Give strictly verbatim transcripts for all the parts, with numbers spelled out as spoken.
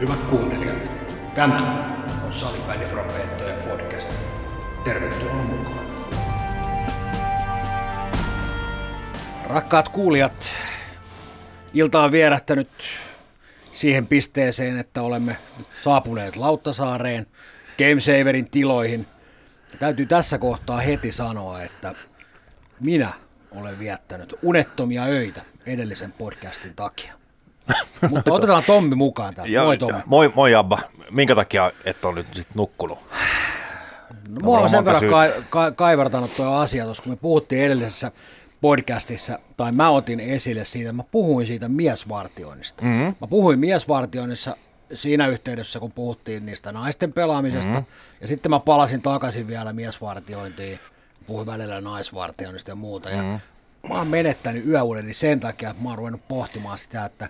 Hyvät kuuntelijat, tämä on Salibändiprofeettojen podcast. Tervetuloa mukaan. Rakkaat kuulijat, ilta on vierähtänyt siihen pisteeseen, että olemme saapuneet Lauttasaareen, Gamesaverin tiloihin. Täytyy tässä kohtaa heti sanoa, että minä olen viettänyt unettomia öitä edellisen podcastin takia. Mutta otetaan Tommi mukaan täältä. Ja, moi Tommi. Moi, moi Abba. Minkä takia et ole nyt sit nukkunut? No, mua on sen verran ka- ka- kaivertanut tuo asia tuossa, kun me puhuttiin edellisessä podcastissa, tai mä otin esille siitä, mä puhuin siitä miesvartioinnista. Mm-hmm. Mä puhuin miesvartioinnissa siinä yhteydessä, kun puhuttiin niistä naisten pelaamisesta, mm-hmm. ja sitten mä palasin takaisin vielä miesvartiointiin, puhuin välillä naisvartioinnista ja muuta, ja mm-hmm. mä oon menettänyt yöuneni sen takia, että mä oon ruvennut pohtimaan sitä, että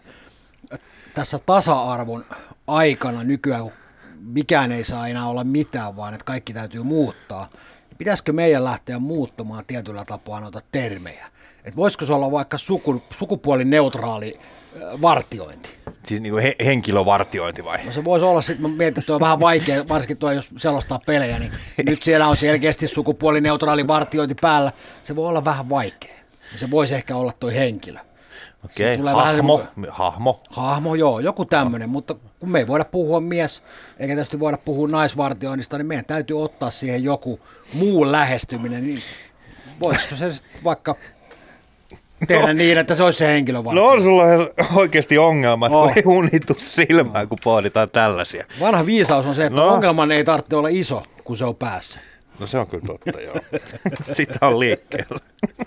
tässä tasa-arvon aikana nykyään, kun mikään ei saa enää olla mitään, vaan että kaikki täytyy muuttaa, niin pitäisikö meidän lähteä muuttamaan tietyllä tapaa noita termejä? Että voisiko se olla vaikka suku, sukupuolineutraali vartiointi? Siis niin kuin he, henkilövartiointi vai? No se voisi olla sitten, mä mietin, että tuo on vähän vaikea, varsinkin tuo, jos selostaa pelejä, niin nyt siellä on selkeästi sukupuolineutraali vartiointi päällä. Se voi olla vähän vaikea. Se voisi ehkä olla tuo henkilö. Okei, okay. hahmo, vähän, hahmo. Hahmo, joo, joku tämmöinen, mutta kun me ei voida puhua mies, eikä tietysti voida puhua naisvartioinnista, niin meidän täytyy ottaa siihen joku muu lähestyminen. Niin voisiko se vaikka tehdä no, niin, että se olisi se henkilövartiointi? No on sulla oikeasti ongelma, että oh. ei unitu silmään, kun pohditaan tällaisia. Vanha viisaus on se, että no. ongelman ei tarvitse olla iso, kun se on päässä. No se on kyllä totta, joo. Sitä on liikkeellä.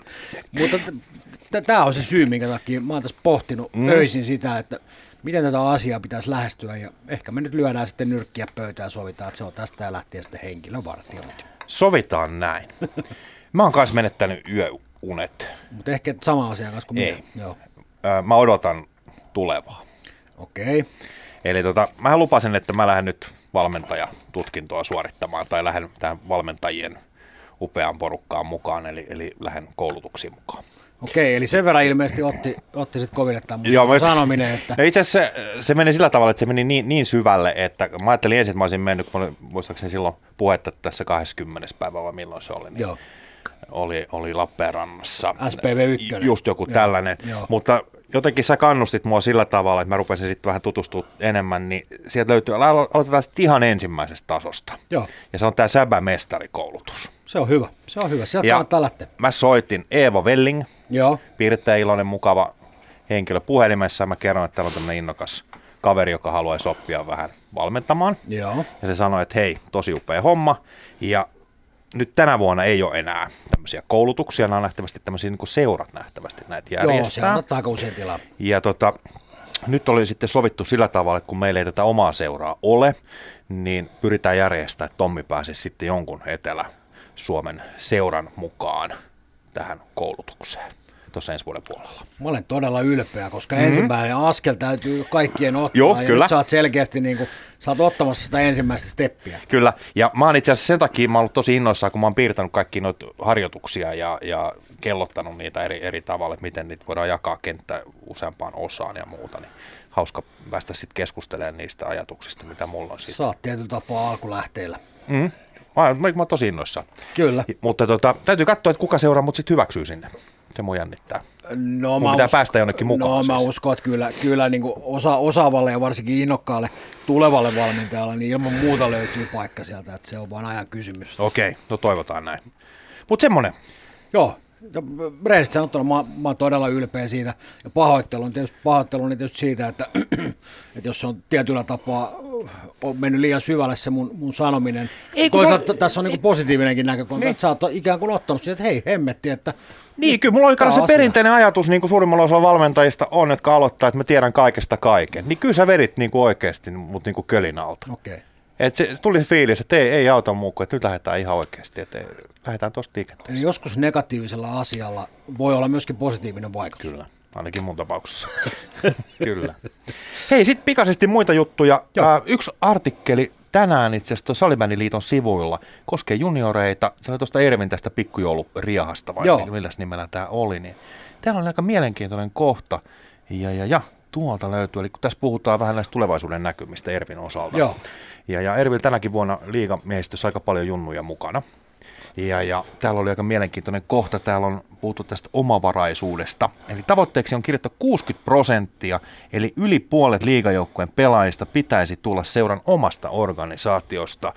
Mutta tämä on se syy, minkä takia mä oon tässä pohtinut mm. öisin sitä, että miten tätä asiaa pitäisi lähestyä, ja ehkä me nyt lyödään sitten nyrkkiä pöytään ja sovitaan, että se on tästä ja lähtien sitten henkilövartiointi. Sovitaan näin. Mä oon kanssa menettänyt yöunet. Mutta ehkä sama asia kanssa kuin Ei. minä. Joo. Mä odotan tulevaa. Okei. Eli tota, mä lupasin, että mä lähden nyt valmentajatutkintoa suorittamaan, tai lähden tähän valmentajien upeaan porukkaan mukaan, eli, eli lähden koulutuksiin mukaan. Okei, eli sen verran ilmeisesti otti, otti sitten kovinettaan mun sanominen, että... No itse asiassa se, se meni sillä tavalla, että se meni niin, niin syvälle, että mä ajattelin ensin, että mä olisin mennyt, kun mä olin, muistaakseni silloin puhetta tässä kahdeskymmenes päivä, vai milloin se oli, niin Joo. oli, oli Lappeenrannassa. S P V yksi. Just joku Joo. tällainen, Joo. mutta jotenkin sä kannustit mua sillä tavalla, että mä rupesin sitten vähän tutustumaan enemmän, niin sieltä löytyy, aloitetaan sitten ihan ensimmäisestä tasosta. Joo. Ja se on tämä Säbä-mestarikoulutus. Se on hyvä, se on hyvä, sieltä kannattaa lähteä. Mä soitin Eeva Velling, Joo. piirteä iloinen, mukava henkilö puhelimessa, ja mä kerron, että täällä on tämmöinen innokas kaveri, joka haluaisi oppia vähän valmentamaan. Joo. Ja se sanoi, että hei, tosi upea homma, ja nyt tänä vuonna ei ole enää tämmöisiä koulutuksia, nämä on nähtävästi tämmöisiä niin kuin seurat nähtävästi näitä järjestää. Joo, se ottaa aika usein tilaa. Ja tota, nyt oli sitten sovittu sillä tavalla, että kun meillä ei tätä omaa seuraa ole, niin pyritään järjestämään, että Tommi pääsisi sitten jonkun Etelä-Suomen seuran mukaan tähän koulutukseen tuossa ensi vuoden puolella. Mä olen todella ylpeä, koska mm-hmm. ensimmäinen askel täytyy kaikkien ottaa. Joo, ja kyllä. Nyt sä oot selkeästi niin kuin, sä oot ottamassa sitä ensimmäistä steppiä. Kyllä, ja mä oon itse asiassa sen takia mä oon ollut tosi innoissaan, kun mä oon piirtänyt kaikki noita harjoituksia ja, ja kellottanut niitä eri, eri tavalla, että miten niitä voidaan jakaa kenttää useampaan osaan ja muuta. Niin hauska päästä sitten keskustelemaan niistä ajatuksista, mitä mulla on siitä. Sä oot tietyllä tapaa alkulähteillä. Mm. Mä, mä, mä oon tosi innoissaan. Kyllä. Mutta tota, täytyy katsoa, että kuka seuraa mut sitten hyväksyy sinne. Se mun jännittää. No, mun pitää usko, päästä jonnekin mukaan. No siis. mä uskon, että kyllä, kyllä niin kuin osa, osaavalle ja varsinkin innokkaalle tulevalle valmentajalle, niin ilman muuta löytyy paikka sieltä, että se on vaan ajan kysymys. Okei, no toivotaan näin. Mutta semmoinen. Joo, ja rehellisesti sanottuna mä, mä oon todella ylpeä siitä, ja pahoittelun tietysti, pahoittelun tietysti siitä, että, että jos on tietyllä tapaa on mennyt liian syvälle se mun, mun sanominen. Ei, toisaalta on, tässä on niin positiivinenkin näkökulma, niin. Että sä oot ikään kuin ottanut siihen, että hei, hemmetti, että... Niin, kyllä mulla oli se asia. Perinteinen ajatus, niin kuin suurimmalla osalla valmentajista on, jotka aloittaa, että mä tiedän kaikesta kaiken. Niin kyllä sä vedit niin kuin oikeasti, mutta niin kuin kölin alta. Okei. Että se, se tuli se fiilis, että ei, ei auta muu kuin, että nyt lähdetään ihan oikeasti, että ei, lähdetään tuosta liikenteeseen. Eli joskus negatiivisella asialla voi olla myöskin positiivinen vaikutus. Kyllä, ainakin mun tapauksessa. Kyllä. Hei, sitten pikaisesti muita juttuja. Äh, yksi artikkeli tänään itse asiassa Salibändiliiton sivuilla koskee junioreita. Se oli tuosta Ervin tästä pikkujouluriahasta, vai milläs nimellä tämä oli. Niin täällä on aika mielenkiintoinen kohta. Ja, ja, ja tuolta löytyy, eli kun tässä puhutaan vähän näistä tulevaisuuden näkymistä Ervin osalta. Joo. Ja, ja Ervil tänäkin vuonna liigamiehistössä aika paljon junnuja mukana. Ja, ja täällä oli aika mielenkiintoinen kohta, täällä on puhuttu tästä omavaraisuudesta. Eli tavoitteeksi on kirjattu kuusikymmentä prosenttia, eli yli puolet liigajoukkueen pelaajista pitäisi tulla seuran omasta organisaatiosta.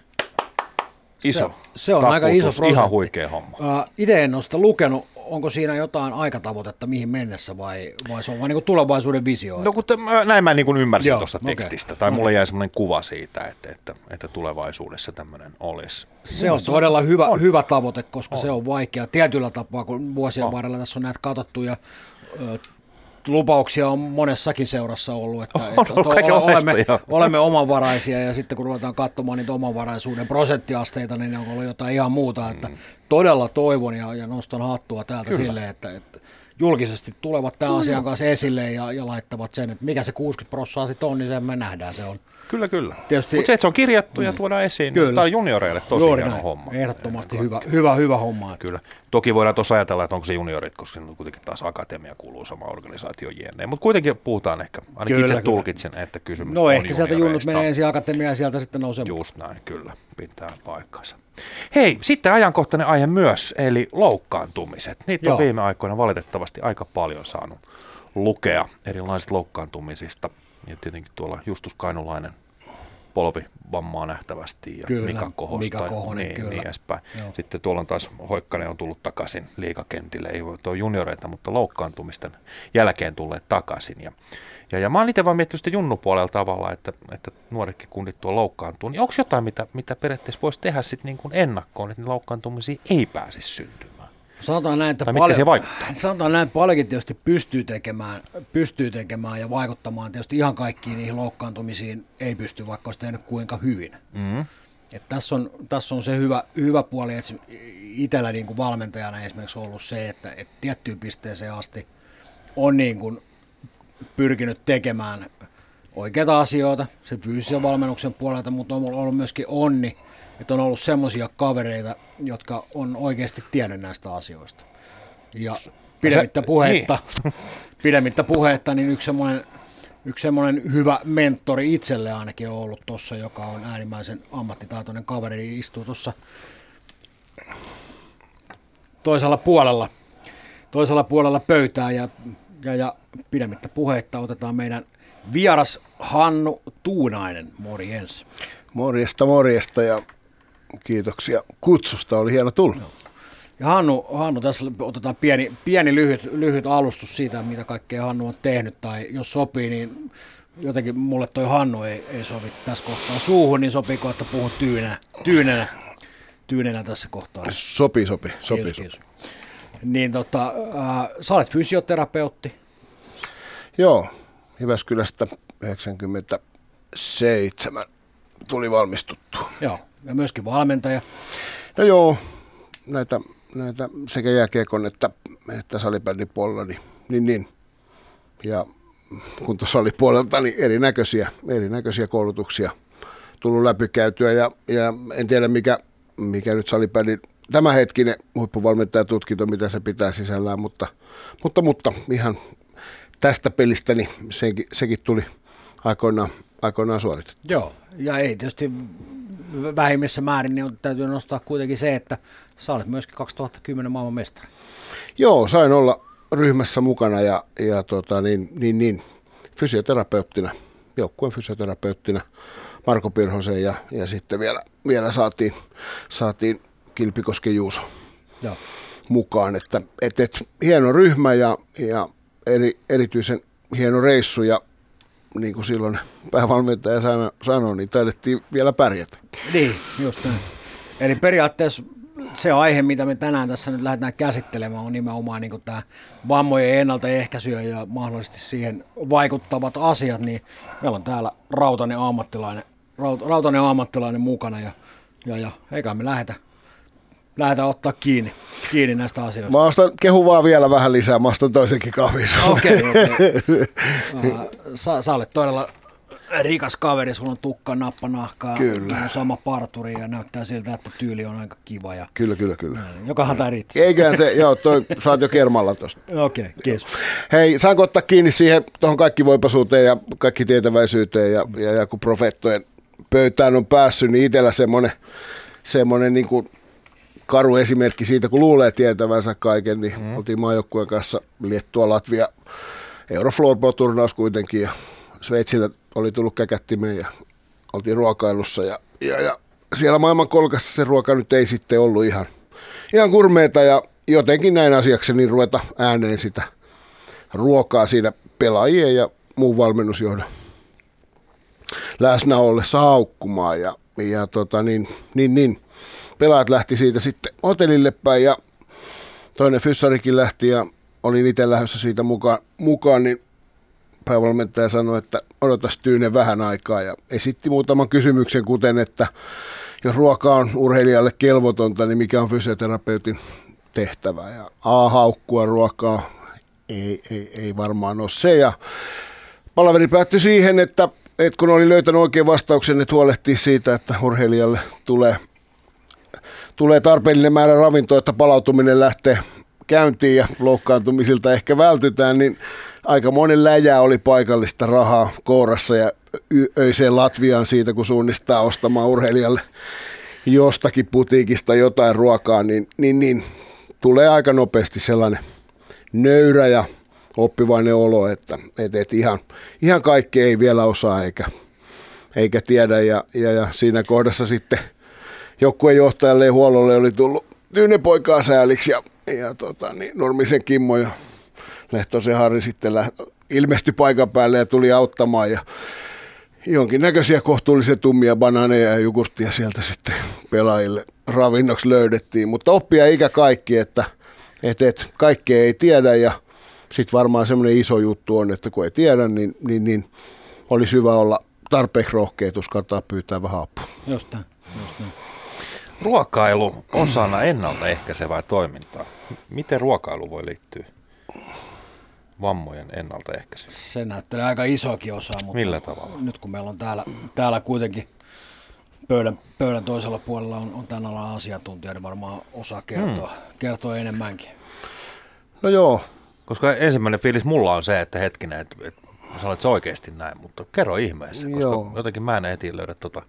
Iso se, se on aika iso prosentti. Ihan huikea homma. Uh, itse en ole sitä lukenut. Onko siinä jotain aikatavoitetta mihin mennessä vai, vai se on vain niin kuin tulevaisuuden visio? No kun te, näin mä niin kuin ymmärsin Joo, tuosta okay. tekstistä, tai mulle jäi semmoinen kuva siitä, että, että, että tulevaisuudessa tämmöinen olisi. Se on todella hyvä, on. hyvä tavoite, koska on. se on vaikea tietyllä tapaa, kun vuosien on. varrella tässä on näitä katsottu ja ö, lupauksia on monessakin seurassa ollut, että, on että ollut to, olemme, olemme omanvaraisia ja sitten kun ruvetaan katsomaan niitä omanvaraisuuden prosenttiasteita, niin on ollut jotain ihan muuta, että mm. todella toivon ja, ja nostan hattua täältä Kyllä. silleen, että, että julkisesti tulevat tämän Kyllä. asian kanssa esille ja, ja laittavat sen, että mikä se kuusikymmentä prosenttia sitten on, niin sen me nähdään se on. Kyllä, kyllä. Tietysti, mutta se, että se on kirjattu ja tuodaan esiin, kyllä. Tämä on junioreille tosi Juuri hieno näin. homma. Ehdottomasti hyvä, hyvä, hyvä homma. Kyllä. Toki voidaan tuossa ajatella, että onko se juniorit, koska se kuitenkin taas akatemia kuuluu sama organisaation jne. Mutta kuitenkin puhutaan ehkä, ainakin kyllä, itse kyllä. tulkitsen, että kysymys no, on ehkä sieltä junnut menee ensin akatemiaan ja sieltä sitten nousee. Just näin, kyllä. Pitää paikkansa. Hei, sitten ajankohtainen aihe myös, eli loukkaantumiset. Niitä Joo. on viime aikoina valitettavasti aika paljon saanut lukea erilaisista loukkaantumisista. Ja tietenkin tuolla Justus Kainulainen polvivammaa nähtävästi ja kyllä, Mika Kohosta Mika Kohonen, niin, kyllä. niin edespäin. Joo. Sitten tuolla on taas Hoikkanen on tullut takaisin liigakentille, ei voi tuo junioreita, mutta loukkaantumisten jälkeen tulleet takaisin. Ja, ja, ja mä oon itse vaan miettinyt sitä junnupuolella tavalla, että, että nuoretkin kundit tuo loukkaantuu. Niin onko jotain, mitä, mitä periaatteessa voisi tehdä sitten niin kuin ennakkoon, että loukkaantumisia ei pääsisi syntymään? Sanotaan näin, että paljon, sanotaan näin, että paljonkin tietysti pystyy tekemään, pystyy tekemään ja vaikuttamaan. Tietysti ihan kaikkiin niihin loukkaantumisiin ei pysty, vaikka olisi tehnyt kuinka hyvin. Mm-hmm. Et tässä, on, tässä on se hyvä, hyvä puoli, että itsellä niin kuin valmentajana esimerkiksi on ollut se, että, että tiettyyn pisteeseen asti on niin kuin pyrkinyt tekemään oikeita asioita sen fyysisen valmennuksen puolelta, mutta on ollut myöskin onni, että on ollut semmoisia kavereita, jotka on oikeasti tiennyt näistä asioista. Ja pidemmittä puhetta, niin. pidemmittä puhetta, niin yksi semmoinen, yksi semmoinen hyvä mentori itselle ainakin on ollut tuossa, joka on äärimmäisen ammattitaitoinen kaveri, niin istuu tuossa toisella puolella, toisella puolella pöytää ja, ja, ja pidemmittä puhetta otetaan meidän vieras Hannu Tuunainen. Morjens. Morjesta, morjesta ja kiitoksia kutsusta, oli hieno tulla. No. Ja Hannu, Hannu, tässä otetaan pieni, pieni lyhyt, lyhyt alustus siitä, mitä kaikkea Hannu on tehnyt, tai jos sopii, niin jotenkin mulle toi Hannu ei, ei sovi tässä kohtaa suuhun, niin sopiiko, että puhun tyynenä, tyynenä, tyynenä tässä kohtaa? Sopii, sopii, sopii. Kiitos, kiitos. Niin tota, äh, sä olet fysioterapeutti. Joo, Jyväskylästä yhdeksänkymmentäseitsemän tuli valmistuttua. Joo. Ja myöskin valmentaja. No joo, näitä, näitä sekä jääkiekon että, että salibändin puolella, niin, niin, niin. Ja kuntosalipuolelta niin erinäköisiä, erinäköisiä koulutuksia tullut läpikäytyä. Ja, ja en tiedä, mikä, mikä nyt salibändin tämänhetkinen huippuvalmentajatutkinto, mitä se pitää sisällään, mutta, mutta, mutta ihan tästä pelistä niin sekin, sekin tuli aikoinaan, aikoinaan suoritettu. Joo, ja ei tietysti vähimmissä määrin, niin täytyy nostaa kuitenkin se, että sä olet myöskin kaksituhattakymmenen maailman mestari. Joo, sain olla ryhmässä mukana ja, ja tota, niin, niin, niin, fysioterapeuttina, joukkueen fysioterapeuttina Marko Pirhosen ja, ja sitten vielä, vielä saatiin, saatiin Kilpikosken Juuso Joo. mukaan. Että, et, et, hieno ryhmä ja, ja eri, erityisen hieno reissu ja niin kuin silloin päävalmentaja sanoi, niin taidettiin vielä pärjätä. Niin, just näin. Eli periaatteessa se aihe, mitä me tänään tässä nyt lähdetään käsittelemään, on nimenomaan niin kuin tämä vammojen ennaltaehkäisy ja mahdollisesti siihen vaikuttavat asiat, niin meillä on täällä rautainen ammattilainen, raut, rautainen ammattilainen mukana ja, ja, ja eikä me lähdetä, lähdetä ottaa kiinni, kiinni näistä asioista. Mä ostan, kehu vaan vielä vähän lisää, mä ostan toisenkin kahvin. Okei, okay, okay. uh, sä, sä olet todella rikas kaveri, sulla on tukka, nappa, nahkaa, Kyllä. on sama parturi ja näyttää siltä, että tyyli on aika kiva. Ja Kyllä, kyllä, kyllä. jokahan tämä riittää. Eiköhän se, joo, toi, saat jo kermalla tuosta. Okei, okay, kiitos. Hei, saanko ottaa kiinni siihen tuohon kaikkivoipaisuuteen ja kaikki tietäväisyyteen ja, ja, ja kun profeettojen pöytään on päässyt, niin itsellä semmoinen, semmoinen niin kuin karu esimerkki siitä, kun luulee tietävänsä kaiken, niin mm. oltiin maajoukkueen kanssa Liettua, Latvia, Eurofloorball-turnaus kuitenkin ja Sveitsillä oli tullut käkättimeen ja oltiin ruokailussa ja, ja, ja siellä maailmankolkassa se ruoka nyt ei sitten ollut ihan, ihan kurmeeta ja jotenkin näin asiaksi niin ruveta ääneen sitä ruokaa siinä pelaajien ja muun valmennusjohdon läsnä ollessa haukkumaan ja, ja tota niin, niin, niin. Pelaajat lähti siitä sitten hotellille päin ja toinen fyssarikin lähti ja olin itse lähdössä siitä mukaan, mukaan niin päävalmentaja sanoi, että odotas Tyyne vähän aikaa ja esitti muutaman kysymyksen, kuten että jos ruoka on urheilijalle kelvotonta, niin mikä on fysioterapeutin tehtävä ja A, haukkua ruokaa, ei, ei, ei varmaan ole se ja palaveri päättyi siihen, että, että kun oli löytänyt oikein vastauksen, että huolehtii siitä, että urheilijalle tulee tulee tarpeellinen määrä ravintoa, että palautuminen lähtee käyntiin ja loukkaantumisilta ehkä vältytään, niin aika monen läjää oli paikallista rahaa kourassa ja öiseen Latviaan siitä, kun suunnistaa ostamaan urheilijalle jostakin putiikista jotain ruokaa, niin, niin, niin tulee aika nopeasti sellainen nöyrä ja oppivainen olo, että et, et ihan, ihan kaikki ei vielä osaa eikä, eikä tiedä ja, ja, ja siinä kohdassa sitten joukkueen johtajalle ja huollolle oli tullut Tyynen poikaa sääliksi ja, ja tota, niin Nurmisen Kimmo ja Lehtosen Harri sitten läht, ilmestyi paikan päälle ja tuli auttamaan ja jonkinnäköisiä kohtuullisen tummia banaaneja ja jogurttia sieltä sitten pelaajille ravinnoksi löydettiin, mutta oppia ikä kaikki, että et, et, kaikkea ei tiedä ja sitten varmaan semmoinen iso juttu on, että kun ei tiedä, niin, niin, niin olisi hyvä olla tarpeeksi rohkeet, uskaltaa pyytää vähän apua. Just näin, just näin. Ruokailu osana ennaltaehkäisevää toimintaa. Miten ruokailu voi liittyä vammojen ennaltaehkäisyyn? Se näyttelee aika isoakin osaa, mutta millä tavalla? Nyt kun meillä on täällä, täällä kuitenkin pöydän, pöydän toisella puolella on, on tämän alan asiantuntija, niin varmaan osaa kertoa, hmm. kertoa enemmänkin. No joo. Koska ensimmäinen fiilis mulla on se, että hetkinen, että, että sä olet se oikeasti näin, mutta kerro ihmeessä, koska joo. jotenkin mä en heti löydä tota.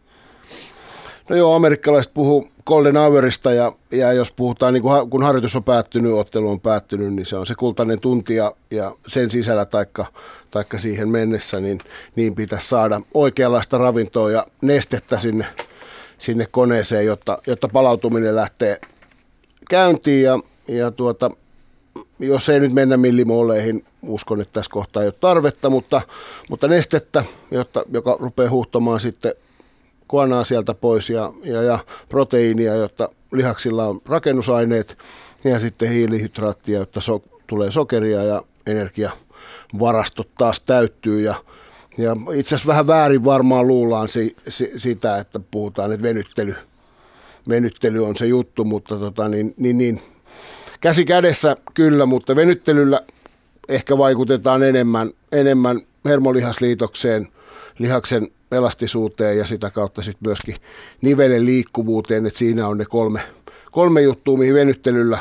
No joo, amerikkalaiset puhuu golden hourista ja, ja jos puhutaan, niin kun, kun harjoitus on päättynyt, ottelu on päättynyt, niin se on se kultainen tunti ja, ja sen sisällä taikka, taikka siihen mennessä, niin, niin pitäisi saada oikeanlaista ravintoa ja nestettä sinne, sinne koneeseen, jotta, jotta palautuminen lähtee käyntiin ja, ja tuota, jos ei nyt mennä millimooleihin, uskon, että tässä kohtaa ei ole tarvetta, mutta, mutta nestettä, jotta, joka rupeaa huuhtomaan sitten kuonaa sieltä pois ja, ja, ja proteiinia, jotta lihaksilla on rakennusaineet ja sitten hiilihydraattia, jotta so, tulee sokeria ja energiavarastot taas täyttyy. Ja, ja itse asiassa vähän väärin varmaan luullaan si, si, sitä, että puhutaan, että venyttely, venyttely on se juttu, mutta tota, niin, niin, niin, käsi kädessä kyllä, mutta venyttelyllä ehkä vaikutetaan enemmän, enemmän hermolihasliitokseen, lihaksen elastisuuteen ja sitä kautta sitten myöskin nivelen liikkuvuuteen, että siinä on ne kolme, kolme juttua, mihin venyttelyllä,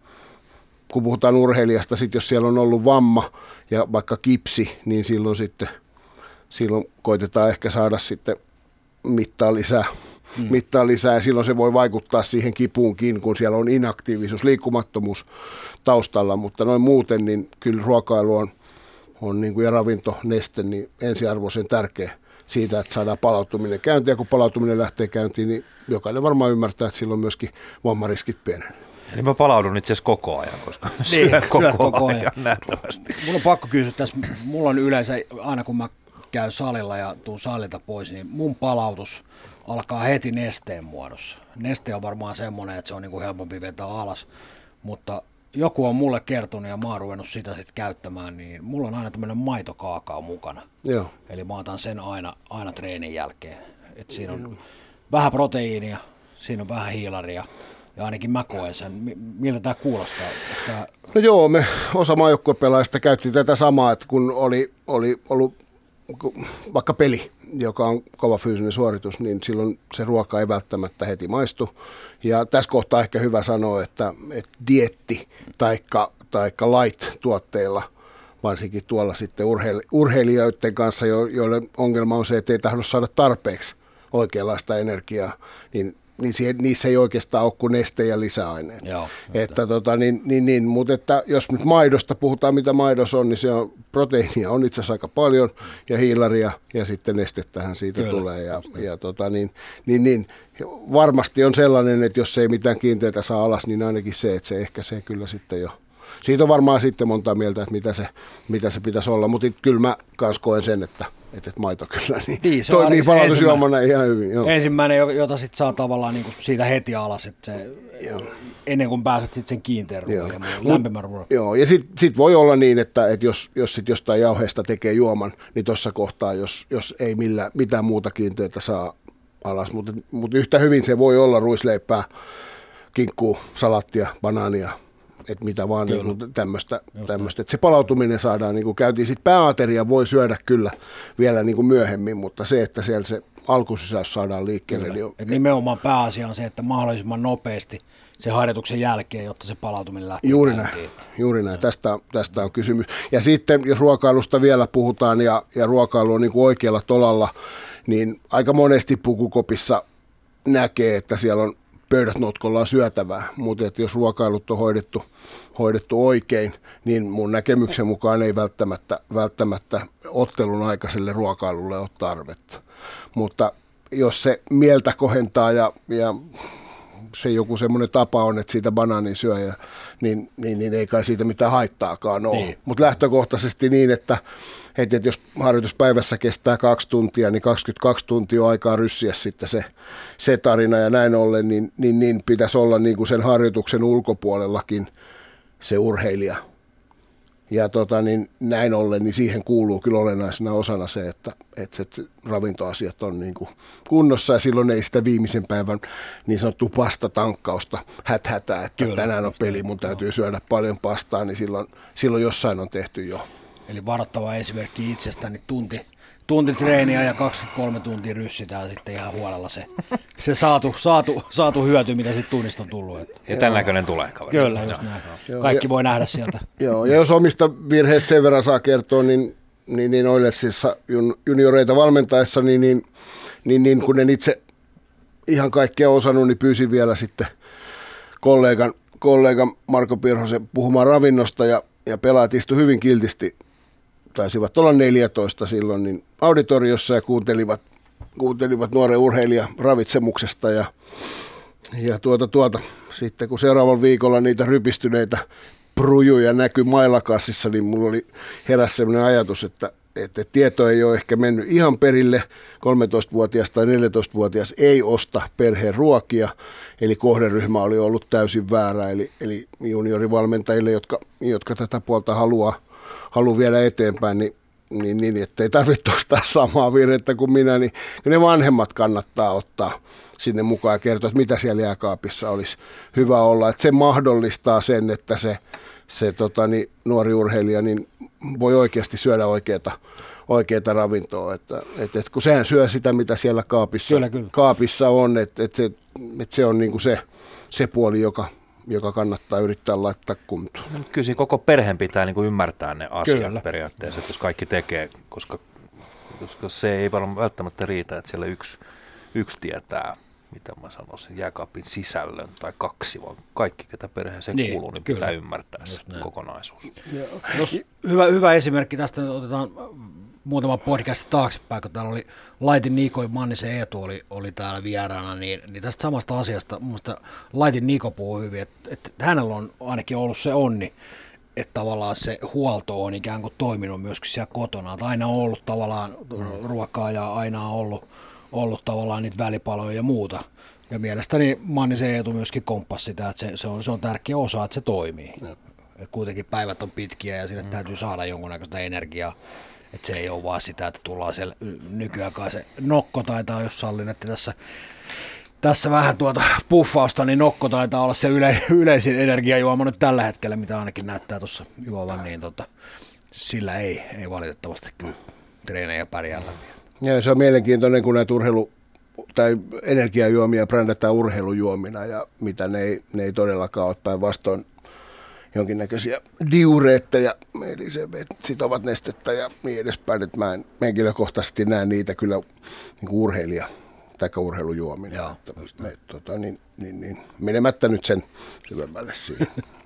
kun puhutaan urheilijasta, sitten jos siellä on ollut vamma ja vaikka kipsi, niin silloin sitten silloin koitetaan ehkä saada sitten mittaa lisää, hmm. mittaa lisää ja silloin se voi vaikuttaa siihen kipuunkin, kun siellä on inaktiivisuus, liikkumattomuus taustalla, mutta noin muuten, niin kyllä ruokailu on, on niin kuin ja ravinto, neste, niin ensiarvoisen tärkeä siitä, että saadaan palautuminen käyntiin, ja kun palautuminen lähtee käyntiin, niin jokainen varmaan ymmärtää, että silloin myöskin vammariskit pienenee. Eli mä palaudun itse asiassa koko ajan, koska niin, syön koko, koko ajan, ajan nähtävästi. Mun on pakko kysyä tässä, mulla on yleensä, aina kun mä käyn salilla ja tuun salilta pois, niin mun palautus alkaa heti nesteen muodossa. Neste on varmaan semmoinen, että se on niinku helpompi vetää alas, mutta joku on mulle kertonut ja mä oon ruvennut sitä sitten käyttämään, niin mulla on aina tämmöinen maitokaakao mukana. Joo. Eli mä otan sen aina, aina treenin jälkeen. Et siinä on vähän proteiinia, siinä on vähän hiilaria ja ainakin mä koen sen. Miltä tämä kuulostaa? Tää... No joo, me osa maajoukkuepelaajista käytti tätä samaa, että kun oli, oli ollut vaikka peli, joka on kova fyysinen suoritus, niin silloin se ruoka ei välttämättä heti maistu. Ja tässä kohtaa ehkä hyvä sanoa, että, että dieetti taikka, taikka light-tuotteilla, varsinkin tuolla sitten urheil- urheilijoiden kanssa, jo, joille ongelma on se, että ei tahdo saada tarpeeksi oikeanlaista energiaa, niin niin siihen, niissä ei oikeastaan ole kuin neste ja lisäaineet. Joo, että, tota, niin, niin, niin, mutta että jos nyt maidosta puhutaan, mitä maidossa on, niin se on proteiinia on itse asiassa aika paljon, ja hiilaria, ja sitten nestettähän siitä Kyllä, tulee. Ja, ja tota, niin, niin, niin, varmasti on sellainen, että jos ei mitään kiinteitä saa alas, niin ainakin se, että se ehkä se kyllä sitten jo. Siitä on varmaan sitten monta mieltä, että mitä se, mitä se pitäisi olla, mutta kyllä mä kans koen sen, että, että maito kyllä niin, niin, se toimii palautusjuomana ihan hyvin. Joo. Ensimmäinen, jota sitten saa tavallaan niin kuin siitä heti alas, että se, ennen kuin pääset sitten sen kiinteän ruoan ja lämpimän ruoan. Joo, ja sitten sit voi olla niin, että, että jos, jos sit jostain jauheesta tekee juoman, niin tuossa kohtaa, jos, jos ei millä, mitään muuta kiinteitä saa alas, mutta mut yhtä hyvin se voi olla ruisleipää, kinkkuu, salattia, banaania, että mitä vaan niin tämmöistä, tämmöistä. Että se palautuminen saadaan, niin kuin käytiin, sitten pääateria voi syödä kyllä vielä niin kuin myöhemmin, mutta se, että siellä se alkusysäys saadaan liikkeelle. Niin on, nimenomaan pääasia on se, että mahdollisimman nopeasti se harjoituksen jälkeen, jotta se palautuminen lähtee. Juuri näin, juuri näin. Tästä, tästä on kysymys. Ja sitten jos ruokailusta vielä puhutaan ja, ja ruokailu on niin kuin oikealla tolalla, niin aika monesti pukukopissa näkee, että siellä on pöydät notkollaan syötävää, mutta että jos ruokailut on hoidettu, hoidettu oikein, niin mun näkemyksen mukaan ei välttämättä, välttämättä ottelun aikaiselle ruokailulle ole tarvetta. Mutta jos se mieltä kohentaa ja, ja se joku semmoinen tapa on, että siitä banaanin syö, ja, niin, niin, niin ei kai siitä mitään haittaakaan ole. Niin. Mutta lähtökohtaisesti niin, että, että jos harjoituspäivässä kestää kaksi tuntia, niin kaksikymmentäkaksi tuntia on aikaa ryssiä sitten se, se tarina ja näin ollen, niin, niin, niin pitäisi olla niin kuin sen harjoituksen ulkopuolellakin se urheilija. Ja tota, niin näin ollen, niin siihen kuuluu kyllä olennaisena osana se, että, että, että ravintoasiat on niin kuin kunnossa ja silloin ei sitä viimeisen päivän niin sanottua pastatankkausta häthätää, että kyllä, tänään on peli, mun täytyy syödä paljon pastaa, niin silloin, silloin jossain on tehty jo. Eli varoittava esimerkki itsestäni, niin tunti, tunti treeniä ja kaksikymmentäkolme tuntia ryssitään sitten ihan huolella se, se saatu, saatu, saatu hyöty, mitä sitten tunnista on tullut. Että. Ja tämän näköinen tulee kaveri. Kyllä, just näin. Joo. Kaikki voi nähdä sieltä. Joo, ja jos omista virheistä sen verran saa kertoa, niin, niin, niin Oilersissa junioreita valmentaessa, niin, niin, niin, niin kun en itse ihan kaikkea osannut, niin pyysin vielä sitten kollegan, kollegan Marko Pirhosen puhumaan ravinnosta ja, ja pelaat istu hyvin kiltisti. Taisivat olla neljätoista silloin, niin auditoriossa ja kuuntelivat, kuuntelivat nuoren urheilijan ravitsemuksesta ja, ja tuota, tuota. Sitten kun seuraavalla viikolla niitä rypistyneitä prujuja näkyi mailakassissa, niin mulla oli heräsi sellainen ajatus, että, että tieto ei ole ehkä mennyt ihan perille. kolmetoistavuotias tai neljätoistavuotias ei osta perheen ruokia, eli kohderyhmä oli ollut täysin väärä, eli, eli juniorivalmentajille, jotka, jotka tätä puolta haluaa, haluaa viedä eteenpäin, niin, niin, niin ettei tarvitse ostaa samaa virhettä kuin minä, niin ne vanhemmat kannattaa ottaa sinne mukaan ja kertoa, että mitä siellä jääkaapissa olisi hyvä olla. Että se mahdollistaa sen, että se, se tota, niin, nuori urheilija niin voi oikeasti syödä oikeata, oikeata ravintoa. Että, et, et, kun sehän syö sitä, mitä siellä kaapissa, kyllä, kyllä. kaapissa on, että et se, et se on niinku se, se puoli, joka... joka kannattaa yrittää laittaa kuntoon. Kyllä siinä koko perheen pitää niin kuin ymmärtää ne asiat Kyllä. periaatteessa, että jos kaikki tekee, koska, koska se ei varmaan välttämättä riitä, että siellä yksi, yksi tietää, mitä mä sanoisin, jääkaapin sisällön tai kaksi, vaan kaikki, ketä perheeseen niin, kuuluu, niin kyllä. pitää ymmärtää just se näin. Kokonaisuus. Jos, hyvä, hyvä esimerkki tästä, otetaan muutama podcast taaksepäin, kun täällä oli Laitin Niiko ja Mannisen Eetu oli, oli täällä vieraana, niin, niin tästä samasta asiasta mun mielestä Laitin Niiko puhui hyvin, että, että hänellä on ainakin ollut se onni, että tavallaan se huolto on ikään kuin toiminut myöskin siellä kotona, että aina on ollut tavallaan ruokaa ja aina on ollut, ollut tavallaan niitä välipaloja ja muuta. Ja mielestäni Mannisen Eetu myöskin komppasi sitä, että se, se, on, se on tärkeä osa, että se toimii. Et kuitenkin päivät on pitkiä ja sinne mm. täytyy saada jonkunnäköistä energiaa. Että se ei ole vaan sitä, että tullaan siellä nykyään se nokko taitaa, jos sallin, että tässä, tässä vähän tuota puffausta, niin nokko taitaa olla se yle, yleisin energiajuoma nyt tällä hetkellä, mitä ainakin näyttää tuossa juovan, niin tota, sillä ei, ei valitettavasti kyllä treenejä pärjää läpi. Ja se on mielenkiintoinen, kun näitä urheilu- tai energiajuomia brändätään urheilujuomina, ja mitä ne ei, ne ei todellakaan ole, päinvastoin jonkinnäköisiä diureetteja, eli se sitovat nestettä ja niin edespäin. Että mä en henkilökohtaisesti näe niitä kyllä niin kuin urheilija- tai urheilujuomina. Joo, me, tota, niin, niin, niin, menemättä nyt sen syvemmälle siihen.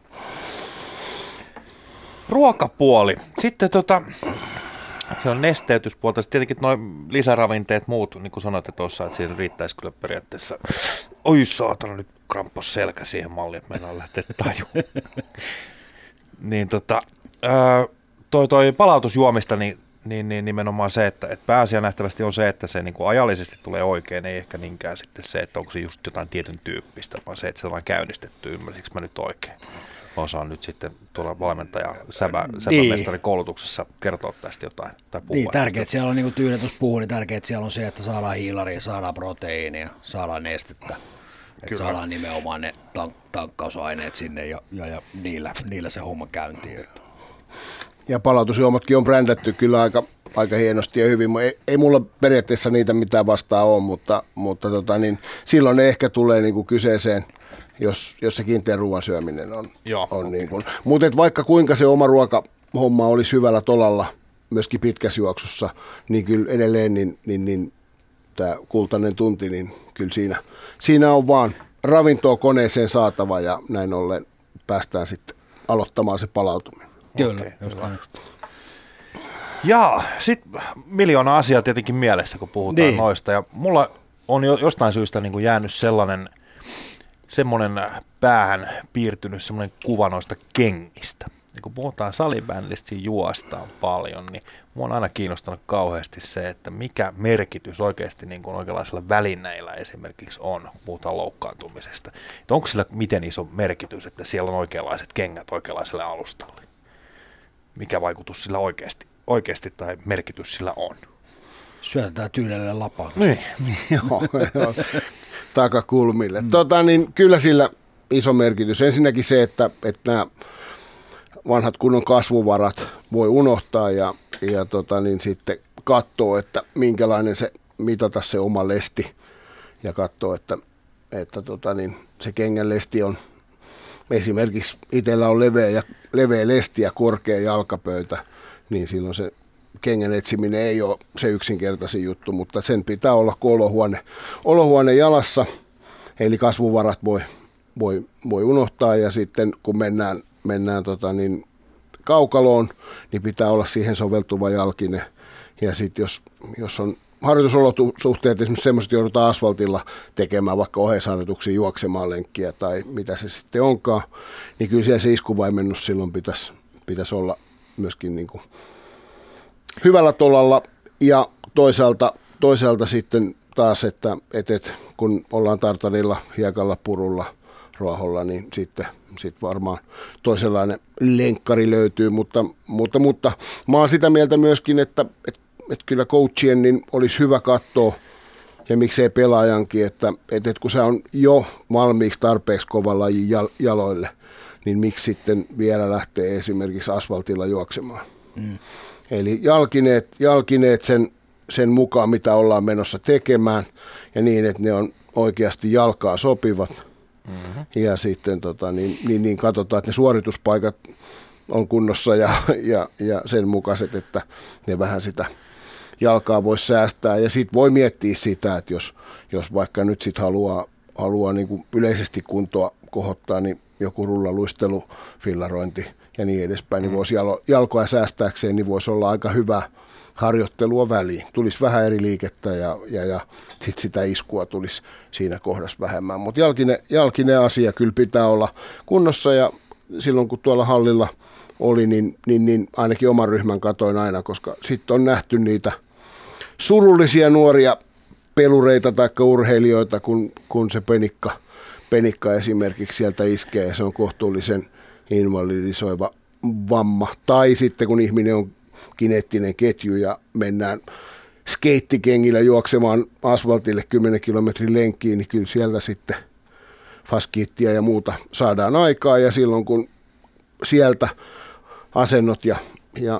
Ruokapuoli. Sitten tota, se on nesteytyspuolta. Sitten tietenkin nuo lisäravinteet muut, niin kuin sanoitte tuossa, että siinä riittäisi kyllä periaatteessa. Oi saatana, nyt kramppos selkä siihen malliin, että meillä on lähteä tajuun. niin tota, toi, toi palautusjuomista, niin, niin, niin nimenomaan se, että, että pääasia nähtävästi on se, että se niin kuin ajallisesti tulee oikein, ei ehkä niinkään sitten se, että onko se just jotain tietyn tyyppistä, vaan se, että se on käynnistetty, ymmärsikö mä nyt oikein. Mä osaan nyt sitten tuolla valmentaja säbä, säbämestarin koulutuksessa kertoa tästä jotain. Tai niin, tärkeää, että siellä on niin kuin Tyyne tuossa puhui, niin tärkeää, että siellä on se, että saadaan hiilaria, saadaan proteiinia, saadaan nestettä. Että saadaan nimenomaan ne tank- tankkausaineet sinne ja, ja, ja niillä, niillä se homma käyntiin. Ja palautusjuomatkin on brändätty kyllä aika, aika hienosti ja hyvin. Ei, ei mulla periaatteessa niitä mitään vastaan ole, mutta, mutta tota, niin silloin ne ehkä tulee niin kuin kyseeseen, jos, jos se kiinteän ruoan syöminen on. Joo, on okay. niin kuin. Mutta vaikka kuinka se oma ruokahomma oli syvällä tolalla, myöskin pitkässä juoksussa, niin kyllä edelleen niin, niin, niin, tämä kultainen tunti, niin kyllä siinä, siinä on vaan ravintoa koneeseen saatava ja näin ollen päästään sitten aloittamaan se palautuminen. Kyllä, okay, ja sitten miljoona asiaa tietenkin mielessä, kun puhutaan niin noista. Ja mulla on jo jostain syystä niin kuin jäänyt sellainen, semmoinen päähän piirtynyt semmoinen kuva noista kengistä. Ja kun puhutaan salibändistä, siinä juostaan paljon, niin mua on aina kiinnostanut kauheasti se, että mikä merkitys oikeasti niin kuin oikeanlaisilla välineillä esimerkiksi on, kun puhutaan loukkaantumisesta. Että onko sillä miten iso merkitys, että siellä on oikeanlaiset kengät oikeanlaiselle alustalle? Mikä vaikutus sillä oikeasti, oikeasti tai merkitys sillä on? Syötetään Tyynelle lapaan. Niin. Joo, joo. Takakulmille. Mm. Tota, niin kyllä sillä iso merkitys. Ensinnäkin se, että, että nämä vanhat kunnon kasvuvarat voi unohtaa ja, ja tota, niin sitten katsoo, että minkälainen se mitata se oma lesti ja katsoo, että, että tota, niin se kengän lesti on esimerkiksi itsellä on leveä, ja, leveä lesti ja korkea jalkapöytä, niin silloin se kengän etsiminen ei ole se yksinkertaisin juttu, mutta sen pitää olla olohuone, olohuone jalassa, eli kasvuvarat voi, voi, voi unohtaa ja sitten kun mennään, mennään tota niin, kaukaloon, niin pitää olla siihen soveltuva jalkine ja sitten jos, jos on harjoitusolosuhteet, esimerkiksi semmoiset joudutaan asfaltilla tekemään vaikka oheisharjoituksia, juoksemaan lenkkiä tai mitä se sitten onkaan, niin kyllä siellä se iskuvaimennus silloin pitäisi, pitäisi olla myöskin niin kuin hyvällä tolalla ja toisaalta, toisaalta sitten taas, että, että kun ollaan tartanilla, hiekalla, purulla, ruoholla, niin sitten, sitten varmaan toisenlainen lenkkari löytyy, mutta, mutta, mutta mä oon sitä mieltä myöskin, että, että, että kyllä coachien niin olisi hyvä katsoa ja miksei pelaajankin, että, että kun se on jo valmiiksi tarpeeksi kovan lajin jaloille, niin miksi sitten vielä lähtee esimerkiksi asfaltilla juoksemaan. Mm. Eli jalkineet, jalkineet sen, sen mukaan, mitä ollaan menossa tekemään ja niin, että ne on oikeasti jalkaa sopivat. Mm-hmm. Ja sitten tota, niin, niin, niin katsotaan, että ne suorituspaikat on kunnossa ja, ja, ja sen mukaiset, että ne vähän sitä jalkaa voisi säästää. Ja sitten voi miettiä sitä, että jos, jos vaikka nyt sit haluaa, haluaa niin kuin yleisesti kuntoa kohottaa, niin joku rullaluistelu, fillarointi ja niin edespäin, niin voisi jalo, jalkoja säästääkseen, niin voisi olla aika hyvä harjoittelua väliin. Tulisi vähän eri liikettä ja, ja, ja sitten sitä iskua tulisi siinä kohdassa vähemmän. Mutta jalkine, jalkine asia kyllä pitää olla kunnossa ja silloin kun tuolla hallilla oli, niin, niin, niin ainakin oman ryhmän katoin aina, koska sitten on nähty niitä surullisia nuoria pelureita tai urheilijoita, kun, kun se penikka, penikka esimerkiksi sieltä iskee ja se on kohtuullisen invalidisoiva vamma. Tai sitten kun ihminen on kineettinen ketju ja mennään skeittikengillä juoksemaan asfaltille kymmenen kilometrin lenkkiin, niin kyllä siellä sitten faskiittia ja muuta saadaan aikaa ja silloin kun sieltä asennot ja, ja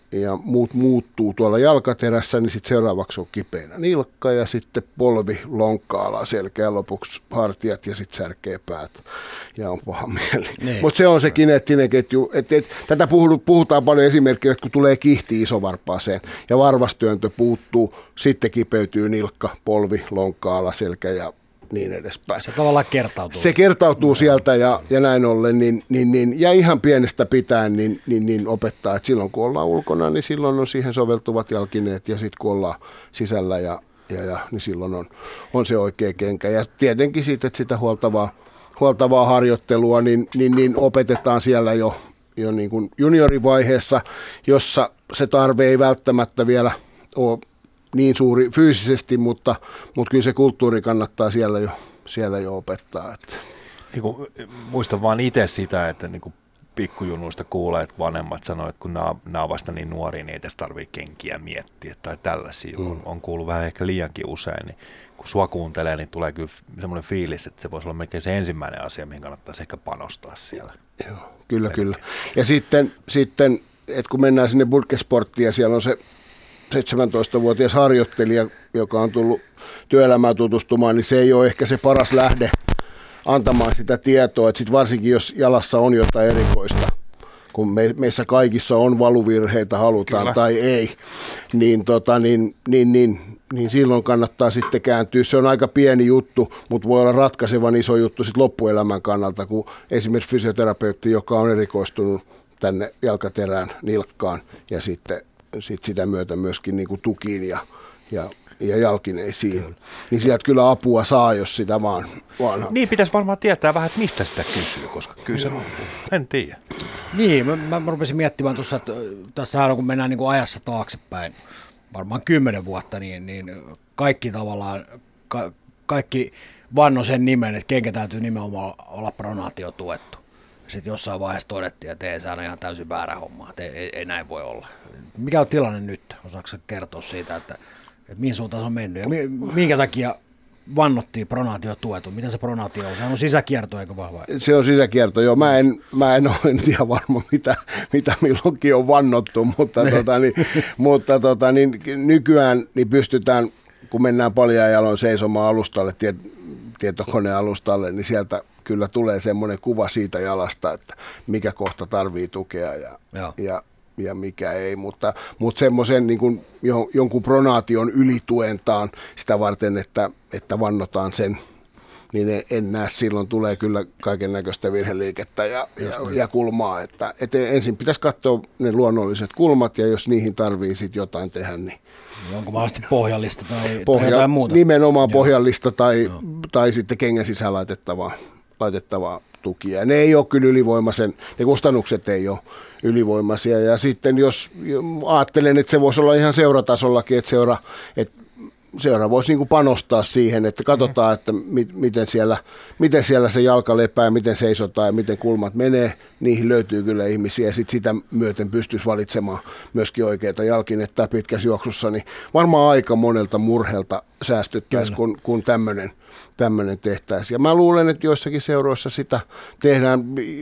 ja muut muuttuu tuolla jalkaterässä, niin sitten seuraavaksi on kipeänä nilkka ja sitten polvi, lonkka, alaselkä ja lopuksi hartiat ja sitten särkee päät ja on paha mieli. Niin. Mutta se on se kineettinen ketju. Et, et, tätä puhutaan paljon esimerkkinä, että kun tulee kihti isovarpaaseen ja varvastyöntö puuttuu, sitten kipeytyy nilkka, polvi, lonkka, alaselkä ja niin edespäin. Se tavallaan kertautuu. Se kertautuu sieltä ja, ja näin ollen, niin, niin, niin, ja ihan pienestä pitäen niin, niin, niin opettaa, että silloin kun ollaan ulkona, niin silloin on siihen soveltuvat jalkineet ja sitten kun ollaan sisällä, ja, ja, ja, niin silloin on, on se oikea kenkä. Ja tietenkin sitten, että sitä huoltavaa, huoltavaa harjoittelua niin, niin, niin opetetaan siellä jo, jo niin kuin juniorivaiheessa, jossa se tarve ei välttämättä vielä ole niin suuri fyysisesti, mutta, mutta kyllä se kulttuuri kannattaa siellä jo, siellä jo opettaa. Että. Niin kuin, muistan vaan itse sitä, että niin kuin pikkujunnuista kuulee, että vanhemmat sanoo, että kun nämä, nämä on vasta niin nuoria, niin ei tässä tarvitse kenkiä miettiä tai tällaisia. Mm. On, on kuullut vähän ehkä liiankin usein, niin kun sua kuuntelee, niin tulee kyllä semmoinen fiilis, että se voisi olla melkein se ensimmäinen asia, mihin kannattaisi ehkä panostaa siellä. Joo, kyllä, Eli. kyllä. Ja sitten, sitten että kun mennään sinne Burkesporttiin ja siellä on se seitsemäntoistavuotias harjoittelija, joka on tullut työelämään tutustumaan, niin se ei ole ehkä se paras lähde antamaan sitä tietoa, että sit varsinkin jos jalassa on jotain erikoista, kun me, meissä kaikissa on valuvirheitä, halutaan Kyllä. tai ei, niin, tota, niin, niin, niin, niin silloin kannattaa sitten kääntyä. Se on aika pieni juttu, mutta voi olla ratkaisevan iso juttu sit loppuelämän kannalta, kun esimerkiksi fysioterapeutti, joka on erikoistunut tänne jalkaterään, nilkkaan ja sitten sit sitä myötä myöskin niin kuin tukiin ja, ja, ja jalkineisiin. Kyllä. Niin sieltä kyllä apua saa, jos sitä vaan... vaan... Niin, pitäisi varmaan tietää vähän, että mistä sitä kysyy, koska kyllä se, en tiedä. Niin, mä, mä rupesin miettimään tuossa, että tässä kun mennään niin kuin ajassa taaksepäin, varmaan kymmenen vuotta, niin, niin kaikki tavallaan, ka, kaikki vanno sen nimen, että kenkä täytyy nimenomaan olla pronaatiotuettu. Sitten jossain vaiheessa todettiin, että ei, se on ihan täysin väärä homma, että ei, ei, ei näin voi olla. Mikä on tilanne nyt? Osaatko kertoa siitä, että, että mihin suuntaan se on mennyt ja minkä takia vannottiin pronaatiotuetun? Mitä se pronaatio on? Se on sisäkierto, eikö vahva? Se on sisäkierto, joo. Mä en, mä en ole ihan varma, mitä, mitä milloinkin on vannottu, mutta, tota, niin, mutta tota, niin, nykyään niin pystytään, kun mennään paljain jaloin seisomaan alustalle, tiet, tietokonealustalle, niin sieltä kyllä tulee semmoinen kuva siitä jalasta, että mikä kohta tarvii tukea ja, ja, ja mikä ei, mutta, mutta semmoisen niin kuin jonkun pronaation ylituentaan sitä varten, että, että vannotaan sen, niin en näe, silloin tulee kyllä kaiken näköistä virheliikettä ja, ja, ja kulmaa, että, että ensin pitäisi katsoa ne luonnolliset kulmat ja jos niihin tarvii sitten jotain tehdä, niin onko mahdollisesti pohjallista tai, Pohja, tai jotain muuta? Nimenomaan Joo. pohjallista tai, tai sitten kengän sisään laitettavaa, laitettavaa tukia. Ne ei ole kyllä ylivoimaisen, ne kustannukset ei ole ylivoimaisia. Ja sitten jos ajattelen, että se voisi olla ihan seuratasollakin, että seura, että seura voisi niin kuin panostaa siihen, että katsotaan, että mi, miten, siellä, miten siellä se jalka lepää, miten seisotaan ja miten kulmat menee. Niihin löytyy kyllä ihmisiä ja sit sitä myöten pystyisi valitsemaan myöskin oikeita jalkinetta pitkässä juoksussa. Niin varmaan aika monelta murheelta säästyttäisiin, kun, kun tämmöinen tämmöinen tehtäisiin. Ja mä luulen, että joissakin seuroissa sitä tehdään,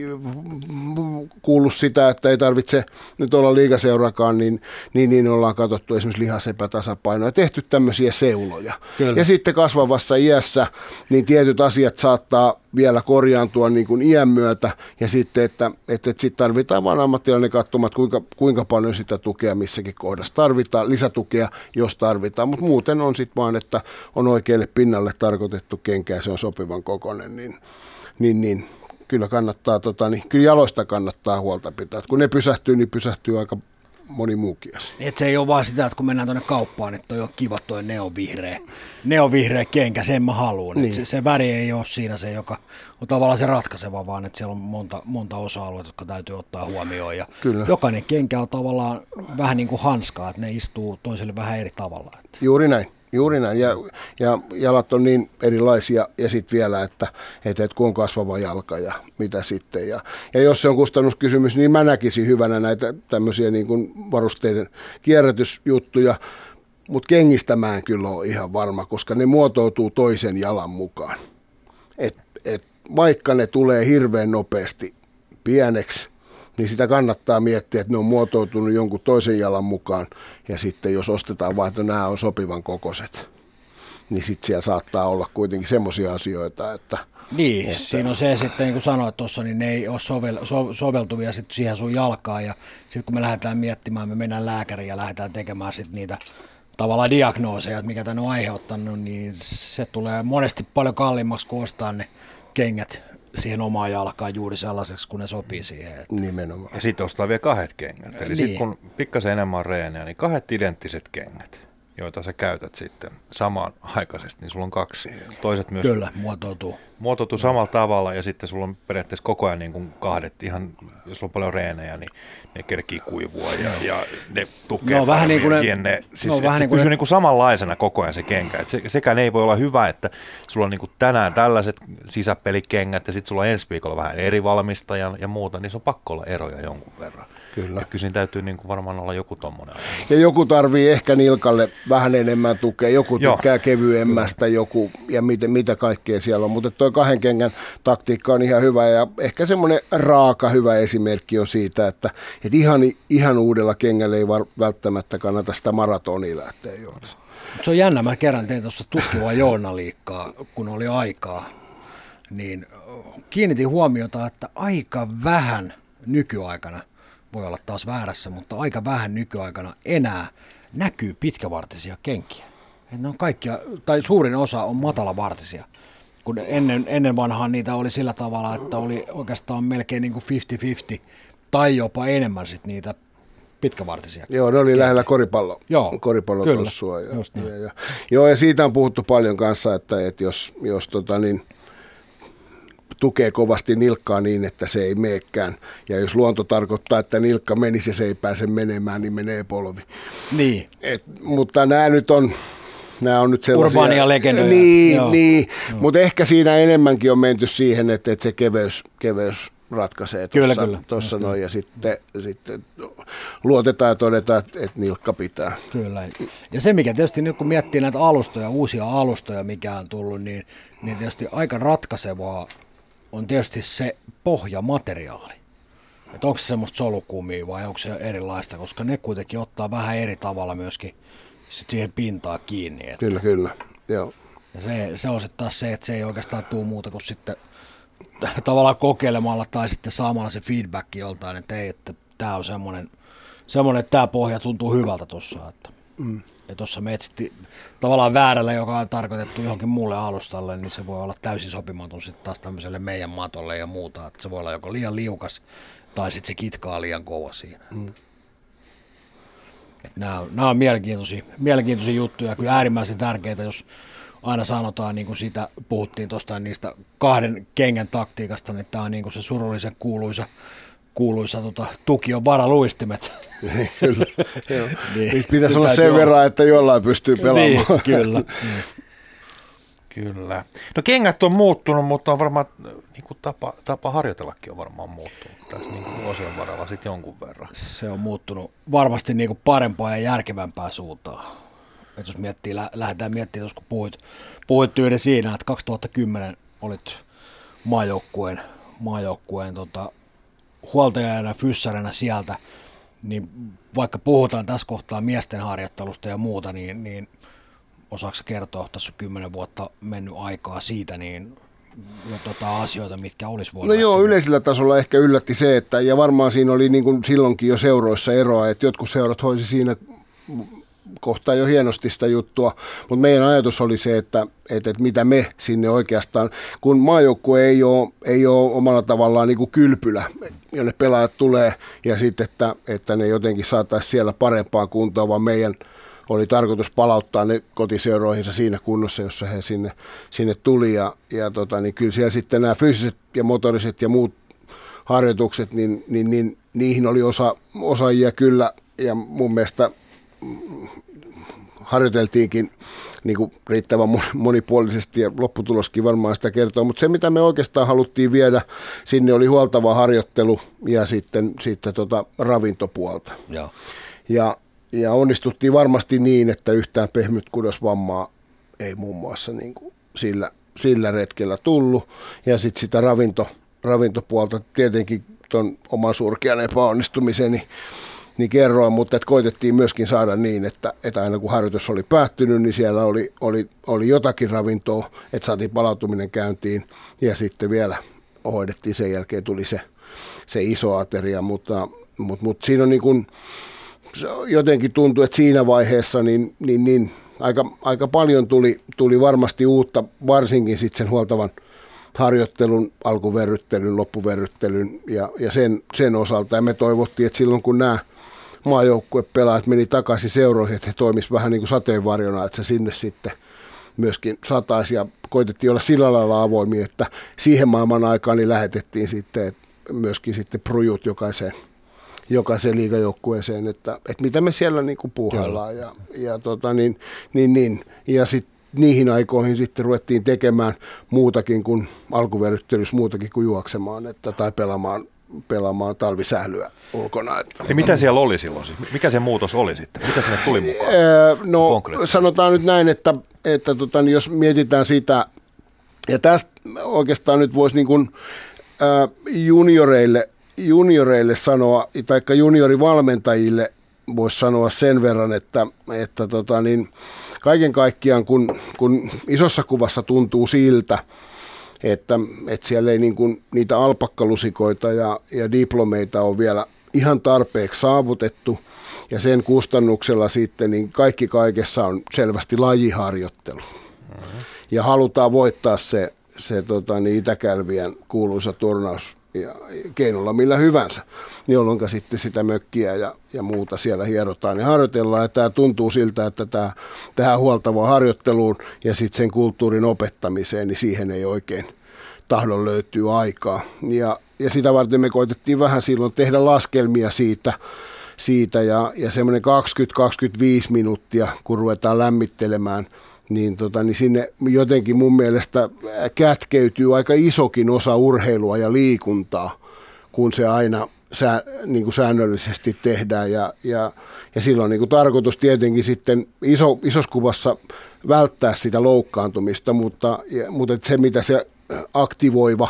kuullut sitä, että ei tarvitse nyt olla liigaseurakaan, niin, niin, niin ollaan katsottu esimerkiksi lihasepätasapainoa ja tehty tämmöisiä seuloja. Kyllä. Ja sitten kasvavassa iässä, niin tietyt asiat saattaa vielä korjaantua niin kuin iän myötä, ja sitten, että, että, että sitten tarvitaan vaan ammattilainen katsomaan, kuinka, kuinka paljon sitä tukea missäkin kohdassa tarvitaan, lisätukea, jos tarvitaan, mutta muuten on sitten vaan, että on oikealle pinnalle tarkoitettu kenkää, se on sopivan kokoinen, niin, niin, niin kyllä kannattaa, tota, niin, kyllä jaloista kannattaa huolta pitää, että kun ne pysähtyy, niin pysähtyy aika moni muukin asia. Et se ei ole vaan sitä, että kun mennään tuonne kauppaan, että toi on kiva toi neonvihreä, neonvihreä kenkä, sen mä haluan. Niin. Se, se väri ei ole siinä se, joka on tavallaan se ratkaiseva, vaan että siellä on monta, monta osa-aluetta, jotka täytyy ottaa huomioon. Ja jokainen kenkä on tavallaan vähän niin kuin hanskaa, että ne istuu toiselle vähän eri tavalla. Juuri näin. Juuri näin, ja, ja jalat on niin erilaisia, ja sitten vielä, että, että, että kun on kasvava jalka ja mitä sitten. Ja, ja jos se on kustannuskysymys, niin mä näkisin hyvänä näitä tämmöisiä niin kuin varusteiden kierrätysjuttuja, mutta kengistä mä en kyllä ole ihan varma, koska ne muotoutuu toisen jalan mukaan. Et, et, vaikka ne tulee hirveän nopeasti pieneksi, niin sitä kannattaa miettiä, että ne on muotoutunut jonkun toisen jalan mukaan, ja sitten jos ostetaan vaan, että nämä on sopivan kokoiset, niin sitten siellä saattaa olla kuitenkin semmoisia asioita, että... Niin, että, siinä on se sitten, niin kuin sanoit tuossa, niin ne ei ole sovel, so, soveltuvia sitten siihen sun jalkaan, ja sitten kun me lähdetään miettimään, me mennään lääkäriin ja lähdetään tekemään sitten niitä tavallaan diagnooseja, että mikä tämän on aiheuttanut, niin se tulee monesti paljon kalliimmaksi kuin ostaa ne kengät siihen omaan jalkaan juuri sellaiseksi, kun ne sopii siihen. Että... Nimenomaan. Ja sitten ostaa vielä kahdet kengät. Eli niin. Sitten kun pikkasen enemmän on reenejä, niin kahdet identtiset kengät, joita sä käytät sitten samaan aikaisesti, niin sulla on kaksi. Toiset myös Kyllä, muotoutuu. Muotoutuu samalla tavalla ja sitten sulla on periaatteessa koko ajan niin kuin kahdet, ihan, jos sulla on paljon reenejä, niin ne kerkii kuivua ja, ja ne tukee no, vähän niin kuin ne, ne, siis, no, et vähän se niin kuin pysyy ne... niin kuin samanlaisena koko ajan se kenkä. Et se, sekään ei voi olla hyvä, että sulla on niin kuin tänään tällaiset sisäpelikengät ja sitten sulla on ensi viikolla vähän eri valmistajan ja muuta, niin se on pakko olla eroja jonkun verran. Kyllä. Ja kyllä siinä täytyy niin kuin varmaan olla joku tommoinen. Ja joku tarvii ehkä nilkalle vähän enemmän tukea, joku tykkää Joo. kevyemmästä, joku ja mitä, mitä kaikkea siellä on. Mutta tuo kahden kengän taktiikka on ihan hyvä ja ehkä semmoinen raaka hyvä esimerkki on siitä, että, että ihan, ihan uudella kengällä ei var, välttämättä kannata sitä maratonia lähteä juoksemaan. Se on jännä, mä kerran tein tuossa tutkivaa journaliikkaa, kun oli aikaa, niin kiinnitin huomiota, että aika vähän nykyaikana, voi olla taas väärässä, mutta aika vähän nykyaikana enää näkyy pitkävartisia kenkiä. Ne on kaikkia, tai suurin osa on matalavartisia, kun ennen, ennen vanhaan niitä oli sillä tavalla, että oli oikeastaan melkein niin kuin viisikymmentä viisikymmentä tai jopa enemmän sit niitä pitkävartisia. Joo, ne oli kenkiä. Lähellä koripallo, Joo, koripallotossua. Ja, ja, ja, joo, ja siitä on puhuttu paljon kanssa, että, että jos, jos tota niin, tukee kovasti nilkkaa niin, että se ei meekään. Ja jos luonto tarkoittaa, että nilkka menisi ja se ei pääse menemään, niin menee polvi. Niin. Et, mutta nämä nyt on, nämä on nyt sellaisia... Urbaania legendoja. Niin, Joo. niin. mutta ehkä siinä enemmänkin on menty siihen, että, että se keveys, keveys ratkaisee tuossa noin. Ja sitten, sitten luotetaan ja todetaan, että, että nilkka pitää. Kyllä. Ja se, mikä tietysti nyt kun miettii näitä alustoja, uusia alustoja, mikä on tullut, niin, niin tietysti aika ratkaisevaa on tietysti se pohjamateriaali. Että onko se semmoista solukumia vai onko se erilaista, koska ne kuitenkin ottaa vähän eri tavalla myöskin sit siihen pintaan kiinni. Että. Kyllä, kyllä. Joo. Ja se, se on sitten taas se, että se ei oikeastaan tule muuta kuin sitten tavallaan kokeilemalla tai sitten saamalla se feedback joltain, että ei, että tämä on semmoinen, semmoinen, että tämä pohja tuntuu hyvältä tuossa. Että. Mm. Ja tuossa me etsittiin tavallaan väärällä, joka on tarkoitettu johonkin muulle alustalle, niin se voi olla täysin sopimaton sitten taas tämmöiselle meidän matolle ja muuta. Että se voi olla joko liian liukas tai sitten se kitkaa liian kova siinä. Mm. Nämä on, nämä on mielenkiintoisia, mielenkiintoisia juttuja, kyllä äärimmäisen tärkeitä, jos aina sanotaan, niin kuin siitä puhuttiin tuosta niistä kahden kengän taktiikasta, niin tämä on niin kuin se surullisen kuuluisa, kuuluisa tota, tukion varaluistimet. Kyllä, joo. Niin, pitäisi olla sen verran, että jollain pystyy pelaamaan. Niin, kyllä. Kyllä. No kengät on muuttunut, mutta on varmaan niin kuin tapa, tapa harjoitellakin on varmaan muuttunut tässä niin kuin vuosien varrella sitten jonkun verran. Se on muuttunut varmasti niin kuin parempaa ja järkevämpää suuntaan. Et jos miettii, lä- lähdetään miettimään, kun puhuit, puhuit tyyden siinä, että kaksituhattakymmenen olit maajoukkueen, maajoukkueen tota, huoltajana ja fyssarina sieltä, niin vaikka puhutaan tässä kohtaa miesten harjoittelusta ja muuta, niin, niin osaako kertoa, tässä on kymmenen vuotta mennyt aikaa siitä, niin jo tota asioita, mitkä olisi voinut. No joo, yleisellä tasolla ehkä yllätti se, että ja varmaan siinä oli niin kuin silloinkin jo seuroissa eroa, että jotkut seurat hoisi siinä kohtaa jo hienosti sitä juttua, mutta meidän ajatus oli se, että, että, että mitä me sinne oikeastaan, kun maajoukkue ei ole, ei ole omalla tavallaan niin kuin kylpylä, jonne pelaajat tulee ja sitten, että, että ne jotenkin saataisiin siellä parempaa kuntoa, vaan meidän oli tarkoitus palauttaa ne kotiseuroihinsa siinä kunnossa, jossa he sinne, sinne tuli ja, ja tota, niin kyllä siellä sitten nämä fyysiset ja motoriset ja muut harjoitukset, niin, niin, niin niihin oli osa, osaajia kyllä ja mun mielestä harjoiteltiinkin niin kuin riittävän monipuolisesti ja lopputuloskin varmaan sitä kertoo, mutta se mitä me oikeastaan haluttiin viedä sinne oli huoltava harjoittelu ja sitten, sitten tota ravintopuolta. Joo. Ja, ja onnistuttiin varmasti niin, että yhtään pehmytkudosvammaa ei muun muassa niin kuin sillä, sillä retkellä tullut ja sitten sitä ravinto, ravintopuolta tietenkin ton oman surkean epäonnistumiseni niin kerroin, mutta että koitettiin myöskin saada niin, että, että aina kun harjoitus oli päättynyt, niin siellä oli, oli, oli jotakin ravintoa, että saatiin palautuminen käyntiin ja sitten vielä hoidettiin sen jälkeen tuli se, se iso ateria, mutta, mutta, mutta siinä on niin kuin, jotenkin tuntuu, että siinä vaiheessa niin, niin, niin aika, aika paljon tuli, tuli varmasti uutta, varsinkin sitten sen huoltavan harjoittelun, alkuverryttelyn, loppuverryttelyn ja, ja sen, sen osalta. Ja me toivottiin, että silloin kun nämä maajoukkuepelaajat meni takaisin seuroihin, että he toimisivat vähän niin kuin sateenvarjona, että se sinne sitten myöskin sataisi ja koitettiin olla sillä lailla avoimia, että siihen maailman aikaan niin lähetettiin sitten myöskin sitten prujut jokaiseen, jokaiseen liigajoukkueeseen, että, että mitä me siellä niin kuin puuhaillaan ja, ja, tota, niin, niin, niin. ja sitten niihin aikoihin sitten ruvettiin tekemään muutakin kuin alkuverryttelyssä, muutakin kuin juoksemaan että, tai pelaamaan, pelaamaan talvisählyä ulkona. Että. Ja mitä siellä oli silloin? Mikä se muutos oli sitten? Mitä sinne tuli mukaan? No sanotaan nyt näin, että, että tota, niin jos mietitään sitä, ja tästä oikeastaan nyt voisi niin kuin, äh, junioreille, junioreille sanoa, tai juniorivalmentajille voisi sanoa sen verran, että, että tota, niin, kaiken kaikkiaan, kun, kun isossa kuvassa tuntuu siltä, että, että siellä ei niin kuin niitä alpakkalusikoita ja, ja diplomeita ole vielä ihan tarpeeksi saavutettu, ja sen kustannuksella sitten niin kaikki kaikessa on selvästi lajiharjoittelu. Mm-hmm. Ja halutaan voittaa se, se tota, niin Itäkälvien kuuluisa turnaus ja keinolla millä hyvänsä, jolloin sitten sitä mökkiä ja, ja muuta siellä hierotaan ja harjoitellaan. Ja tämä tuntuu siltä, että tämä, tähän huoltavaan harjoitteluun ja sitten sen kulttuurin opettamiseen, niin siihen ei oikein tahdon löytyy aikaa. Ja, ja sitä varten me koitettiin vähän silloin tehdä laskelmia siitä, siitä ja, ja semmoinen kaksikymmentä kaksikymmentäviisi minuuttia, kun ruvetaan lämmittelemään, niin, tota, niin sinne jotenkin mun mielestä kätkeytyy aika isokin osa urheilua ja liikuntaa, kun se aina sää, niin kuin säännöllisesti tehdään. Ja, ja, ja silloin niin kuin tarkoitus tietenkin sitten iso, isossa kuvassa välttää sitä loukkaantumista, mutta, ja, mutta se mitä se aktivoiva,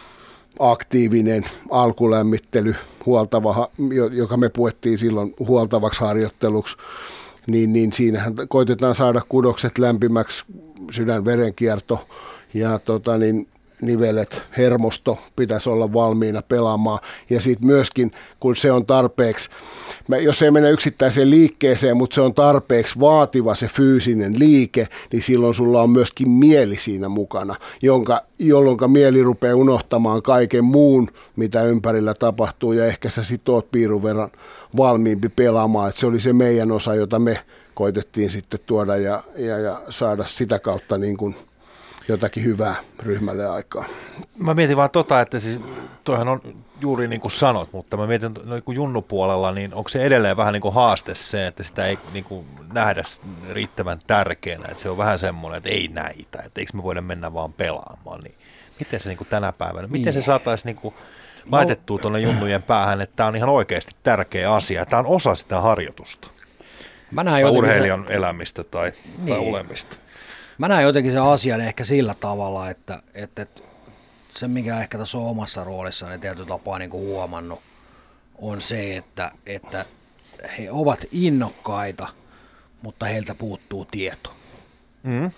aktiivinen alkulämmittely, huoltava, joka me puettiin silloin huoltavaksi harjoitteluksi, Niin, niin siinähän koitetaan saada kudokset lämpimäksi, sydänverenkierto ja tota, niin, nivelet, hermosto pitäisi olla valmiina pelaamaan. Ja sitten myöskin, kun se on tarpeeksi, jos ei mennä yksittäiseen liikkeeseen, mutta se on tarpeeksi vaativa se fyysinen liike, niin silloin sulla on myöskin mieli siinä mukana, jonka, jolloin mieli rupeaa unohtamaan kaiken muun, mitä ympärillä tapahtuu, ja ehkä sä sit oot piirun verran valmiimpi pelaamaan. Et se oli se meidän osa, jota me koitettiin sitten tuoda ja, ja, ja saada sitä kautta niin kuin jotakin hyvää ryhmälle aikaa. Mä mietin vaan tota, että siis toihan on juuri niin kuin sanot, mutta mä mietin no, kun junnupuolella, niin onko se edelleen vähän niin kuin haaste se, että sitä ei niin kuin nähdä riittävän tärkeänä, että se on vähän semmoinen, että ei näitä, että eikö me voida mennä vaan pelaamaan, niin miten se niin kuin tänä päivänä, miten niin. se saataisiin niin kuin laitettua tuonne junnujen päähän, että tämä on ihan oikeasti tärkeä asia, tämä on osa sitä harjoitusta, mä näen tai urheilijan se elämistä tai, niin. tai olemista. Mä näen jotenkin sen asian ehkä sillä tavalla, että, että, että se, mikä ehkä tässä on omassa roolissaan tietyllä tapaa niin kuin huomannut, on se, että, että he ovat innokkaita, mutta heiltä puuttuu tieto. Mm.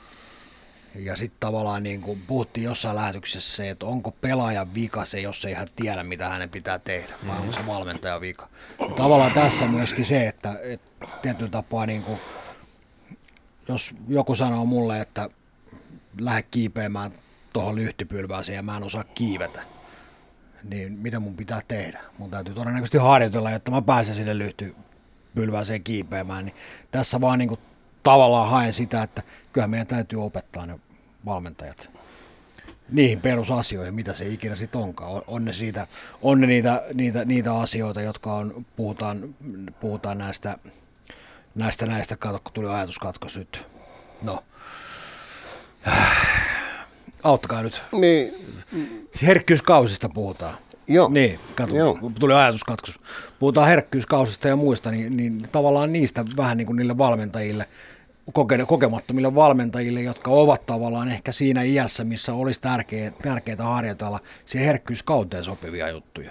Ja sitten tavallaan niin kuin puhuttiin jossain lähetyksessä se, että onko pelaajan vika se, jos ei hän tiedä, mitä hänen pitää tehdä, vai onko se valmentajan vika. Ja tavallaan tässä myöskin se, että, että tietyllä tapaa niin kuin jos joku sanoo mulle, että lähde kiipeämään tuohon lyhtypylvääseen ja mä en osaa kiivetä, niin mitä mun pitää tehdä? Mun täytyy todennäköisesti harjoitella, jotta mä pääsen sinne lyhtypylvääseen kiipeämään. Niin tässä vaan niin kuin tavallaan haen sitä, että kyllä meidän täytyy opettaa ne valmentajat niihin perusasioihin, mitä se ikinä sitten onkaan. On, on ne, siitä, on ne niitä, niitä, niitä asioita, jotka on, puhutaan, puhutaan näistä Näistä näistä, kato, kun tuli ajatuskatkos nyt. No. Auttakaa nyt. Niin. Herkkyyskausista puhutaan. Joo. Niin, kato, Joo. tuli ajatuskatkos. Puhutaan herkkyyskausista ja muista, niin, niin tavallaan niistä vähän niin kuin niille valmentajille, koke, kokemattomille valmentajille, jotka ovat tavallaan ehkä siinä iässä, missä olisi tärkeä, tärkeää harjoitella siihen herkkyyskauteen sopivia juttuja.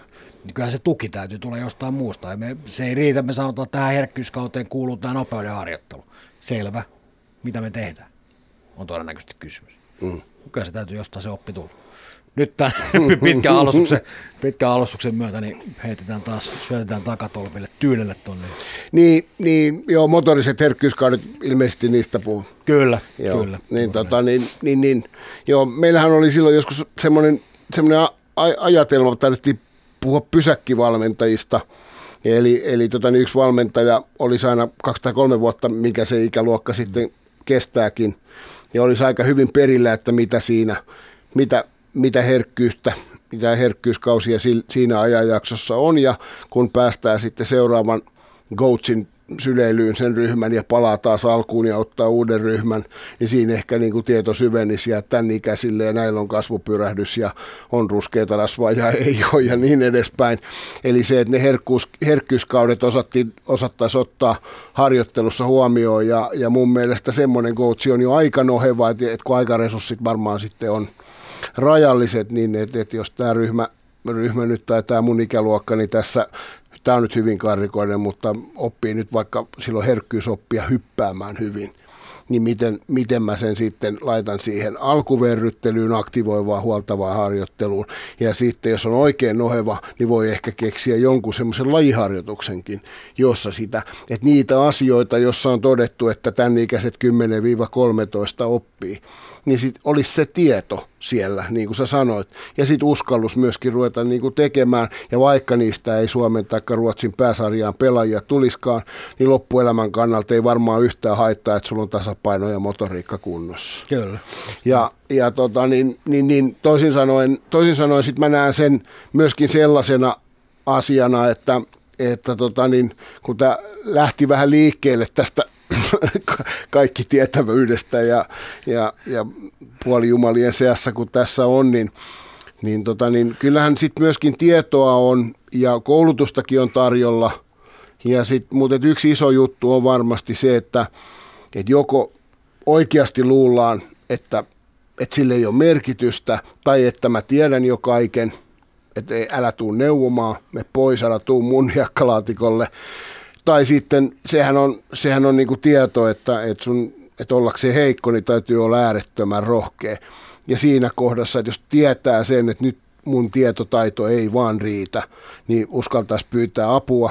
niin kyllähän se tuki täytyy tulla jostain muusta. Ja me, se ei riitä, me sanotaan, että tähän herkkyyskauteen kuuluu tämä nopeuden harjoittelu. Selvä. Mitä me tehdään? On todennäköisesti kysymys. Mm. Kyllä se täytyy jostain se oppi tulla. Nyt tämän pitkän alustuksen, pitkän alustuksen myötä niin heitetään taas, syötetään takatolpille, tyylelle tonne. Niin, niin, joo, motoriset herkkyyskaudet, ilmeisesti niistä puhuu. Kyllä, joo, kyllä. Niin, tota, niin, niin, niin, joo, meillähän oli silloin joskus semmoinen, semmoinen ajatelma, että tarvittiin puhua pysäkkivalmentajista. Eli, eli tota, niin yksi valmentaja olisi aina kaksi tai kolme vuotta, mikä se ikäluokka sitten kestääkin. Ja olisi aika hyvin perillä, että mitä siinä, mitä, mitä herkkyyttä, mitä herkkyyskausia siinä ajanjaksossa on. Ja kun päästään sitten seuraavan coachin syleilyyn sen ryhmän ja palaa taas alkuun ja ottaa uuden ryhmän, niin siinä ehkä niin kuin tieto syvenisi ja tämän ikäisille ja näillä on kasvupyrähdys ja on ruskeita rasvaa ja ei ole ja niin edespäin. Eli se, että ne herkkuus, herkkyyskaudet osattiin, osattaisi ottaa harjoittelussa huomioon ja, ja mun mielestä semmoinen coachi on jo aika noheva, että kun aikaresurssit varmaan sitten on rajalliset, niin että, että jos tämä ryhmä, ryhmä nyt tai tämä mun ikäluokka, niin tässä tämä on nyt hyvin karrikoinen, mutta oppii nyt vaikka silloin herkkyysoppia hyppäämään hyvin, niin miten, miten mä sen sitten laitan siihen alkuverryttelyyn, aktivoivaan, huoltavaan harjoitteluun. Ja sitten jos on oikein noheva, niin voi ehkä keksiä jonkun semmoisen lajiharjoituksenkin, jossa sitä, että niitä asioita, jossa on todettu, että tämän ikäiset kymmenen kolmetoista oppii, niin sitten olisi se tieto siellä, niin kuin sä sanoit, ja sitten uskallus myöskin ruveta niin kuin tekemään, ja vaikka niistä ei Suomen tai Ruotsin pääsarjaan pelaajia tuliskaan, niin loppuelämän kannalta ei varmaan yhtään haittaa, että sulla on tasapaino ja motoriikka kunnossa. Kyllä. Ja, ja tota, niin, niin, niin, toisin sanoen, toisin sanoen sit mä näen sen myöskin sellaisena asiana, että, että tota, niin, kun tämä lähti vähän liikkeelle tästä kaikki tietävyydestä ja, ja, ja puolijumalien seassa, kun tässä on, niin, niin, tota, niin kyllähän sitten myöskin tietoa on ja koulutustakin on tarjolla. Ja sit, mutta yksi iso juttu on varmasti se, että, että joko oikeasti luullaan, että, että sille ei ole merkitystä, tai että mä tiedän jo kaiken, että ei, älä tuu neuvomaan, me pois, älä tuu mun hiekkalaatikolle. Tai sitten sehän on, sehän on niinku tieto, että, että, sun, että ollakseen heikko, niin täytyy olla äärettömän rohkea. Ja siinä kohdassa, että jos tietää sen, että nyt mun tietotaito ei vaan riitä, niin uskaltaisi pyytää apua,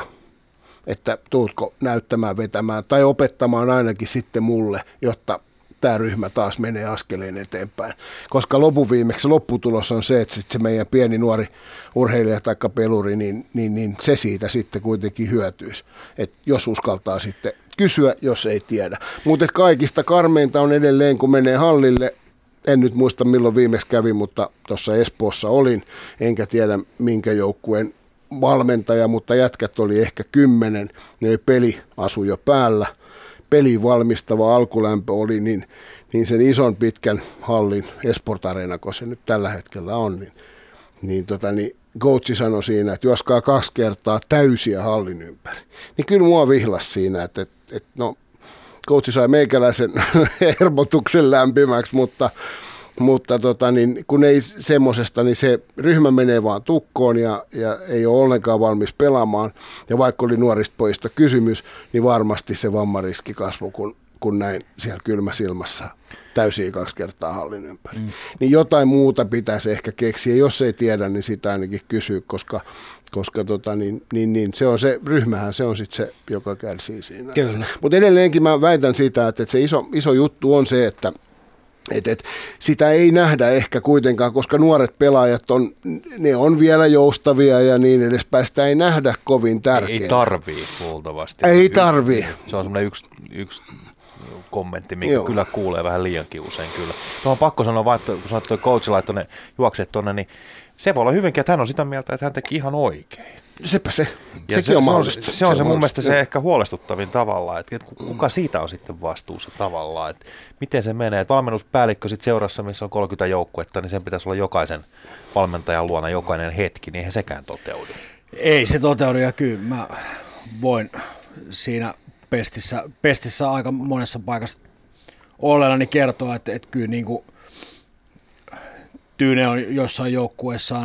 että tuutko näyttämään, vetämään tai opettamaan ainakin sitten mulle, jotta tämä ryhmä taas menee askeleen eteenpäin. Koska lopuviimeksi lopputulos on se, että sit se meidän pieni nuori urheilija tai peluri, niin, niin, niin se siitä sitten kuitenkin hyötyisi. Et jos uskaltaa sitten kysyä, jos ei tiedä. Mutta kaikista karmeinta on edelleen, kun menee hallille, en nyt muista milloin viimeksi kävin, mutta tuossa Espoossa olin, enkä tiedä minkä joukkueen valmentaja, mutta jätkät oli ehkä kymmenen, niin peli asui jo päällä. Peliin valmistava alkulämpö oli, niin, niin sen ison pitkän hallin, Esport Arena, kun se nyt tällä hetkellä on, niin, niin, tota, niin coachi sanoi siinä, että juoskaa kaksi kertaa täysiä hallin ympäri. Niin kyllä mua vihlas siinä, että, että, että no, coachi sai meikäläisen hermotuksen lämpimäksi, mutta, mutta tota, niin, kun ei semmosesta, niin se ryhmä menee vaan tukkoon ja, ja ei ole ollenkaan valmis pelaamaan. Ja vaikka oli nuorista pojista kysymys, niin varmasti se vammariski kasvoi, kun, kun näin siellä kylmässä ilmassa täysiä kaksi kertaa hallin ympäri. Mm. Niin jotain muuta pitäisi ehkä keksiä. Jos ei tiedä, niin sitä ainakin kysyä, koska, koska tota, niin, niin, niin, se on se ryhmähän, se on sitten se, joka kärsii siinä. Mutta edelleenkin mä väitän sitä, että, että se iso, iso juttu on se, että Et, et, sitä ei nähdä ehkä kuitenkaan, koska nuoret pelaajat on, ne on vielä joustavia ja niin edespäin. Sitä ei nähdä kovin tärkeää. Ei tarvii luultavasti. Ei tarvii. Se on semmoinen yksi, yksi kommentti, mikä Joo. kyllä kuulee vähän liiankin usein kyllä. Tuohon pakko sanoa vaan, että kun sä toi coach laittoi ne juokset tuonne, niin se voi olla hyvinkin, että hän on sitä mieltä, että hän teki ihan oikein. Sepä se. Ja Sekin se, on mahdollista. Se on se, on se mun mielestä se ehkä huolestuttavin tavalla, että kuka siitä on sitten vastuussa tavallaan, että miten se menee. Että valmennuspäällikkö sitten seurassa, missä on kolmekymmentä joukkuetta, niin sen pitäisi olla jokaisen valmentajan luona jokainen hetki, niin eihän sekään toteudu. Ei se toteudu ja kyllä mä voin siinä pestissä, pestissä aika monessa paikassa olleellani kertoa, että, että kyllä niin kuin Tyyne on jossain joukkueessaan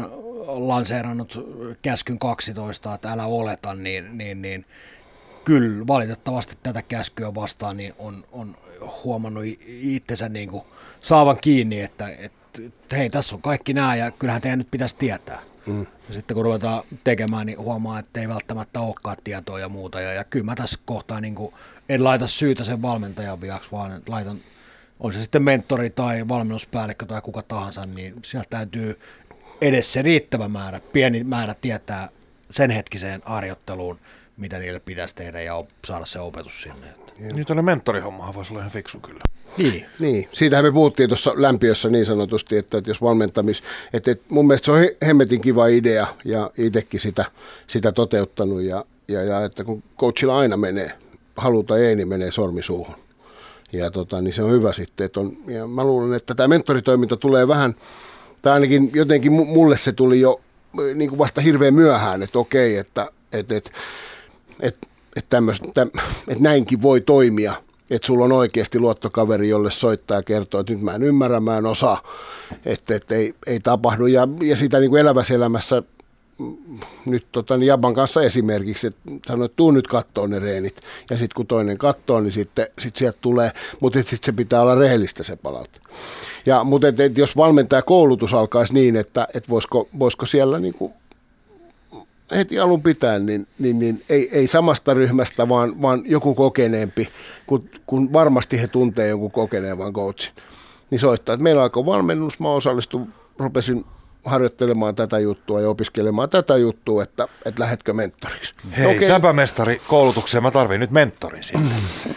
lanseerannut käskyn kaksitoista, että älä oleta, niin, niin, niin kyllä valitettavasti tätä käskyä vastaan niin on, on huomannut itsensä niin kuin saavan kiinni, että, että hei, tässä on kaikki nämä ja kyllähän teidän nyt pitäisi tietää. Mm. Ja sitten kun ruvetaan tekemään, niin huomaa, että ei välttämättä olekaan tietoa ja muuta. Ja, ja kyllä mä tässä kohtaa niin kuin en laita syytä sen valmentajan viaksi, vaan laitan, on se sitten mentori tai valmennuspäällikkö tai kuka tahansa, niin sieltä täytyy edes se riittävä määrä, pieni määrä tietää sen hetkiseen harjoitteluun, mitä niille pitäisi tehdä ja saada se opetus sinne. Niin tuonne mentorihommahan voisi olla ihan fiksu kyllä. Niin. niin. Siitähän me puhuttiin tuossa lämpiössä niin sanotusti, että, että jos valmentamis, että, että mun mielestä se on hemmetin kiva idea ja itsekin sitä, sitä toteuttanut ja, ja, ja että kun coachilla aina menee, haluta ei, niin menee sormi suuhun. Ja tota, niin se on hyvä sitten, että on, ja mä luulen, että tämä mentoritoiminta tulee vähän, tai ainakin jotenkin mulle se tuli jo niin kuin vasta hirveän myöhään, että okei, että, että, että, että, että, että, että näinkin voi toimia. Että sulla on oikeasti luottokaveri, jolle soittaa ja kertoo, että nyt mä en ymmärrä, mä en osaa, että, että ei, ei tapahdu. Ja, ja sitä niin kuin elävässä elämässä nyt tota, niin Jaban kanssa esimerkiksi, että sanoo, että tuu nyt kattoo ne reenit. Ja sitten kun toinen kattoo, niin sitten sit sieltä tulee, mutta sitten se pitää olla rehellistä se palaute. Ja, mutta et, et, jos valmentajakoulutus alkaisi niin, että et voisiko, voisiko siellä niin kuin heti alun pitäen, niin, niin, niin ei, ei samasta ryhmästä, vaan, vaan joku kokeneempi, kun, kun varmasti he tuntee jonkun kokenevan coachin, niin soittaa, että meillä alkoi valmennus, mä osallistuin, rupesin harjoittelemaan tätä juttua ja opiskelemaan tätä juttua, että, että lähdetkö mentoriksi. Hei, okay. Säpämestari koulutukseen, mä tarvin nyt mentorin sitten.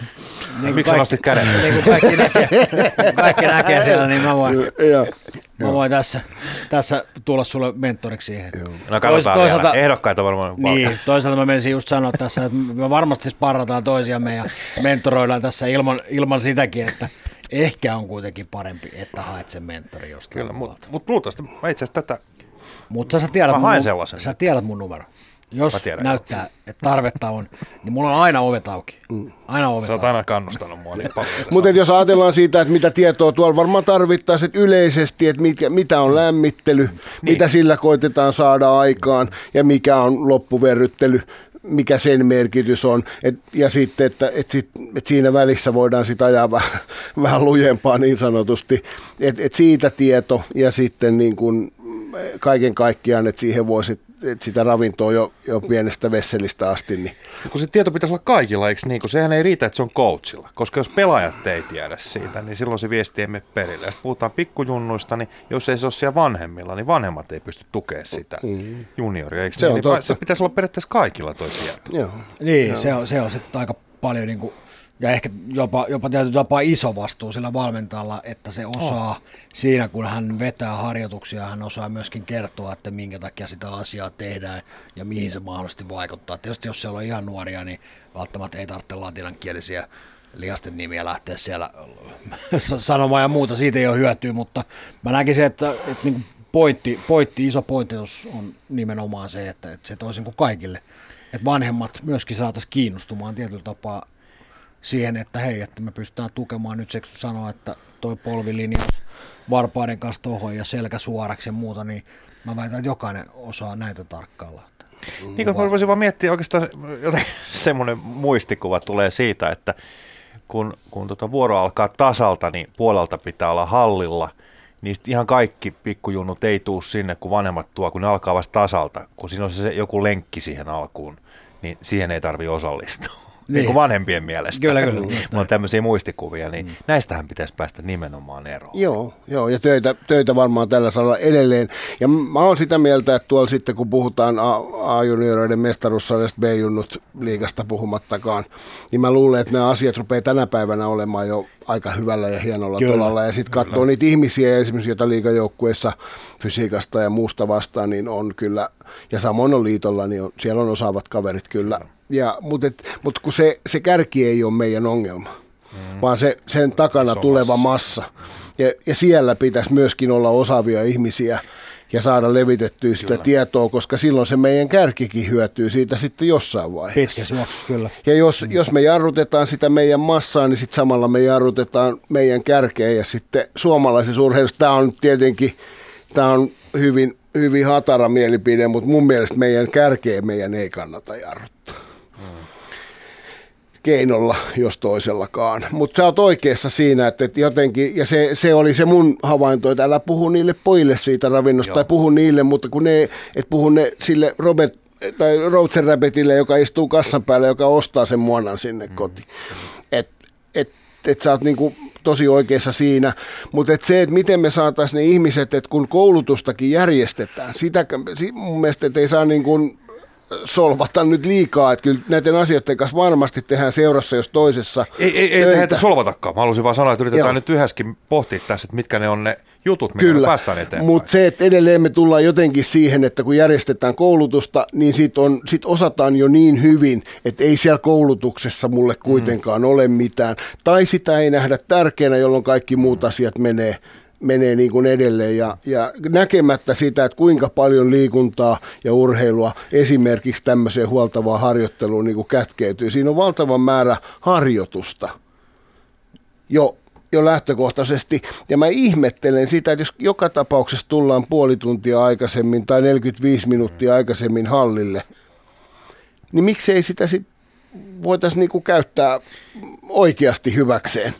Niin miksi nostit käden? Niin kuin kaikki näkee, kaikki näkee siellä, niin mä voin, ja, mä voin tässä, tässä tulla sulle mentoriksi siihen. Joo. No katsotaan toisaalta, vielä, ehdokkaita varmaan niin, toisaalta mä menisin just sanoa tässä, että me varmasti sparrataan toisiamme ja mentoroidaan tässä ilman, ilman sitäkin, että ehkä on kuitenkin parempi, että haet sen mentori jostain. Kyllä, mutta mut luultavasti mä itse asiassa tätä, mutta sä tiedät, mä haen mun, sellaisen. Sä tiedät mun numero. Jos näyttää, että tarvetta on, niin mulla on aina ovet auki. Aina ovet Sä oot aina kannustanut mua. Niin mutta jos ajatellaan siitä, että mitä tietoa tuolla varmaan tarvittaisiin yleisesti, että mikä, mitä on lämmittely, niin. mitä sillä koitetaan saada aikaan ja mikä on loppuverryttely, mikä sen merkitys on. Et, ja sitten, että et sit, et siinä välissä voidaan sitten ajaa vähän, vähän lujempaa niin sanotusti. Että et siitä tieto ja sitten niin kun kaiken kaikkiaan, että siihen voisi että sitä ravintoa jo, jo pienestä vesselistä asti. Niin. Kun se tieto pitäisi olla kaikilla, eikö niin? Kun sehän ei riitä, että se on coachilla. Koska jos pelaajat ei tiedä siitä, niin silloin se viesti ei mene perille. Ja sitten puhutaan pikkujunnuista, niin jos ei se ole siellä vanhemmilla, niin vanhemmat ei pysty tukemaan sitä mm. junioria. Eikö se, niin? Niin se pitäisi olla periaatteessa kaikilla toi tieto. Joo. Niin, Joo. se on, se on sitten aika paljon niin kuin ja ehkä jopa, jopa tietyllä tapaa iso vastuu sillä valmentajalla, että se osaa oh. siinä, kun hän vetää harjoituksia, hän osaa myöskin kertoa, että minkä takia sitä asiaa tehdään ja mihin se mahdollisesti vaikuttaa. Tietysti jos siellä on ihan nuoria, niin välttämättä ei tarvitse latinankielisiä lihasten nimiä lähteä siellä sanomaan ja muuta, siitä ei ole hyötyä, mutta mä näkisin, että, että niin pointti, pointti, iso pointti on nimenomaan se, että, että se toisin kuin kaikille, että vanhemmat myöskin saataisiin kiinnostumaan tietyllä tapaa siihen, että hei, että me pystytään tukemaan nyt se sanoa, että toi polvilinjaus varpaiden kanssa tuohon ja selkä suoraksi ja muuta, niin mä väitän, että jokainen osaa näitä tarkkailla. Niin kuin voisin vaan miettiä oikeastaan jotenkin semmoinen muistikuva tulee siitä, että kun, kun tota vuoro alkaa tasalta, niin puolelta pitää olla hallilla, niin ihan kaikki pikkujunnut ei tuu sinne, kun vanhemmat tuo, kun ne alkaa vasta tasalta, kun siinä on se joku lenkki siihen alkuun, niin siihen ei tarvitse osallistua. Niin. Niin kuin vanhempien mielestä. Kyllä, kyllä. Mulla on tämmöisiä muistikuvia, niin mm. näistähän pitäisi päästä nimenomaan eroon. Joo, joo ja töitä, töitä varmaan tällä saralla edelleen. Ja mä oon sitä mieltä, että tuolla sitten kun puhutaan A-junioreiden mestaruussarjasta, B-junnut liigasta puhumattakaan, niin mä luulen, että nämä asiat rupeaa tänä päivänä olemaan jo aika hyvällä ja hienolla kyllä, tolalla. Ja sitten katsoo niitä ihmisiä, esimerkiksi joita liigajoukkueessa fysiikasta ja muusta vastaan, niin on kyllä, ja samoin on liitolla, niin on, siellä on osaavat kaverit kyllä. Ja, mutta, et, mutta kun se, se kärki ei ole meidän ongelma, mm. vaan se, sen takana se tuleva massa. Ja, ja siellä pitäisi myöskin olla osaavia ihmisiä ja saada levitettyä sitä kyllä. tietoa, koska silloin se meidän kärkikin hyötyy siitä sitten jossain vaiheessa. Pitkä juoksu, kyllä. Ja jos, mm. jos me jarrutetaan sitä meidän massaa, niin sitten samalla me jarrutetaan meidän kärkeä ja sitten suomalaisessa urheilussa, tämä on tietenkin tämä on hyvin, hyvin hatara mielipide, mutta mun mielestä meidän kärkeen meidän ei kannata jarruttaa. Hmm. Keinolla, jos toisellakaan. Mutta sä oot oikeassa siinä, että, että jotenkin, ja se, se oli se mun havainto, että älä puhu niille pojille siitä ravinnosta, Joo. tai puhu niille, mutta kun ne, et puhu ne sille Robert tai Roger Rabbitille, joka istuu kassan päällä, joka ostaa sen muonan sinne hmm. kotiin. Että et, et sä oot niinku tosi oikeassa siinä, mutta et se, että miten me saataisiin ne ihmiset, että kun koulutustakin järjestetään, sitä mun mielestä, että ei saa niin kuin solvata nyt liikaa, että kyllä näiden asioiden kanssa varmasti tehdään seurassa, jos toisessa. Ei, ei, ei heitä solvatakaan. Mä haluaisin vaan sanoa, että yritetään Joo. nyt yhdessäkin pohtia tässä, että mitkä ne on ne jutut, millä me päästään eteenpäin. Mutta se, että edelleen me tullaan jotenkin siihen, että kun järjestetään koulutusta, niin sit, on, sit osataan jo niin hyvin, että ei siellä koulutuksessa mulle kuitenkaan mm. ole mitään. Tai sitä ei nähdä tärkeänä, jolloin kaikki muut mm. asiat menee. menee niin kuin edelleen ja, ja näkemättä sitä, että kuinka paljon liikuntaa ja urheilua esimerkiksi tämmöiseen huoltavaan harjoitteluun niin kuin kätkeytyy. Siinä on valtava määrä harjoitusta jo, jo lähtökohtaisesti ja mä ihmettelen sitä, että jos joka tapauksessa tullaan puoli tuntia aikaisemmin tai neljäkymmentäviisi minuuttia aikaisemmin hallille, niin miksei sitä sitten voitaisiin niin kuin käyttää oikeasti hyväkseen.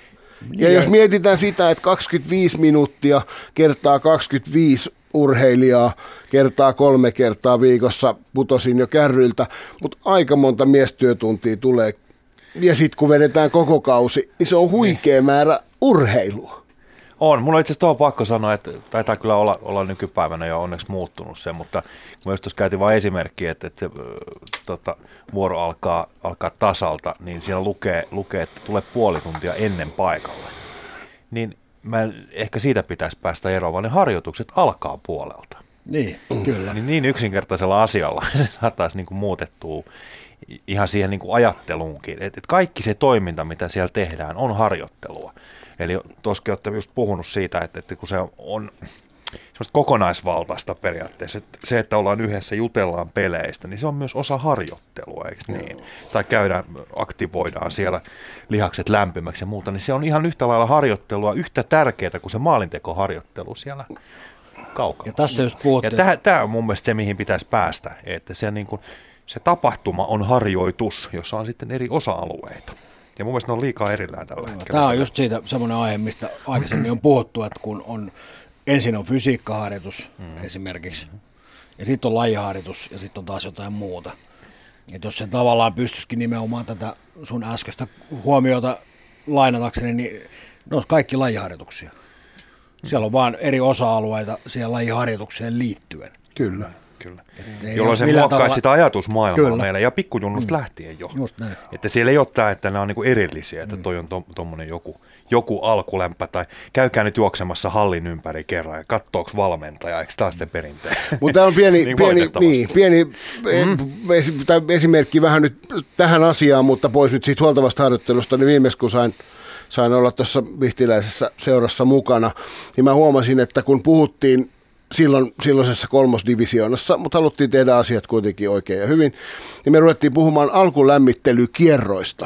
Ja jos mietitään sitä, että kaksikymmentäviisi minuuttia kertaa kaksikymmentäviisi urheilijaa kertaa kolme kertaa viikossa putosin jo kärryiltä, mutta aika monta miestyötuntia tulee. Ja sitten kun vedetään koko kausi, niin se on huikea määrä urheilua. On. Mulla on itse asiassa tuohon pakko sanoa, että taitaa kyllä olla, olla nykypäivänä jo onneksi muuttunut se, mutta mä just tuossa käytin vain esimerkki, että, että se tota, vuoro alkaa, alkaa tasalta, niin siinä lukee, lukee, että tulee puoli tuntia ennen paikalle. Niin mä ehkä siitä pitäisi päästä eroon, vaan ne harjoitukset alkaa puolelta. Niin, kyllä. Niin, niin yksinkertaisella asialla se saataisiin niin kuin muutettua ihan siihen niin kuin ajatteluunkin, että, että kaikki se toiminta, mitä siellä tehdään, on harjoittelua. Eli tuossakin olette just puhunut siitä, että, että kun se on semmoista kokonaisvaltaista periaatteessa, että se, että ollaan yhdessä, jutellaan peleistä, niin se on myös osa harjoittelua, eikö niin? Mm. Tai käydään, aktivoidaan siellä lihakset lämpimäksi ja muuta, niin se on ihan yhtä lailla harjoittelua, yhtä tärkeää kuin se maalintekoharjoittelu siellä kaukana. Ja tästä just puhuttiin. Ja tämä on mun mielestä se, mihin pitäisi päästä, että se, niin kuin, se tapahtuma on harjoitus, jossa on sitten eri osa-alueita. Ja mun mielestä ne on liikaa erillään tällä hetkellä. Tämä on just siitä semmoinen aihe, mistä aikaisemmin on puhuttu, että kun on, ensin on fysiikkaharjoitus mm. esimerkiksi, ja sitten on lajiharjoitus, ja sitten on taas jotain muuta. Että jos sen tavallaan pystyisikin nimenomaan tätä sun äskeistä huomiota lainatakseni, niin ne on kaikki lajiharjoituksia. Siellä on vaan eri osa-alueita siihen lajiharjoitukseen liittyen. Kyllä. Kyllä. Jolloin se muokkaisi tavalla sitä ajatusmaailmaa meillä ja pikkujunnusta mm. lähtien jo. Että siellä ei ole tämä, että nämä on niinku erillisiä, että toi on tuommoinen to, joku, joku alkulämpä tai käykää nyt juoksemassa hallin ympäri kerran ja kattooks valmentaja, eikö taas sitten perinteen? Mutta tämä on pieni, niin pieni, niin, pieni mm-hmm. es, esimerkki vähän nyt tähän asiaan, mutta pois nyt siitä huoltavasta harjoittelusta, niin viimeis kun sain sain olla tuossa vihtiläisessä seurassa mukana, niin mä huomasin, että kun puhuttiin silloin, silloisessa kolmosdivisioonassa, mutta haluttiin tehdä asiat kuitenkin oikein ja hyvin, niin me ruvettiin puhumaan alkulämmittelykierroista.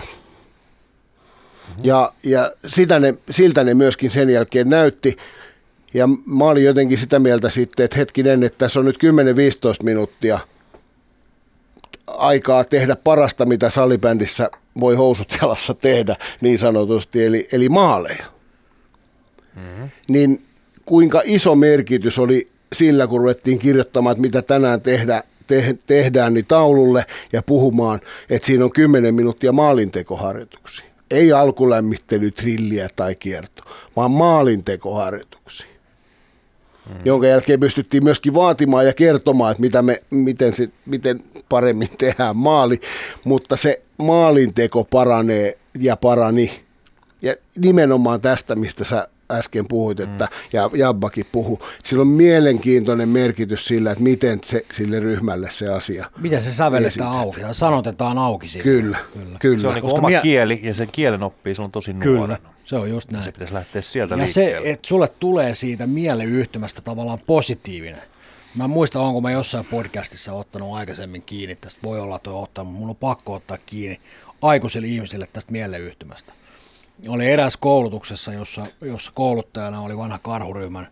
Mm-hmm. Ja, ja sitä ne, siltä ne myöskin sen jälkeen näytti. Ja mä olin jotenkin sitä mieltä sitten, että hetkinen, että tässä on nyt kymmenen viisitoista minuuttia aikaa tehdä parasta, mitä salibändissä voi housut jalassa tehdä, niin sanotusti, eli, eli maaleja. Mm-hmm. Niin kuinka iso merkitys oli sillä, kun ruvettiin kirjoittamaan, että mitä tänään tehdä, te, tehdään, niin taululle ja puhumaan, että siinä on kymmenen minuuttia maalintekoharjoituksia. Ei alkulämmittely, trilliä tai kierto, vaan maalintekoharjoituksia. Hmm. Jonka jälkeen pystyttiin myöskin vaatimaan ja kertomaan, että mitä me, miten, se, miten paremmin tehdään maali, mutta se maalinteko paranee ja parani. Ja nimenomaan tästä, mistä sä äsken puhuit, että, mm. ja Jabbakin puhui, sillä on mielenkiintoinen merkitys sillä, että miten se, sille ryhmälle se asia miten se sävelletään auki, tai sanotetaan auki siinä. Kyllä, kyllä. kyllä. Se on niin oma mie- kieli, ja sen kielen oppii, se on tosi nuorena. Kyllä, se on just näin. Se pitäisi lähteä sieltä ja liikkeelle. Ja se, että sulle tulee siitä mieleyhtymästä tavallaan positiivinen. Mä en muista, onko mä jossain podcastissa ottanut aikaisemmin kiinni, tästä voi olla toi ottaa, mutta mun on pakko ottaa kiinni aikuisille ihmisille tästä mieleyhtymästä. Oli eräs koulutuksessa, jossa, jossa kouluttajana oli vanha karhuryhmän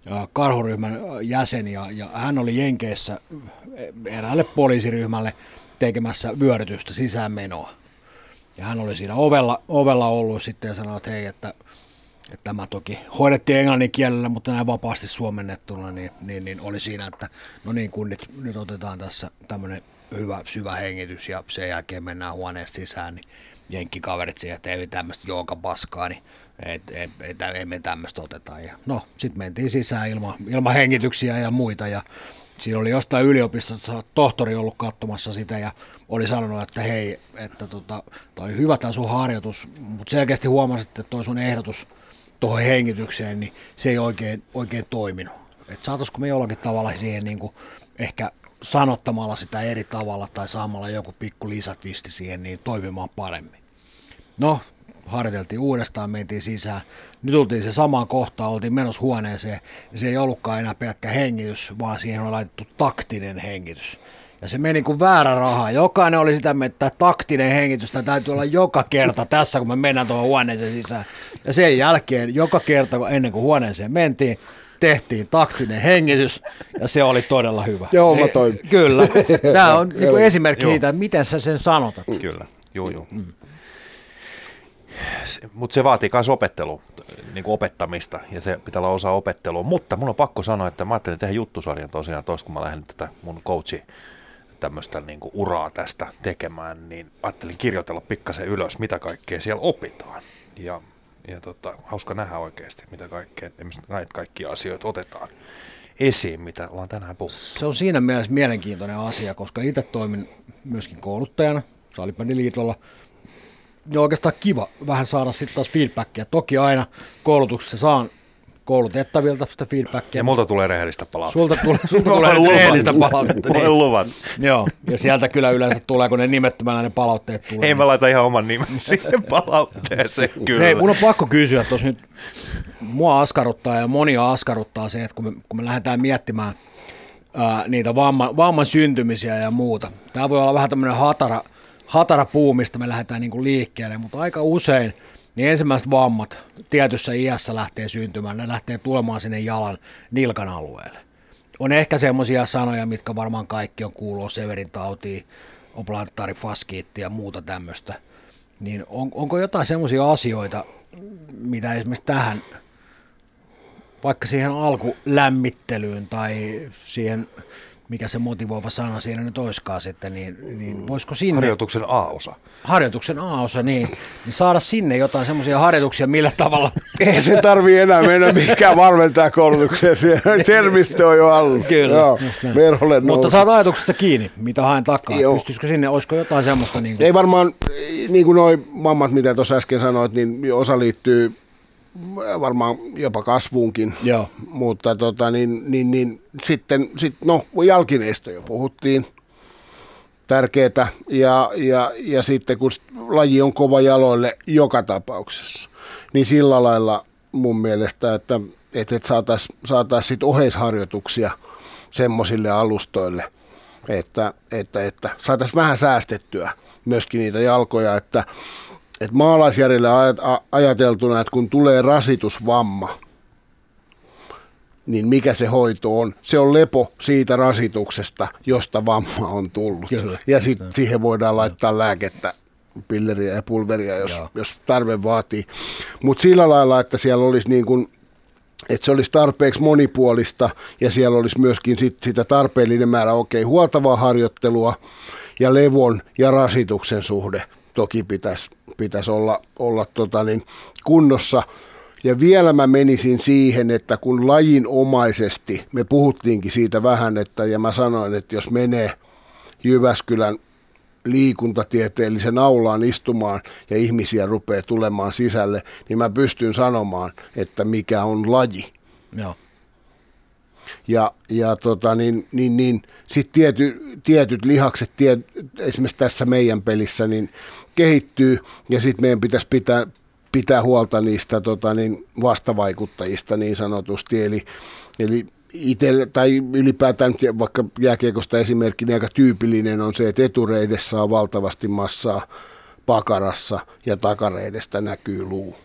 karhuryhmän jäsen ja, ja hän oli Jenkeissä eräälle poliisiryhmälle tekemässä vyörytystä sisäänmenoa. Ja hän oli siinä ovella, ovella ollut sitten ja sanoi, että hei, että, että tämä toki hoidettiin englannin kielellä, mutta näin vapaasti suomennettuna, niin, niin, niin oli siinä, että no niin kun nyt, nyt otetaan tässä tämmöinen hyvä syvä hengitys ja sen jälkeen mennään huoneesta sisään, niin jenkkikaverit siihen, että ei tämmöistä joogapaskaa, niin et, et, et, emme tämmöistä oteta. Ja no, sitten mentiin sisään ilman, ilman hengityksiä ja muita ja siinä oli jostain yliopistosta tohtori ollut katsomassa sitä ja oli sanonut, että hei, että tota, tämä oli hyvä tämä sun harjoitus, mutta selkeästi huomasit, että toi sun ehdotus tuohon hengitykseen, niin se ei oikein, oikein toiminut. Että saataisiko me jollakin tavalla siihen niin kuin ehkä sanottamalla sitä eri tavalla tai saamalla joku pikku lisätvisti siihen, niin toimimaan paremmin. No, harjoiteltiin uudestaan, mentiin sisään. Nyt tultiin se samaan kohtaan, oltiin menossa huoneeseen, ja se ei ollutkaan enää pelkkä hengitys, vaan siihen on laitettu taktinen hengitys. Ja se meni kuin väärä raha. Jokainen oli sitä, että taktinen hengitys täytyy olla joka kerta tässä, kun me mennään tuohon huoneeseen sisään. Ja sen jälkeen, joka kerta ennen kuin huoneeseen mentiin, tehtiin taktinen hengitys, ja se oli todella hyvä. Joo, mä toin. Kyllä. Tämä on niin esimerkki siitä, että miten sä sen sanotat. Kyllä, joo joo. Mm. Mutta se vaatii myös opettelua, niin kuin opettamista, ja se pitää olla osa opettelua. Mutta mun on pakko sanoa, että mä ajattelin tehdä juttusarjan tosiaan toista, kun mä lähden tätä mun coachi tämmöistä niin kuin uraa tästä tekemään, niin ajattelin kirjoitella pikkasen ylös, mitä kaikkea siellä opitaan. Ja, ja tota, hauska nähdä oikeasti, mitä kaikkea, näitä kaikkia asioita otetaan esiin, mitä ollaan tänään puhuttu. Se on siinä mielessä mielenkiintoinen asia, koska itse toimin myöskin kouluttajana Salibändiliitolla. Ja oikeastaan kiva vähän saada sitten taas feedbackia. Toki aina koulutuksessa saan koulutettavilta sitä feedbackia. Ja multa tulee rehellistä palautetta. Sulta tulee, sulta tulee rehellistä palautetta. Niin. Luvan. Joo, ja sieltä kyllä yleensä tulee, kun ne nimettömänä ne palautteet tulee. Ei mä laita ihan oman nimen siihen palautteeseen, kyllä. Hei, mun on pakko kysyä, tuossa nyt mua askarruttaa ja monia askarruttaa se, että kun me, kun me lähdetään miettimään ää, niitä vamman, vamman syntymisiä ja muuta. Tämä voi olla vähän tämmöinen hatara, hatara puu, mistä me lähdetään niin kuin liikkeelle, mutta aika usein niin ensimmäiset vammat tietyssä iässä lähtee syntymään, ne lähtee tulemaan sinne jalan nilkan alueelle. On ehkä semmoisia sanoja, mitkä varmaan kaikki on kuullut, Severin tautia, plantaarifaskiitti ja muuta tämmöistä. Niin on, onko jotain semmoisia asioita, mitä esimerkiksi tähän, vaikka siihen alkulämmittelyyn tai siihen, mikä se motivoiva sana siinä nyt olisikaan sitten, niin, niin voisiko sinne... Harjoituksen A-osa. Harjoituksen A-osa, niin, niin saada sinne jotain semmoisia harjoituksia, millä tavalla... Ei se tarvitse enää mennä mihinkään valmentajakoulutukseen, termistö on jo alla. Kyllä, joo, mutta saat ajatuksesta kiinni, mitä haen takaa. Joo. Pystyisikö sinne, olisiko jotain semmoista... Niin kuin... Ei varmaan, niin kuin nuo mammat, mitä tuossa äsken sanoit, niin osa liittyy varmaan jopa kasvuunkin, joo. Mutta tota, niin, niin, niin, sitten, sit, no jalkineista jo puhuttiin, tärkeää, ja, ja, ja sitten kun laji on kova jaloille joka tapauksessa, niin sillä lailla mun mielestä, että, että saataisiin saatais sit oheisharjoituksia semmoisille alustoille, että, että, että saataisiin vähän säästettyä myöskin niitä jalkoja, että että maalaisjärjellä ajateltuna, että kun tulee rasitusvamma, niin mikä se hoito on? Se on lepo siitä rasituksesta, josta vamma on tullut. Kyllä. Ja sitten siihen voidaan laittaa lääkettä, pilleriä ja pulveria, jos, jos tarve vaatii. Mutta sillä lailla, että siellä olisi niin kuin, että se olisi tarpeeksi monipuolista ja siellä olisi myöskin sit sitä tarpeellinen määrä okei, okay, huoltavaa harjoittelua ja levon ja rasituksen suhde. Toki pitäisi pitäisi olla, olla tota niin, kunnossa. Ja vielä mä menisin siihen, että kun lajinomaisesti, me puhuttiinkin siitä vähän, että, ja mä sanoin, että jos menee Jyväskylän liikuntatieteellisen aulaan istumaan ja ihmisiä rupeaa tulemaan sisälle, niin mä pystyn sanomaan, että mikä on laji. Joo. Ja, ja tota, niin, niin, niin, sitten tiety, tietyt lihakset, tiet, esimerkiksi tässä meidän pelissä, niin kehittyy, ja sitten meidän pitäisi pitää, pitää huolta niistä tota, niin vastavaikuttajista niin sanotusti, eli, eli itselle, tai ylipäätään vaikka jääkiekosta esimerkki, niin aika tyypillinen on se, että etureidessä on valtavasti massaa pakarassa, ja takareidestä näkyy luu.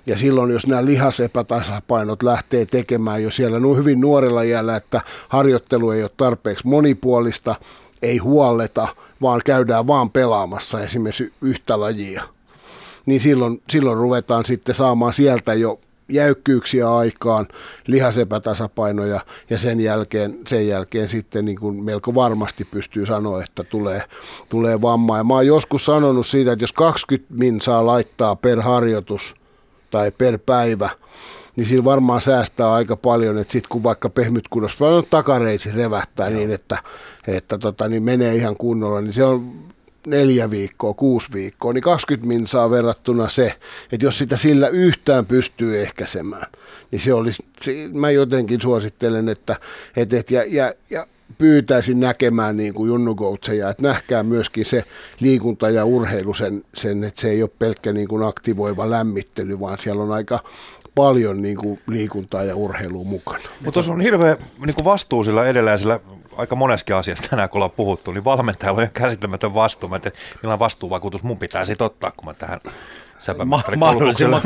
Ja silloin, jos nämä lihasepätasapainot lähtee tekemään jo siellä no hyvin nuorella iällä, että harjoittelu ei ole tarpeeksi monipuolista, ei huolleta, vaan käydään vaan pelaamassa esimerkiksi yhtä lajia, niin silloin, silloin ruvetaan sitten saamaan sieltä jo jäykkyyksiä aikaan, lihasepätasapainoja ja sen jälkeen, sen jälkeen sitten niin kuin melko varmasti pystyy sanoa, että tulee, tulee vammaa. Ja mä oon joskus sanonut siitä, että jos kaksikymmentä minsaa laittaa per harjoitus tai per päivä, niin sillä varmaan säästää aika paljon, että sitten kun vaikka pehmytkunnossa takareisi revähtää Joo. niin, että, että tota, niin menee ihan kunnolla, niin se on neljä viikkoa, kuusi viikkoa, niin kaksikymmentä minsaa verrattuna se, että jos sitä sillä yhtään pystyy ehkäisemään, niin se olisi, se, mä jotenkin suosittelen, että et, et, ja, ja, ja pyytäisin näkemään niin kuin Junnu Coacheja, että nähkää myöskin se liikunta ja urheilu sen, sen että se ei ole pelkkä niin kuin aktivoiva lämmittely, vaan siellä on aika paljon niin kuin liikuntaa ja urheilua mukana. Mutta tuossa on hirveä niin kuin vastuu sillä edelleen sillä aika moneskin asiasta tänään, kun ollaan puhuttu, niin valmentajalla on käsittämätön vastuu. Mä en tiedä, millainen vastuuvakuutus mun pitää sitten ottaa, kun mä tähän mahdollisimman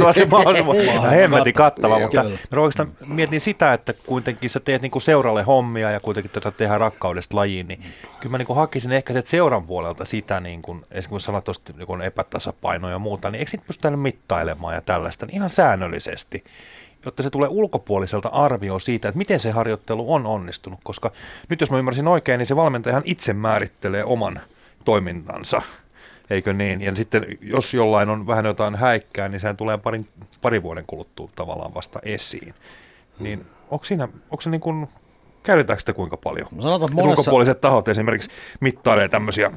kattava. Hemmetin kattava, mutta mä oikeastaan mietin sitä, että kuitenkin sä teet niinku seuralle hommia ja kuitenkin tätä tehdään rakkaudesta lajiin, niin kyllä mä niinku hakisin ehkä se seuran puolelta sitä, niin kun, esimerkiksi kun sanoit tuosta niin epätasapainoja ja muuta, niin eikö niitä pysty mittailemaan ja tällaista niin ihan säännöllisesti, jotta se tulee ulkopuoliselta arvioon siitä, että miten se harjoittelu on onnistunut, koska nyt jos mä ymmärsin oikein, niin se valmentajahan itse määrittelee oman toimintansa. Eikö niin? Ja sitten jos jollain on vähän jotain häikkää, niin sehän tulee parin, pari vuoden kuluttua tavallaan vasta esiin. Niin onko siinä, onko se niin kuin, käytetäänkö sitä kuinka paljon? Sanotaan, monessa... Ulkopuoliset tahot esimerkiksi mittailee tämmöisiä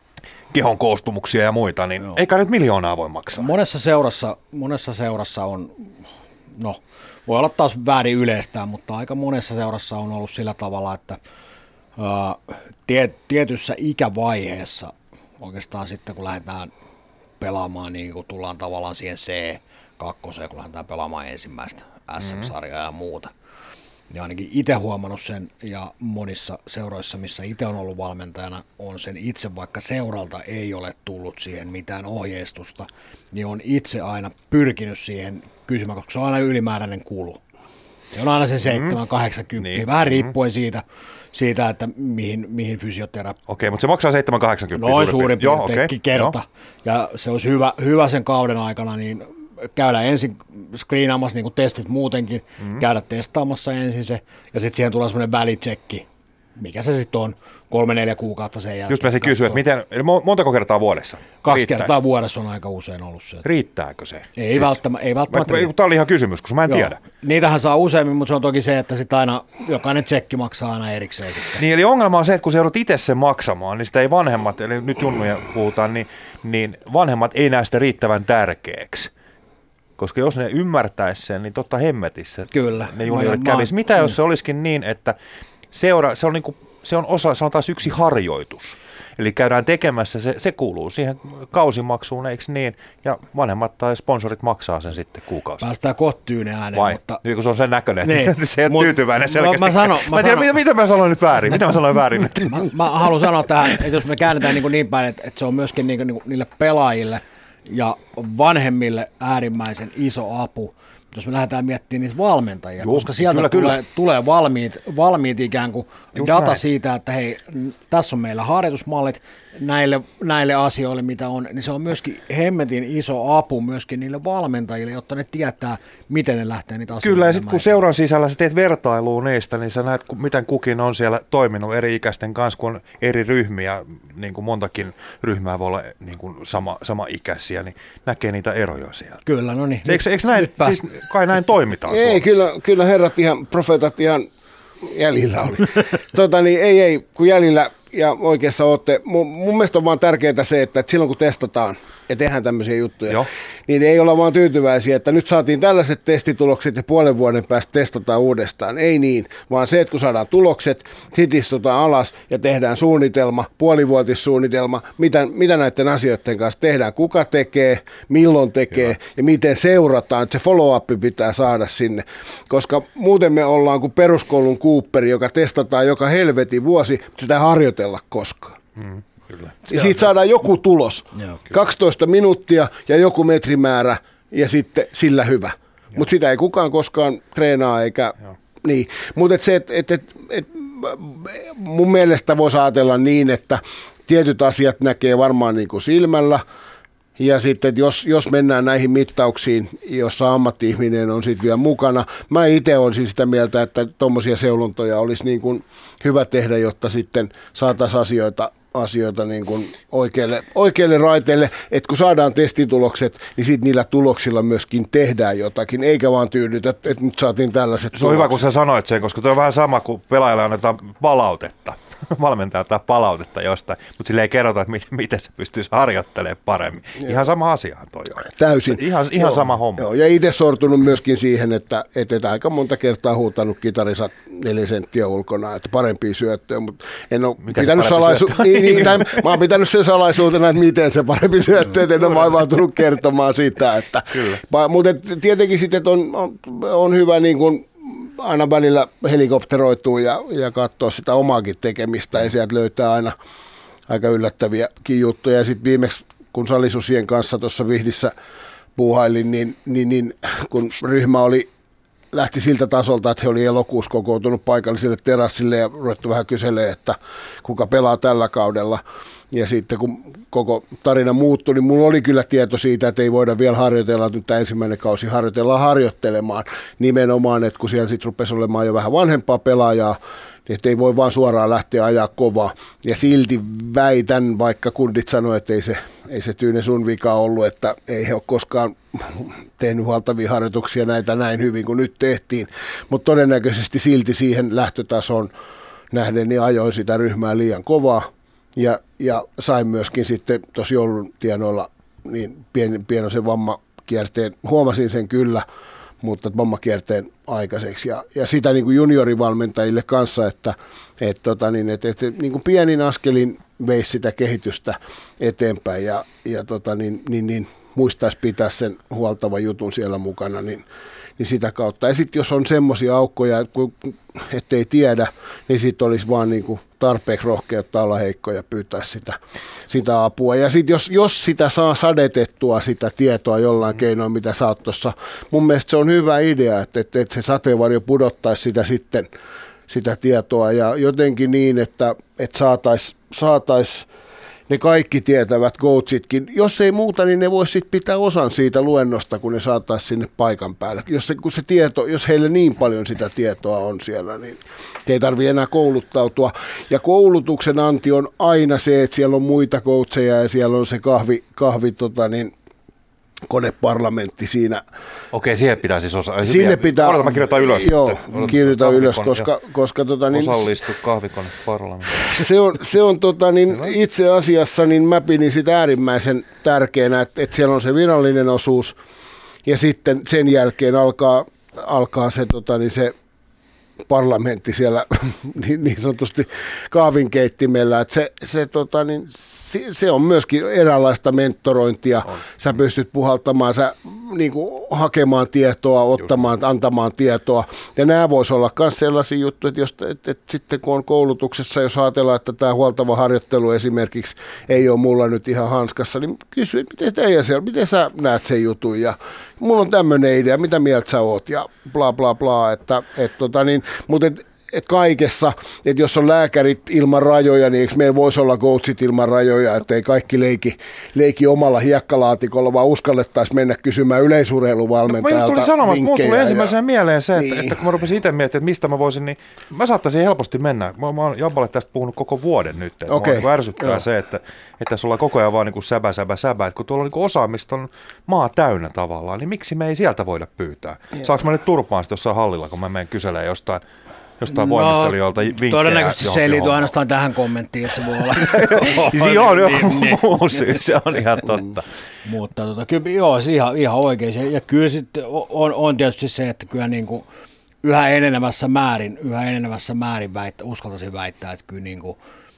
kehon koostumuksia ja muita, niin Joo. eikä nyt miljoonaa voi maksaa. Monessa seurassa, monessa seurassa on, no voi olla taas väärin yleistään, mutta aika monessa seurassa on ollut sillä tavalla, että ää, tie, tietyssä ikävaiheessa oikeastaan sitten, kun lähdetään pelaamaan, niin kun tullaan tavallaan siihen C kaksi, kun lähdetään pelaamaan ensimmäistä S M-sarjaa ja muuta, niin ainakin itse huomannut sen, ja monissa seuroissa, missä itse on ollut valmentajana, on sen itse, vaikka seuralta ei ole tullut siihen mitään ohjeistusta, niin on itse aina pyrkinyt siihen kysymään, koska se on aina ylimääräinen kulu. Se on aina se seitsemän kahdeksankymmentä, niin. vähän riippuen siitä, siitä, että mihin, mihin fysioterapia. Okei, mutta se maksaa seitsemän kahdeksankymmentä. Noin suurin piirtein kerta. Jo. Ja se olisi hyvä, hyvä sen kauden aikana, niin käydä ensin screenaamassa niin kuin testit muutenkin, mm-hmm. käydä testaamassa ensin se, ja sitten siihen tulee semmoinen välitsekki, mikä se sitten on, kolme, neljä kuukautta sen jälkeen. Just mä se kysyä, että miten, montako kertaa vuodessa? Kaksi Riittäisi? kertaa vuodessa on aika usein ollut se. Riittääkö se? Ei siis, välttämättä. Ei välttämättä mä, tämä oli ihan kysymys, koska mä en Joo. tiedä. Niitähän saa useammin, mutta se on toki se, että sit aina, jokainen tsekki maksaa aina erikseen. Sitten. Niin, eli ongelma on se, että kun sä joudut itse sen maksamaan, niin sitä ei vanhemmat, eli nyt junnuja puhutaan, niin, niin vanhemmat ei näe sitä riittävän tärkeäksi. Koska jos ne ymmärtäisi sen, niin totta hemmetissä Kyllä. ne juniorit kävisi. Mitä jos se olisikin niin, että seura, se on, niin kuin, se on osa, se on taas yksi harjoitus. Eli käydään tekemässä, se, se kuuluu siihen kausimaksuun, eikö niin? Ja vanhemmat tai sponsorit maksaa sen sitten kuukausi. Päästään kohta tyyneen ääneen. Vai? Mutta... Niin kun se on sen näköinen, niin. että se ei ole tyytyväinen selkeästi. Mä, sano, mä, mä tiedän, mitä, mitä mä sanoin nyt väärin. Mitä mä sanoin väärin nyt? mä, mä haluan sanoa tähän, että jos me käännetään niin, niin päin, että, että se on myöskin niin, niin, niille pelaajille ja vanhemmille äärimmäisen iso apu, jos me lähdetään miettimään niitä valmentajia, Juh, koska sieltä kyllä, tulee, kyllä. tulee valmiit, valmiit ikään kuin Just data näin. siitä, että hei, tässä on meillä harjoitusmallit näille, näille asioille, mitä on, niin se on myöskin hemmetin iso apu myöskin niille valmentajille, jotta ne tietää, miten ne lähtee niitä asioita. Kyllä, ja sitten kun seuran sisällä sä teet vertailua niistä, niin sä näet, miten kukin on siellä toiminut eri ikäisten kanssa, kun on eri ryhmiä, niin kuin montakin ryhmää voi olla niin kuin sama, sama ikäisiä, niin näkee niitä eroja siellä. Kyllä, no niin. Eikö, eikö näin, siis kai näin toimitaan Ei, Suomessa? kyllä, kyllä herrat ihan, profeetat ihan jäljillä oli. tota niin, ei, ei, kun jäljillä ja oikeassa olette. Mun, mun mielestä on vaan tärkeää se, että, että silloin kun testataan ja tehdään tämmöisiä juttuja, Joo. niin ei olla vaan tyytyväisiä, että nyt saatiin tällaiset testitulokset ja puolen vuoden päästä testataan uudestaan. Ei niin, vaan se, että kun saadaan tulokset, sit istutaan alas ja tehdään suunnitelma, puolivuotissuunnitelma, mitä, mitä näiden asioiden kanssa tehdään, kuka tekee, milloin tekee Hyvä. ja miten seurataan, että se follow-up pitää saada sinne, koska muuten me ollaan kuin peruskoulun Cooperi, joka testataan joka helvetin vuosi, mutta sitä ei harjoitella koskaan. Mm. Kyllä. Ja siitä saadaan joku tulos, Joo, kaksitoista minuuttia ja joku metrimäärä ja sitten sillä hyvä. Mutta sitä ei kukaan koskaan treenaa eikä Joo. niin. Mutta et se, että et, et, et, mun mielestä voisi ajatella niin, että tietyt asiat näkee varmaan niin kuin silmällä, ja sitten jos, jos mennään näihin mittauksiin, jossa ammatti-ihminen on sitten vielä mukana, mä itse olisin sitä mieltä, että tuommoisia seulontoja olisi niin kuin hyvä tehdä, jotta sitten saataisiin asioita, asioita niin kuin oikealle, oikealle raiteelle, että kun saadaan testitulokset, niin sitten niillä tuloksilla myöskin tehdään jotakin, eikä vaan tyydytä, että, että nyt saatiin tällaiset Se on tulokset. Hyvä, kun sä sanoit sen, koska tuo on vähän sama kuin pelaajalle annetaan palautetta. Valmentajalta palautetta jostain, mutta sille ei kerrota, että miten, miten se pystyisi harjoittelemaan paremmin. Joo. Ihan sama asiahan toi on. Täysin. Ihan, ihan sama homma. Joo, ja itse sortunut myöskin siihen, että, että aika monta kertaa huutanut kitarisat neljä senttiä ulkona, että parempia syöttöjä, mutta en ole Mikä pitänyt salaisu- niin, niin, tämän, mä oon pitänyt sen salaisuutena, että miten se parempi syöttö, että en ole vaivautunut kertomaan sitä. Että, mutta tietenkin sitten on, on, on hyvä niin kuin aina välillä helikopteroituu ja, ja katsoo sitä omaakin tekemistä ja sieltä löytää aina aika yllättäviäkin juttuja. Ja sitten viimeksi, kun salisusien kanssa tuossa Vihdissä puuhailin, niin, niin, niin kun ryhmä oli, lähti siltä tasolta, että he oli elokuussa kokoutunut paikalliselle terassille ja ruvettu vähän kyselemään, että kuka pelaa tällä kaudella. Ja sitten kun koko tarina muuttui, niin mulla oli kyllä tieto siitä, että ei voida vielä harjoitella, nyt tämä ensimmäinen kausi harjoitellaan harjoittelemaan nimenomaan, että kun siellä sitten rupesi olemaan jo vähän vanhempaa pelaajaa, niin että ei voi vaan suoraan lähteä ajaa kovaa. Ja silti väitän, vaikka kundit sanoi, että ei se, ei se Tyyne sun vika ollut, että ei he ole koskaan tehnyt huoltavia harjoituksia näitä näin hyvin kuin nyt tehtiin, mutta todennäköisesti silti siihen lähtötason nähden niin ajoin sitä ryhmää liian kovaa. Ja, ja sain myöskin sitten tuossa joulun tienoilla niin pien, pienoisen vammakierteen, huomasin sen kyllä, mutta vammakierteen aikaiseksi. Ja, ja sitä niin kuin juniorivalmentajille kanssa, että et, tota niin, et, et, niin kuin pienin askelin veisi sitä kehitystä eteenpäin ja, ja tota niin, niin, niin, muistaisi pitää sen huoltavan jutun siellä mukana, niin niin sitä kautta. Ja sitten jos on semmoisia aukkoja, ettei tiedä, niin sitten olisi vaan niin kuin tarpeeksi rohkeutta olla heikko ja pyytää sitä, sitä apua. Ja sitten jos, jos sitä saa sadetettua, sitä tietoa jollain mm. keinoin, mitä sä oot tuossa, mun mielestä se on hyvä idea, että, että, että se sateenvarjo pudottaisi sitä sitten, sitä tietoa. Ja jotenkin niin, että, että saataisiin saatais ne kaikki tietävät coachitkin. Jos ei muuta, niin ne voisi sitten pitää osan siitä luennosta, kun ne saataisiin sinne paikan päälle. Jos, se, kun se tieto, jos heille niin paljon sitä tietoa on siellä, niin ei tarvitse enää kouluttautua. Ja koulutuksen anti on aina se, että siellä on muita coacheja ja siellä on se kahvi, kahvi tota niin, koneparlamentti siinä. Okei, siihen pitää siis osa. Sinne pitää. Odota, mä kirjoitan ylös. Joo, kirjoitan ylös, koska, koska tota, niin, osallistu kahvikoneparlamenttiin. Se on, se on tota, niin, itse asiassa, niin mä pidin sitä äärimmäisen tärkeänä, että, että siellä on se virallinen osuus ja sitten sen jälkeen alkaa, alkaa se, tota, niin se parlamentti siellä niin, niin sanotusti kahvinkeittimellä, että se, se, tota, niin, se on myöskin eräänlaista mentorointia. On. Sä pystyt puhaltamaan, sä niin kuin, hakemaan tietoa, ottamaan, antamaan tietoa. Ja nämä voisi olla myös sellaisia juttuja, että, jos, että, että sitten kun on koulutuksessa, jos ajatellaan, että tämä huoltava harjoittelu esimerkiksi ei ole mulla nyt ihan hanskassa, niin kysy, että miten teidän siellä, miten sä näet sen jutun ja mulla on tämmöinen idea, mitä mieltä sä oot ja bla bla bla, että et, tota niin, mutta et, et kaikessa, että jos on lääkärit ilman rajoja, niin eikö meillä voisi olla coachit ilman rajoja, että ei kaikki leiki, leiki omalla hiekkalaatikolla, vaan uskallettaisiin mennä kysymään yleisurheiluvalmentajalta vinkkejä. Mä just tulin sanomassa, mulla tuli ensimmäisenä ja mieleen se, että, niin. että kun mä rupesin itse miettimään, että mistä mä voisin, niin mä saattaisin helposti mennä. Mä, mä oon Jabballe tästä puhunut koko vuoden nyt, että okay. Mua ärsyttää Joo. se, että, että tässä ollaan koko ajan vaan niin kuin säbä, säbä, säbä, että kun tuolla on niin osaamista on maa täynnä tavallaan, niin miksi me ei sieltä voida pyytää? Joo. Saanko mä nyt turpaan sitten jossain hallilla, kun mä menen kyselemään jostain jostain no, voimistelijoilta vinkkejä. Todennäköisesti se ei liity ainoastaan tähän kommenttiin, että se voi olla. Joo, on joku muu syy, se on ihan totta. Mutta tota, kyllä joo, se ihan, ihan oikein. Ja kyllä sitten on, on tietysti se, että kyllä niin kuin yhä enenevässä määrin, yhä enenevässä määrin väittä, uskaltaisin väittää, että kyllä niin kuin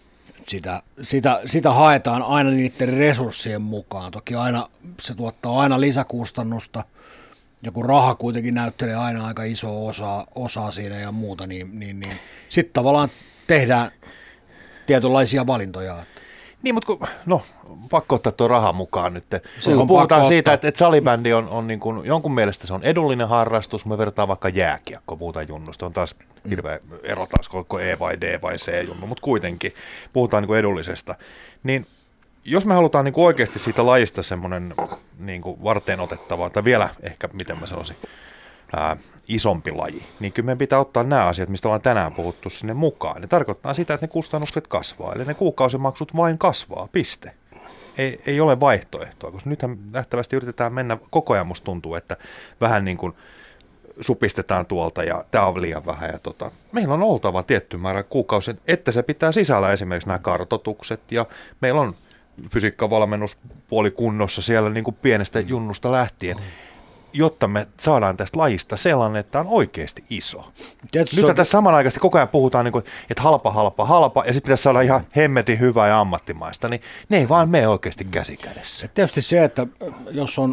sitä, sitä, sitä haetaan aina niiden resurssien mukaan. Toki aina, se tuottaa aina lisäkustannusta. Ja kun raha kuitenkin näyttelee aina aika iso osa, osa siinä ja muuta, niin, niin, niin sitten tavallaan tehdään tietynlaisia valintoja. Niin, mutta kun, no, pakko ottaa tuo raha mukaan nyt. Kun puhutaan siitä, että, että salibändi on, on niin kuin, jonkun mielestä se on edullinen harrastus, me verrataan vaikka jääkiekkoa, puhutaan junnusta, on taas hirveä ero taas, koko E vai D vai C junnu, mutta kuitenkin puhutaan niin kuin edullisesta. Niin jos me halutaan niin kuin oikeasti siitä lajista semmoinen niin kuin varteen otettava, tai vielä ehkä, miten mä sanoisin, ää, isompi laji, niin kyllä meidän pitää ottaa nämä asiat, mistä ollaan tänään puhuttu sinne mukaan. Ne tarkoittaa sitä, että ne kustannukset kasvaa, eli ne kuukausimaksut vain kasvaa, piste. Ei, ei ole vaihtoehtoa, koska nythän nähtävästi yritetään mennä, koko ajan musta tuntuu, että vähän niin kuin supistetaan tuolta ja tämä on liian vähän. Ja tota, meillä on oltava tietty määrä kuukausia, että se pitää sisällä esimerkiksi nämä kartoitukset ja meillä on fysiikkavalmennuspuoli kunnossa siellä niin kuin pienestä junnusta lähtien, jotta me saadaan tästä lajista sellainen, että tämä on oikeasti iso. Tietysti nyt on tässä samanaikaisesti koko ajan puhutaan, niin kuin, että halpa, halpa, halpa, ja sitten pitäisi saada ihan hemmetin hyvää ja ammattimaista, niin ne ei vaan mene oikeasti käsi kädessä. Tietysti se, että jos on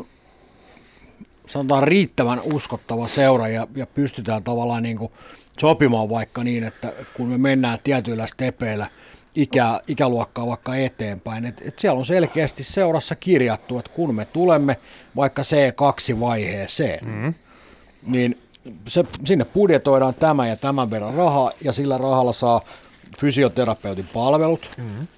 sanotaan riittävän uskottava seura ja, ja pystytään tavallaan niin kuin sopimaan vaikka niin, että kun me mennään tietyillä stepeillä ikä, ikäluokkaa vaikka eteenpäin, että et siellä on selkeästi seurassa kirjattu, että kun me tulemme vaikka C kaksi vaiheeseen, mm-hmm. niin se, sinne budjetoidaan tämä ja tämän verran rahaa ja sillä rahalla saa fysioterapeutin palvelut, mm-hmm.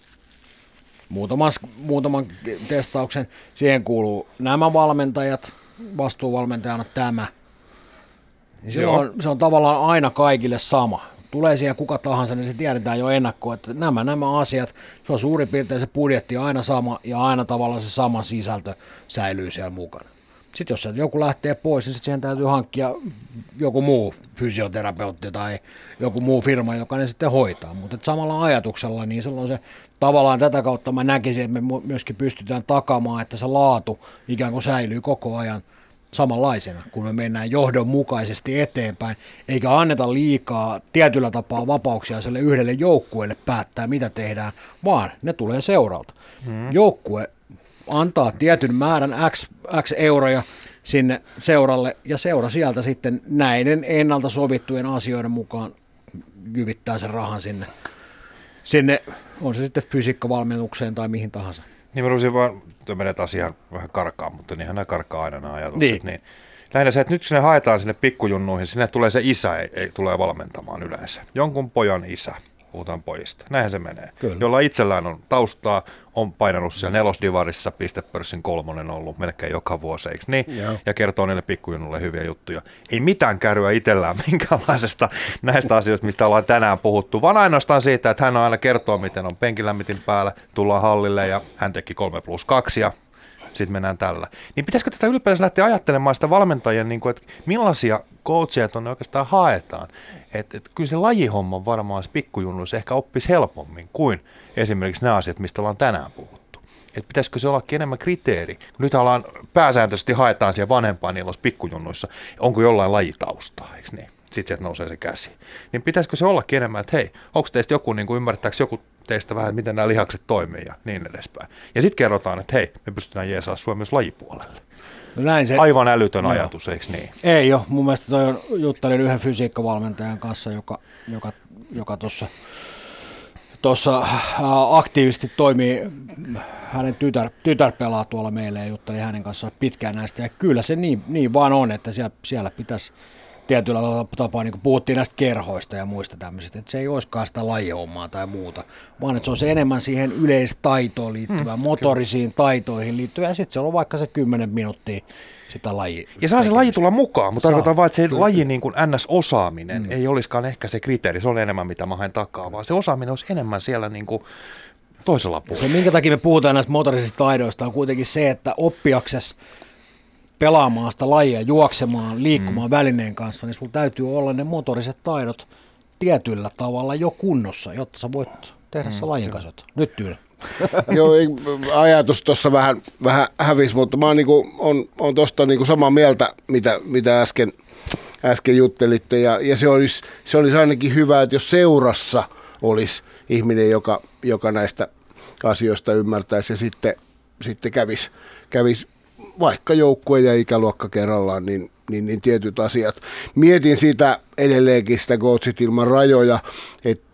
muutaman, muutaman testauksen, siihen kuuluu nämä valmentajat, vastuuvalmentajana tämä, niin silloin se on tavallaan aina kaikille sama. Tulee siihen kuka tahansa, niin se tiedetään jo ennakkoon, että nämä, nämä asiat, se on suurin piirtein se budjetti aina sama ja aina tavallaan se sama sisältö säilyy siellä mukana. Sitten jos joku lähtee pois, niin sitten siihen täytyy hankkia joku muu fysioterapeutti tai joku muu firma, joka ne sitten hoitaa. Mutta samalla ajatuksella, niin silloin se tavallaan tätä kautta mä näkisin, että me myöskin pystytään takaamaan, että se laatu ikään kuin säilyy koko ajan samanlaisena, kun me mennään johdonmukaisesti eteenpäin, eikä anneta liikaa tietyllä tapaa vapauksia sille yhdelle joukkueelle päättää, mitä tehdään, vaan ne tulee seuralta. Hmm. Joukkue antaa tietyn määrän X, X euroja sinne seuralle, ja seura sieltä sitten näiden ennalta sovittujen asioiden mukaan jyvittää sen rahan sinne, sinne on se sitten fysiikkavalmennukseen tai mihin tahansa. Niin mä ruusin vaan, tuo menet asiaan vähän karkaan, mutta niinhän nämä karkaa aina nämä ajatukset. Niin. Niin. Lähinnä se, että nyt sinne haetaan sinne pikkujunnuihin, sinne tulee se isä, ei, ei tulee valmentamaan yleensä. Jonkun pojan isä, puhutaan pojista. Näinhän se menee. Kyllä. Jolla itsellään on taustaa, on painanut siellä nelosdivarissa, pistepörssin kolmonen ollut melkein joka vuosi, eikö niin? Joo. Ja kertoo niille pikkujunnulle hyviä juttuja. Ei mitään kärryä itsellään minkäänlaisesta näistä asioista, mistä ollaan tänään puhuttu, vaan ainoastaan siitä, että hän aina kertoo, miten on penkilämmitin päällä, tullaan hallille ja hän teki kolme plus kaksi ja sitten mennään tällä. Niin pitäisikö tätä ylipäänsä lähteä ajattelemaan sitä valmentajien, niin kuin, että millaisia coacheja tuonne oikeastaan haetaan? Että et kyllä se lajihomma varmaan pikkujunnuissa ehkä oppisi helpommin kuin esimerkiksi nämä asiat, mistä ollaan tänään puhuttu. Että pitäisikö se ollakin enemmän kriteeri? Nyt ollaan pääsääntöisesti haetaan siellä vanhempaan niillä pikkujunnuissa, onko jollain lajitaustaa, eikö niin? Sitten sieltä nousee se käsi. Niin pitäisikö se ollakin enemmän, että hei, onko teistä joku, niin kuin ymmärtääkö joku teistä vähän, miten nämä lihakset toimii ja niin edespäin. Ja sitten kerrotaan, että hei, me pystytään jeesaa sua myös lajipuolelle. No näin se, Aivan älytön no ajatus, eikö niin? Ei ole. Mun mielestä toi on, juttelin yhden fysiikkavalmentajan kanssa, joka, joka, joka tuossa tuossa aktiivisesti toimii, hänen tytär, tytär pelaa tuolla meille ja juttelin hänen kanssaan pitkään näistä. Ja kyllä se niin, niin vaan on, että siellä, siellä pitäisi tietyllä tapaa, niin kuin puhuttiin näistä kerhoista ja muista tämmöisistä, että se ei olisikaan sitä lajihommaa tai muuta, vaan että se on se enemmän siihen yleistaitoon liittyvää, mm, motorisiin kyllä. taitoihin liittyvää, ja sitten se on vaikka se kymmenen minuuttia sitä laji. Ja saa se laji tulla mukaan, mutta tarkoitan vaan, että se laji niin kuin N S-osaaminen mm. ei olisikaan ehkä se kriteeri, se on enemmän mitä mä haen takaa, vaan se osaaminen olisi enemmän siellä niin kuin toisella puolella. Se, minkä takia me puhutaan näistä motorisista taidoista, on kuitenkin se, että oppiaksesi pelaamaan sitä lajia, juoksemaan, liikkumaan mm. välineen kanssa, niin sulla täytyy olla ne motoriset taidot tietyllä tavalla jo kunnossa, jotta sä voit tehdä mm. se lajin kanssa. Nyt tyyli. Joo, ajatus tuossa vähän, vähän hävisi, mutta mä oon, niinku, on, on tuosta niinku samaa mieltä, mitä, mitä äsken, äsken juttelitte, ja, ja se, olisi, se olisi ainakin hyvä, että jos seurassa olisi ihminen, joka, joka näistä asioista ymmärtäisi ja sitten, sitten kävisi, kävisi vaikka joukkue ja ikäluokka kerrallaan, niin, niin, niin tietyt asiat. Mietin sitä edelleenkin, sitä Coachit ilman rajoja, että,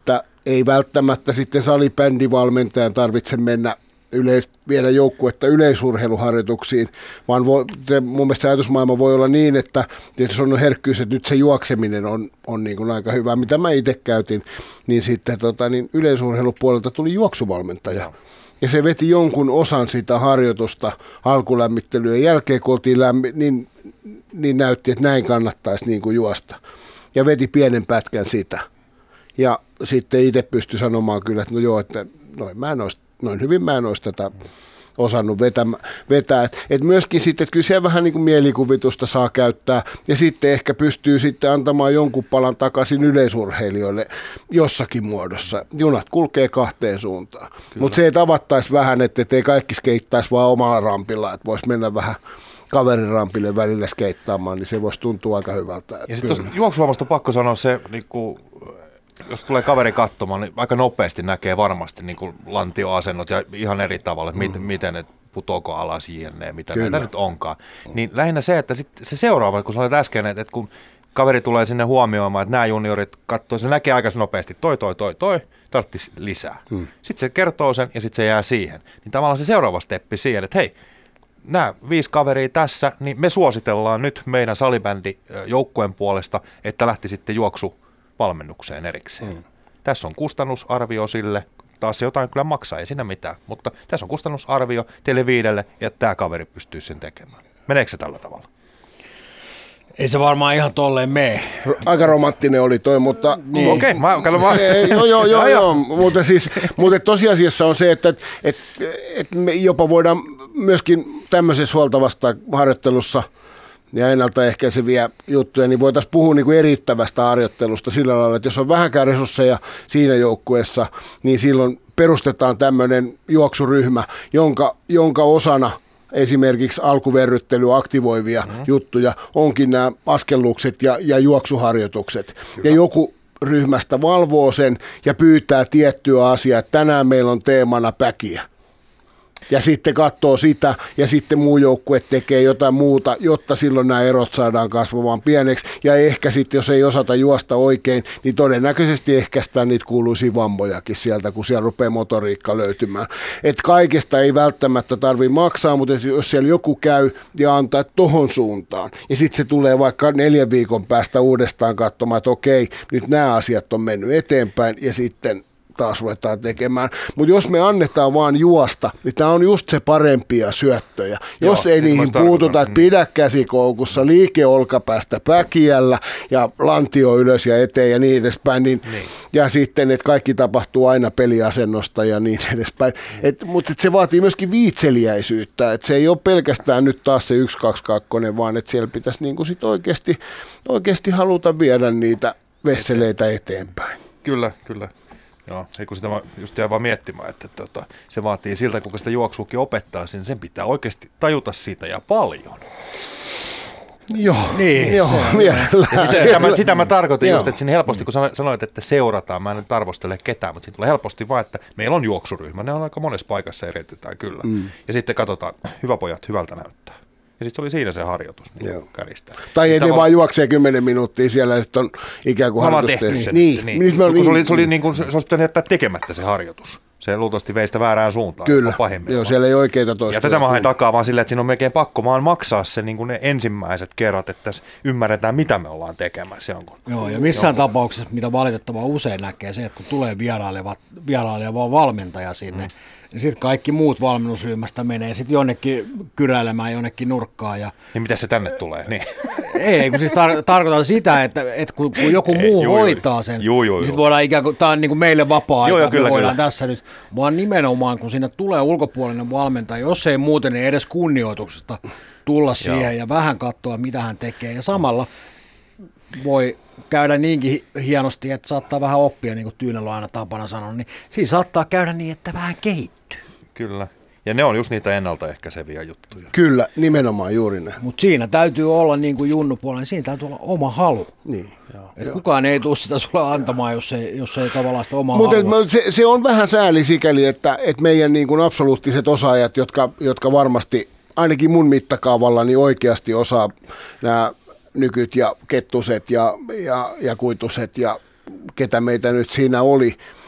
ei välttämättä sitten salibändivalmentajan tarvitse mennä yleis, viedä joukkuetta yleisurheiluharjoituksiin, vaan voi, te, mun mielestä ajatusmaailma voi olla niin, että jos on herkkyys, että nyt se juokseminen on, on niin kuin aika hyvä, mitä mä itse käytin, niin sitten tota, niin yleisurheilupuolelta tuli juoksuvalmentaja. No. Ja se veti jonkun osan sitä harjoitusta alkulämmittelyyn. Jälkeen, kun oltiin lämmi, niin, niin näytti, että näin kannattaisi niin kuin juosta. Ja veti pienen pätkän sitä. Ja sitten itse pystyi sanomaan kyllä, että no joo, että noin, mä en olisi, noin hyvin mä en olisi tätä osannut vetä. vetää. Et, et myöskin sitten, että kyllä siellä vähän niin kuin mielikuvitusta saa käyttää. Ja sitten ehkä pystyy sitten antamaan jonkun palan takaisin yleisurheilijoille jossakin muodossa. Junat kulkee kahteen suuntaan. Mutta se, että avattaisi vähän, että ei kaikki skeittaisi vaan omalla rampilla, että voisi mennä vähän kaverin rampille välillä skeittaamaan, niin se voisi tuntua aika hyvältä. Ja sitten tuosta juoksuvoimasta on pakko sanoa se, niin kuin, jos tulee kaveri katsomaan, niin aika nopeasti näkee varmasti niin kuin lantioasennot ja ihan eri tavalla, että miten, mm. miten ne putoako alas jne, mitä Kyllä. näitä nyt onkaan. Niin lähinnä se, että sit se seuraava, kun sanoit äsken, että kun kaveri tulee sinne huomioimaan, että nämä juniorit katsoo, se näkee aika nopeasti, toi, toi, toi, toi, tarvitsisi lisää. Mm. Sitten se kertoo sen ja sitten se jää siihen. Niin tavallaan se seuraava steppi siihen, että hei, nämä viisi kaveria tässä, niin me suositellaan nyt meidän salibändi joukkueen puolesta, että lähti sitten juoksuvalmennukseen erikseen. Mm. Tässä on kustannusarvio sille, taas se jotain kyllä maksaa, ei siinä mitään, mutta tässä on kustannusarvio teille viidelle, ja tämä kaveri pystyy sen tekemään. Meneekö se tällä tavalla? Ei se varmaan ihan tolleen mene. Aika romanttinen oli toi, mutta... Niin. Okei, okay, mä katson vaan. Joo, joo, joo, joo. Mutta, siis, mutta tosiasiassa on se, että, että, että me jopa voidaan myöskin tämmöisessä huoltavasta harjoittelussa ja ennaltaehkäiseviä juttuja, niin voitaisiin puhua niin kuin eriyttävästä harjoittelusta sillä lailla, että jos on vähänkään resursseja siinä joukkueessa, niin silloin perustetaan tämmöinen juoksuryhmä, jonka, jonka osana esimerkiksi alkuverryttely, aktivoivia mm-hmm. juttuja onkin nämä askellukset ja, ja juoksuharjoitukset. Hyvä. Ja joku ryhmästä valvoo sen ja pyytää tiettyä asiaa, että tänään meillä on teemana päkiä. Ja sitten katsoo sitä, ja sitten muu joukkue tekee jotain muuta, jotta silloin nämä erot saadaan kasvamaan pieneksi. Ja ehkä sitten, jos ei osata juosta oikein, niin todennäköisesti ehkäistään niitä kuuluisia vammojakin sieltä, kun siellä rupeaa motoriikka löytymään. Että kaikesta ei välttämättä tarvitse maksaa, mutta jos siellä joku käy ja antaa tohon suuntaan, ja sitten se tulee vaikka neljän viikon päästä uudestaan katsomaan, että okei, nyt nämä asiat on mennyt eteenpäin, ja sitten taas ruvetaan tekemään. Mutta jos me annetaan vaan juosta, niin tämä on just se parempia syöttöjä. Joo, jos ei niihin puututa, että pidä käsikoukussa, liike olkapäästä päkiällä ja lantio ylös ja eteen ja niin edespäin. Niin, niin. Ja sitten, että kaikki tapahtuu aina peliasennosta ja niin edespäin. Et, mutta et se vaatii myöskin viitseliäisyyttä. Et se ei ole pelkästään nyt taas se yksi kaksi kaksi, vaan että siellä pitäisi niinku sit oikeasti, oikeasti haluta viedä niitä vesseleitä eteenpäin. Kyllä, kyllä. Joo, ei kun sitä just jää vaan miettimään, että, että, että se vaatii siltä, kuka sitä juoksuukin opettaa, niin sen pitää oikeasti tajuta siitä ja paljon. Joo, niin, joo, sitä, sitä, mä, sitä mä tarkoitin just, että sinne helposti, kun sanoit, että seurataan, mä en nyt arvostele ketään, mutta siinä tulee helposti vaan, että meillä on juoksuryhmä, ne on aika monessa paikassa eriytetään kyllä. Mm. Ja sitten katsotaan, hyvä pojat, hyvältä näyttää. Ja sitten se oli siinä se harjoitus niin käristä. Tai ei ne vaan juoksee kymmenen minuuttia siellä ja sitten on ikään kuin harjoitus tehty. Niin, niin. Nyt niin. Se, oli, se, oli niin kuin, se olisi pitänyt jättää tekemättä se harjoitus. Se luultavasti vei sitä väärään suuntaan. Kyllä, joo, siellä ei oikeita toistuja. Ja tätä mä hain takaa vaan silleen, että siinä on melkein pakko vaan maksaa se, niin kuin ne ensimmäiset kerrat, että ymmärretään, mitä me ollaan tekemässä jonkun. Joo, ja missään joo. tapauksessa, mitä valitettavaa usein näkee, se, että kun tulee vieraileva valmentaja sinne, mm. niin sitten kaikki muut valmennusryhmästä menee sitten jonnekin kyräilemään jonnekin nurkkaan. Ja niin mitä se tänne tulee? Niin. Ei, kun siis tar- tarkoitan sitä, että, että kun, kun joku ei, muu juu, hoitaa sen, juu, juu, niin sitten voidaan ikään kuin, tämä on niin kuin meille vapaa-aika, joo, kyllä, me voidaan kyllä. tässä nyt, vaan nimenomaan kun sinne tulee ulkopuolinen valmentaja, jos ei muuten niin edes kunnioituksesta tulla siihen joo. ja vähän katsoa, mitä hän tekee. Ja samalla voi käydä niinkin hienosti, että saattaa vähän oppia, niin kuin Tyynelo aina tapana sanoi, niin siinä saattaa käydä niin, että vähän kehittyy. Kyllä. Ja ne on just niitä ennaltaehkäiseviä juttuja. Kyllä, nimenomaan juuri ne. Mutta siinä täytyy olla, niin kuin Junnu puolella, niin siinä täytyy olla oma halu. Niin. Et kukaan ei tule sitä sulle antamaan, jos ei, jos ei tavallaan sitä omaa Mutta halua. Se, se on vähän sääli sikäli, että, että meidän niin kuin absoluuttiset osaajat, jotka, jotka varmasti ainakin mun mittakaavalla niin oikeasti osaa nämä nykyt ja kettuset ja, ja, ja kuituset ja ketä meitä nyt siinä oli,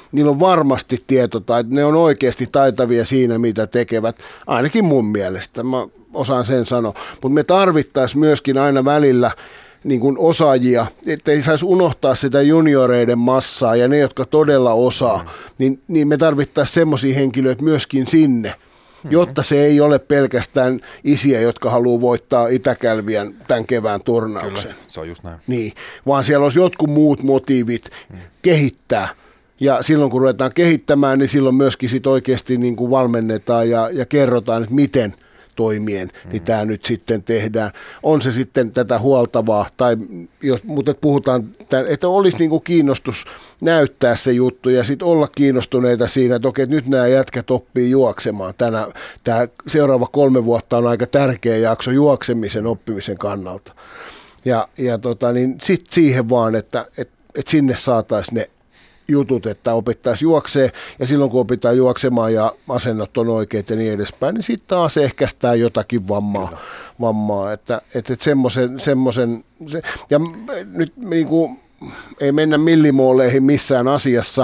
niillä on varmasti tietotaito, ne on oikeasti taitavia siinä, mitä tekevät, ainakin mun mielestä, mä osaan sen sanoa, mutta me tarvittaisiin myöskin aina välillä niin kuin osaajia, ettei saisi unohtaa sitä junioreiden massaa ja ne, jotka todella osaa, mm. niin, niin me tarvittaisiin semmoisia henkilöitä myöskin sinne, mm-hmm. jotta se ei ole pelkästään isiä, jotka haluaa voittaa Itäkälviän tämän kevään turnauksen. Kyllä, se on just näin. Niin, vaan siellä olisi jotkut muut motiivit mm. kehittää. Ja silloin kun ruvetaan kehittämään, niin silloin myöskin sit oikeasti niin kuin valmennetaan ja, ja kerrotaan, että miten toimien, mm. niin tämä nyt sitten tehdään. On se sitten tätä huoltavaa, tai jos, mutta puhutaan, että olisi niin kuin kiinnostus näyttää se juttu ja sitten olla kiinnostuneita siinä, että okei, että nyt nämä jätkät oppii juoksemaan. Tänä, tämä seuraava kolme vuotta on aika tärkeä jakso juoksemisen oppimisen kannalta. Ja, ja tota, niin sitten siihen vaan, että et, et sinne saataisiin ne jutut, että opittaisiin juoksee, ja silloin kun opitaan juoksemaan ja asennot on oikeat ja niin edespäin, niin sitten taas ehkäistään jotakin vammaa, vammaa että, että, että semmoisen, semmoisen, se, ja nyt niin kuin, ei mennä millimooleihin missään asiassa,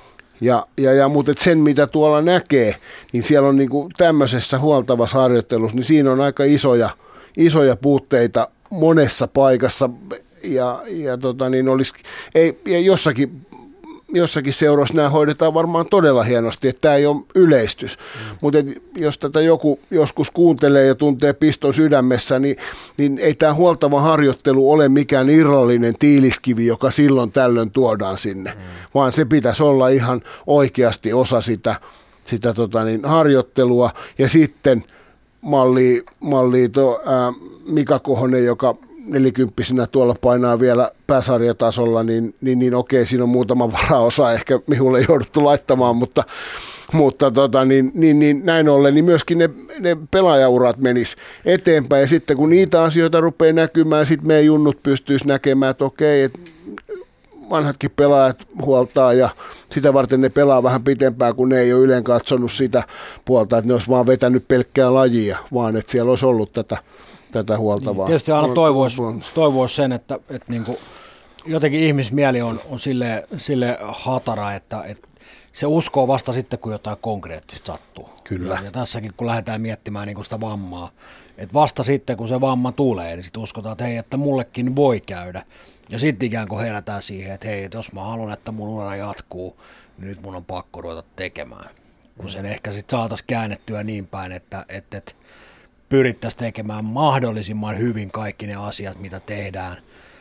ja, ja, ja, mutta sen mitä tuolla näkee, niin siellä on niin kuin tämmöisessä huoltavassa harjoittelussa, niin siinä on aika isoja, isoja puutteita monessa paikassa, ja, ja, tota, niin olisi, ei, ja jossakin jossakin seuroissa nämä hoidetaan varmaan todella hienosti, että tämä ei ole yleistys. Mm. Mutta jos tätä joku joskus kuuntelee ja tuntee piston sydämessä, niin, niin ei tämä huoltava harjoittelu ole mikään irrallinen tiiliskivi, joka silloin tällöin tuodaan sinne, mm. vaan se pitäisi olla ihan oikeasti osa sitä, sitä tota niin, harjoittelua. Ja sitten malli, malli to, ää, Mika Kohonen, joka nelikymppisenä tuolla painaa vielä pääsarjatasolla, niin, niin, niin okei, siinä on muutama varaosa ehkä, mihulle ei jouduttu laittamaan, mutta, mutta tota, niin, niin, niin, näin ollen, niin myöskin ne, ne pelaajaurat menis eteenpäin, ja sitten kun niitä asioita rupeaa näkymään, sitten meidän junnut pystyisi näkemään, että okei, että vanhatkin pelaajat huoltaa, ja sitä varten ne pelaa vähän pitempään, kun ne ei ole yleen katsonut sitä puolta, että ne olisi vaan vetänyt pelkkää lajia, vaan että siellä olisi ollut tätä tätä huoltavaa. Niin, tietysti aina toivoisi, toivoisi sen, että, että niin kuin jotenkin ihmismieli on, on sille, sille hatara, että, että se uskoo vasta sitten, kun jotain konkreettista sattuu. Kyllä. Ja, ja tässäkin, kun lähdetään miettimään niin kuin sitä vammaa, että vasta sitten, kun se vamma tulee, niin sitten uskotaan, että hei, että mullekin voi käydä. Ja sitten ikään kuin herätään siihen, että hei, että jos mä haluan, että mun ura jatkuu, niin nyt mun on pakko ruveta tekemään. Kun sen ehkä sitten saataisiin käännettyä niin päin, että, että, että pyrittäisiin tekemään mahdollisimman hyvin kaikki ne asiat, mitä tehdään,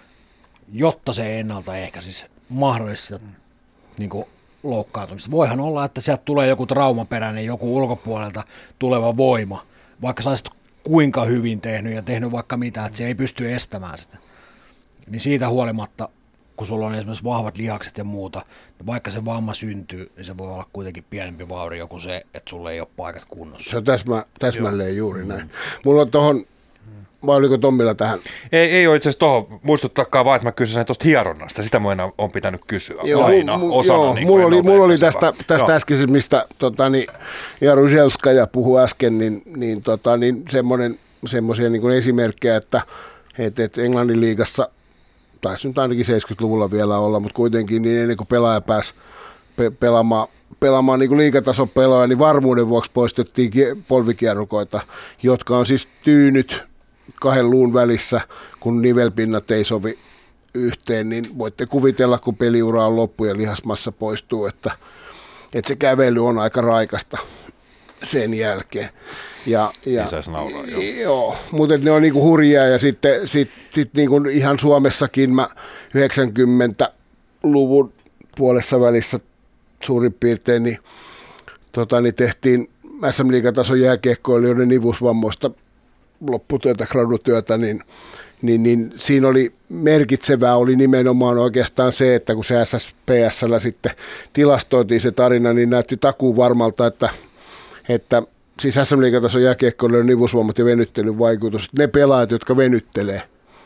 jotta se ennaltaehkäisisi mahdollista niin kuin loukkaantumista. Voihan olla, että sieltä tulee joku traumaperäinen, joku ulkopuolelta tuleva voima, vaikka sä olisit kuinka hyvin tehnyt ja tehnyt vaikka mitä, että se ei pysty estämään sitä. Niin siitä huolimatta, kun sulla on esimerkiksi vahvat lihakset ja muuta, niin vaikka se vamma syntyy, niin se voi olla kuitenkin pienempi vaurio kuin se, että sulla ei ole paikat kunnossa. Se on täsmä, täsmälleen Joo. juuri näin. Mulla on tuohon, vai oliko Tommilla tähän? Ei, ei ole itse asiassa tuohon, muistuttakaa vaan, että mä kysyin tuosta hieronnasta, sitä mun on pitänyt kysyä Joo, aina mu, osana. joo, niin mulla oli, mulla oli tästä, tästä äskeisestä, mistä tota, niin, Jaru Želskaja puhui äsken, niin, niin, tota, niin semmoisia niin esimerkkejä, että et, et Englannin liigassa taisi nyt ainakin seitsemänkymmentäluvulla vielä olla, mutta kuitenkin niin ennen kuin pelaaja pääsi pe- pelaamaan, pelaamaan niin kuin liigatason pelaaja, niin varmuuden vuoksi poistettiin polvikierrukoita, jotka on siis tyynyt kahden luun välissä, kun nivelpinnat ei sovi yhteen, niin voitte kuvitella, kun peliura on loppu ja lihasmassa poistuu, että, että se kävely on aika raikasta sen jälkeen. Ja, ja, nauraa, joo. joo, mutta ne on niinku hurjia ja sitten sit, sit niinku ihan Suomessakin mä yhdeksänkymmentäluvun puolessa välissä suurin piirtein niin, tota, niin tehtiin S M-liigatason jääkiekkoilijoiden nivusvammoista lopputyötä, gradutyötä, niin, niin, niin siinä oli merkitsevää oli nimenomaan oikeastaan se, että kun se S S P S:llä sitten tilastoitiin se tarina, niin näytti takuun varmalta, että, että siis S M-liigatason jääkiekkoilijoiden nivusvammat ja venyttelyn vaikutus, ne pelaajat, jotka venyttelee,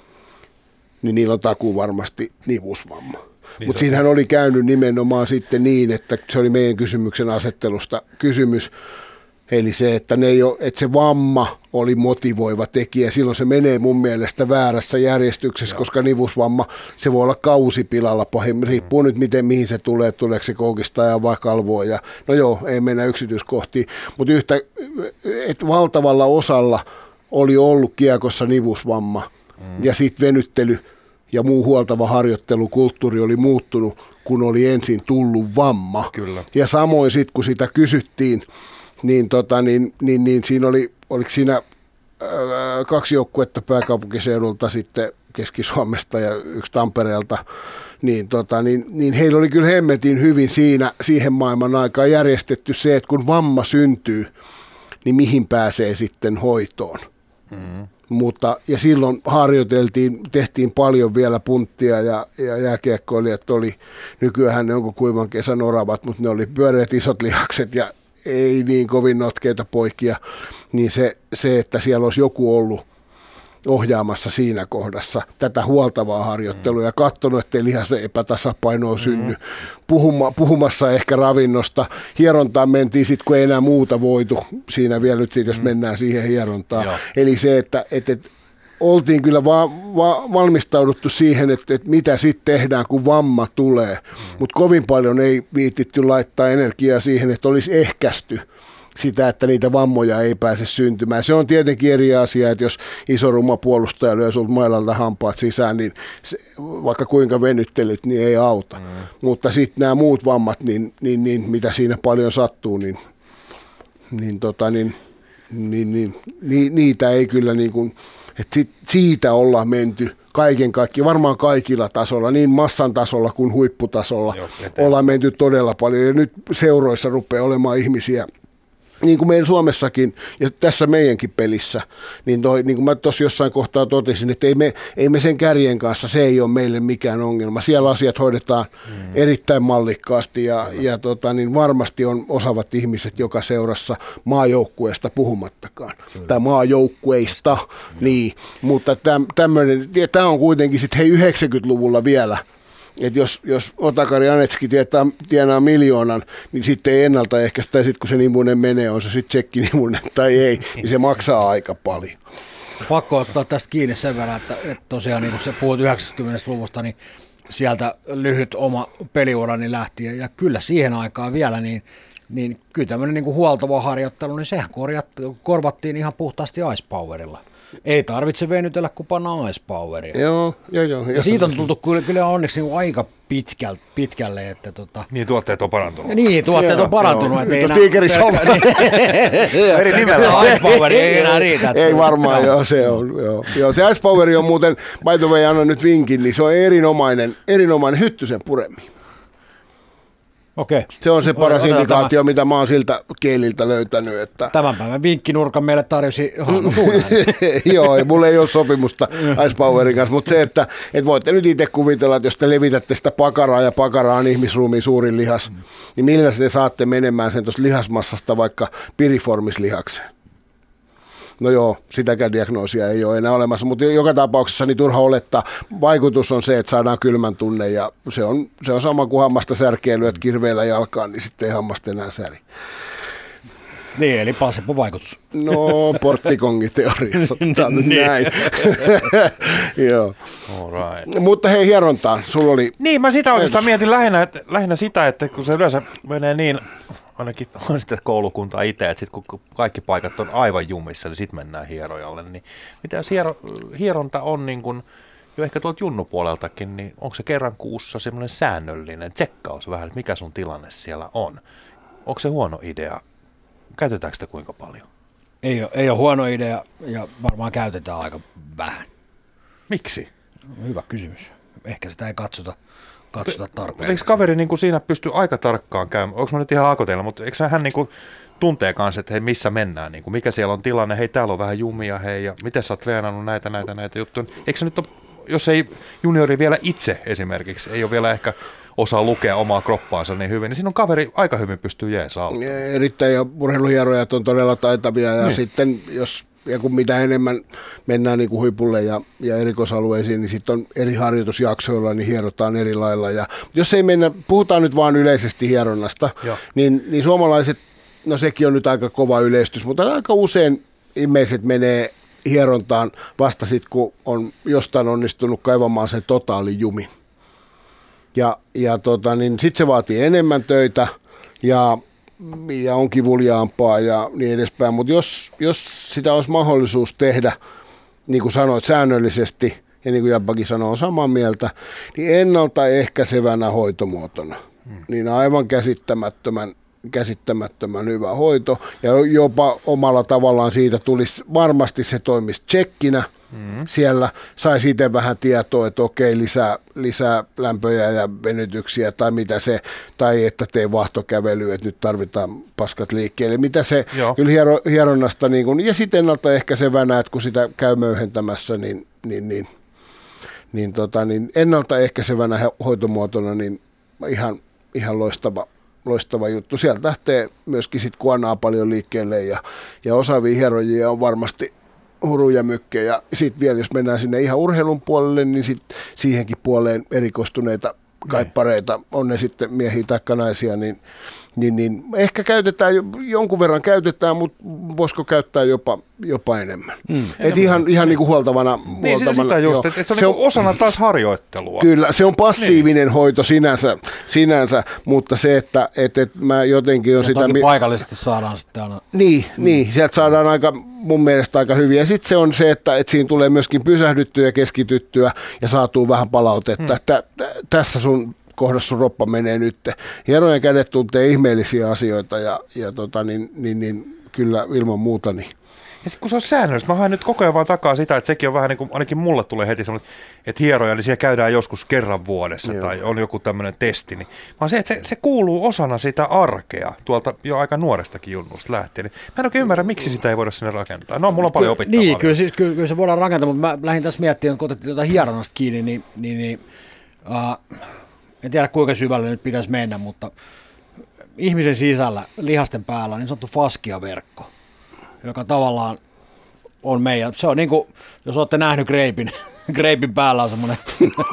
niin niillä on takuun varmasti nivusvamma. Niin mutta siinähän oli käynyt nimenomaan sitten niin, että se oli meidän kysymyksen asettelusta kysymys, Eli se, että, ne ei ole, että se vamma oli motivoiva tekijä. Silloin se menee mun mielestä väärässä järjestyksessä, joo. koska nivusvamma, se voi olla kausipilalla pahin. Riippuu mm. nyt, miten, mihin se tulee, tuleeko se koukistaa vai kalvoa. Ja, no joo, ei mennä yksityiskohtiin. Mutta yhtä, että valtavalla osalla oli ollut kiekossa nivusvamma. Mm. Ja sitten venyttely ja muu huoltava harjoittelukulttuuri oli muuttunut, kun oli ensin tullut vamma. Kyllä. Ja samoin sitten, kun sitä kysyttiin, niin, tota, niin, niin, niin siinä oli, oliko siinä ää, kaksi joukkuetta pääkaupunkiseudulta sitten Keski-Suomesta ja yksi Tampereelta, niin, tota, niin, niin heillä oli kyllä hemmetin hyvin siinä siihen maailman aikaan järjestetty se, että kun vamma syntyy, niin mihin pääsee sitten hoitoon. Mm. Mutta, ja silloin harjoiteltiin, tehtiin paljon vielä punttia ja, ja jääkiekkoilijat oli, nykyään ne onko kuivan kesän oravat, mutta ne oli pyöreät isot lihakset ja ei niin kovin notkeita poikia, niin se, se, että siellä olisi joku ollut ohjaamassa siinä kohdassa tätä huoltavaa harjoittelua ja katsonut, ettei lihasen epätasapainoa synny. Puhuma, puhumassa ehkä ravinnosta. Hierontaan mentiin sitten, kun ei enää muuta voitu siinä vielä nyt, jos mennään siihen hierontaan. Joo. Eli se, että et, et, oltiin kyllä va, va, valmistauduttu siihen, että, että mitä sitten tehdään, kun vamma tulee. Mm. Mutta kovin paljon ei viititty laittaa energiaa siihen, että olisi ehkäisty sitä, että niitä vammoja ei pääse syntymään. Se on tietenkin eri asia, että jos iso ruma puolustaja lyö sulta mailalta hampaat sisään, niin se, vaikka kuinka venyttelyt, niin ei auta. Mm. Mutta sitten nämä muut vammat, niin, niin, niin mitä siinä paljon sattuu, niin, niin, tota, niin, niin, niin, niin niitä ei kyllä niin kuin, että sit, siitä ollaan menty kaiken kaikkiaan, varmaan kaikilla tasolla, niin massan tasolla kuin huipputasolla. Joo, ollaan menty todella paljon ja nyt seuroissa rupeaa olemaan ihmisiä, niin kuin meidän Suomessakin ja tässä meidänkin pelissä, niin, toi, niin kuin mä tuossa jossain kohtaa totesin, että ei me, ei me sen kärjen kanssa, se ei ole meille mikään ongelma. Siellä asiat hoidetaan mm. erittäin mallikkaasti ja, ja tota, niin varmasti on osaavat ihmiset joka seurassa maajoukkueesta puhumattakaan. Kyllä. Tai maajoukkueista, mm. niin. Mutta tämä on kuitenkin sitten hei yhdeksänkymmentäluvulla vielä. Että jos, jos Otakari Anetski tietää, tienaa miljoonan, niin sitten ei ennaltaehkäistä, ja sitten kun se nimunen menee, on se sitten tsekkinimunen tai ei, niin se maksaa aika paljon. Pakko ottaa tästä kiinni sen verran, että, että tosiaan niin kun sä puhut yhdeksänkymmentäluvusta, niin sieltä lyhyt oma peliurani lähti, ja kyllä siihen aikaan vielä, niin, niin kyllä tämmöinen niin kuin huoltava harjoittelu, niin sehän korvattiin ihan puhtaasti Ice Powerilla. Ei tarvitse venytellä, kun pannaan Ice Poweria. Joo, joo, joo. Ja siitä on tultu kyllä, kyllä onneksi niin aika pitkälle, pitkälle, että tota... Niin, tuotteet on parantunut. Niin, tuotteet joo, on parantunut. Joo. Että ei enää... Tiikerissä on. Eri nimellä. Ice Power ei enää riitä. Ei varmaan, joo, se on. Joo. Joo, se Ice Power on muuten, by the way, annan nyt vinkin, niin se on erinomainen, erinomainen Hyttysen puremmi. Okei. Se on se paras indikaatio, tämä, mitä mä oon siltä keililtä löytänyt. Että... Tämän päivän vinkkinurkan meille tarjosi Hannu Tuunainen. Joo, ja mulla ei ole sopimusta Ice Powerin kanssa, mutta se, että, että voitte nyt itse kuvitella, että jos te levitätte sitä pakaraa, ja pakara on ihmisruumiin suurin lihas, mm. niin millä te saatte menemään sen tuosta lihasmassasta vaikka piriformislihakseen? No joo, sitäkään diagnoosia ei ole enää olemassa, mutta joka tapauksessa niin turha olettaa. Vaikutus on se, että saadaan kylmän tunne ja se on, se on sama kuin hammasta särkeilyä, että kirveellä jalkaan, niin sitten ei hammasta enää säri. Niin, eli placebo-vaikutus. No, porttikongiteoriassa ottaa nyt näin. Joo. Right. Mutta hei, hierontaan, sulla oli... Niin, mä sitä oikeastaan mietin lähinnä, että, lähinnä sitä, että kun se yleensä menee niin... Ainakin on sitten koulukunta itse, että sit kun kaikki paikat on aivan jumissa, niin sitten mennään hierojalle. Niin mitä jos hiero, hieronta on niin kun, jo ehkä tuolta junnupuoleltakin, niin onko se kerran kuussa semmoinen säännöllinen tsekkaus vähän, että mikä sun tilanne siellä on? Onko se huono idea? Käytetäänkö sitä kuinka paljon? Ei ole, ei ole huono idea ja varmaan käytetään aika vähän. Miksi? Hyvä kysymys. Ehkä sitä ei katsota. Katsota tarpeeksi. Eikö kaveri niin kuin siinä pysty aika tarkkaan käymään? Onko mä nyt ihan akoteilla, mutta eikö hän niin kuin tuntee kanssa, että hei, missä mennään? Niin kuin, mikä siellä on tilanne? Hei, täällä on vähän jumia, hei, ja miten sä oot treenannut näitä, näitä, näitä juttuja? Eikö se nyt ole, jos ei juniori vielä itse esimerkiksi, ei ole vielä ehkä osaa lukea omaa kroppaansa niin hyvin, niin siinä on kaveri aika hyvin pystyy jeesaamaan. Erittäin, ja urheiluhierojat on todella taitavia, ja niin. Sitten jos... Ja kun mitä enemmän mennään niin kuin huipulle ja, ja erikoisalueisiin, niin sitten on eri harjoitusjaksoilla, niin hierotaan eri lailla. Ja jos ei mennä, puhutaan nyt vaan yleisesti hieronnasta, niin, niin suomalaiset no sekin on nyt aika kova yleistys, mutta aika usein ihmiset menee hierontaan vasta sitten, kun on jostain onnistunut kaivamaan sen totaalijumi. Ja, ja tota, niin sitten se vaatii enemmän töitä ja, ja on kivuliaampaa ja niin edespäin. Mutta jos, jos sitä olisi mahdollisuus tehdä, niin kuin sanoit, säännöllisesti, ja niin kuin Jabbakin sanoo, on samaa mieltä, niin ennaltaehkäisevänä hoitomuotona, hmm. niin aivan käsittämättömän, käsittämättömän hyvä hoito. Ja jopa omalla tavallaan siitä tulisi, varmasti se toimisi tsekkinä, Mm-hmm. siellä saisi itse vähän tietoa, että okei, lisää, lisää lämpöjä ja venytyksiä tai mitä se, tai että tee vaahtokävelyä, että nyt tarvitaan paskat liikkeelle. Mitä se Joo. kyllä hiero, hieronnasta, niin kun, ja sitten ennaltaehkäisevänä, että kun sitä käy möyhentämässä, niin, niin, niin, niin, tota, niin ennaltaehkäisevänä hoitomuotona niin ihan, ihan loistava, loistava juttu. Sieltä lähtee myöskin sit kuonaa paljon liikkeelle ja, ja osaavia hierojia on varmasti huruja mykkejä. Ja sitten vielä, jos mennään sinne ihan urheilun puolelle, niin sit siihenkin puoleen erikoistuneita kaippareita, on ne sitten miehiä tai naisia, niin, niin, niin ehkä käytetään, jonkun verran käytetään, mutta voisiko käyttää jopa, jopa enemmän. Mm. Et ihan, ihan niin kuin huoltavana. Niin, huoltavana, sitä just, että se on, se on niin osana taas harjoittelua. Kyllä, se on passiivinen niin. hoito sinänsä, sinänsä, mutta se, että et, et mä jotenkin on ja sitä... Mi- paikallisesti saadaan sitten aina... Niin, mm. niin, sieltä saadaan aika, mun mielestä aika hyviä. Ja sitten se on se, että et siinä tulee myöskin pysähdyttyä ja keskityttyä ja saatuu vähän palautetta, mm. että tässä sun kohdassa sun roppa menee nyt. Hierojen kädet tuntee ihmeellisiä asioita ja, ja tota, niin, niin, niin, kyllä ilman muuta. Niin. Ja sitten kun se on säännöllistä, mä haen nyt koko ajan vaan takaa sitä, että sekin on vähän niin kuin, ainakin mulle tulee heti sellainen, että hieroja, niin siellä käydään joskus kerran vuodessa Joo. tai on joku tämmöinen testi. Niin, vaan se, että se, se kuuluu osana sitä arkea, tuolta jo aika nuorestakin junnusta lähtien. Niin mä en oikein ymmärrä, miksi sitä ei voida sinne rakentaa. No, mulla on paljon opittavaa. Niin, kyllä, siis, kyllä, kyllä se voidaan rakentaa, mutta mä lähdin tässä miettimään, kun otettiin jotain hieronnasta kiinni, niin... niin, niin uh, en tiedä kuinka syvälle nyt pitäisi mennä, mutta ihmisen sisällä, lihasten päällä on niin sanottu faskiaverkko, joka tavallaan on meidän, se on niin kuin, jos olette nähnyt greipin, greipin päällä on semmoinen,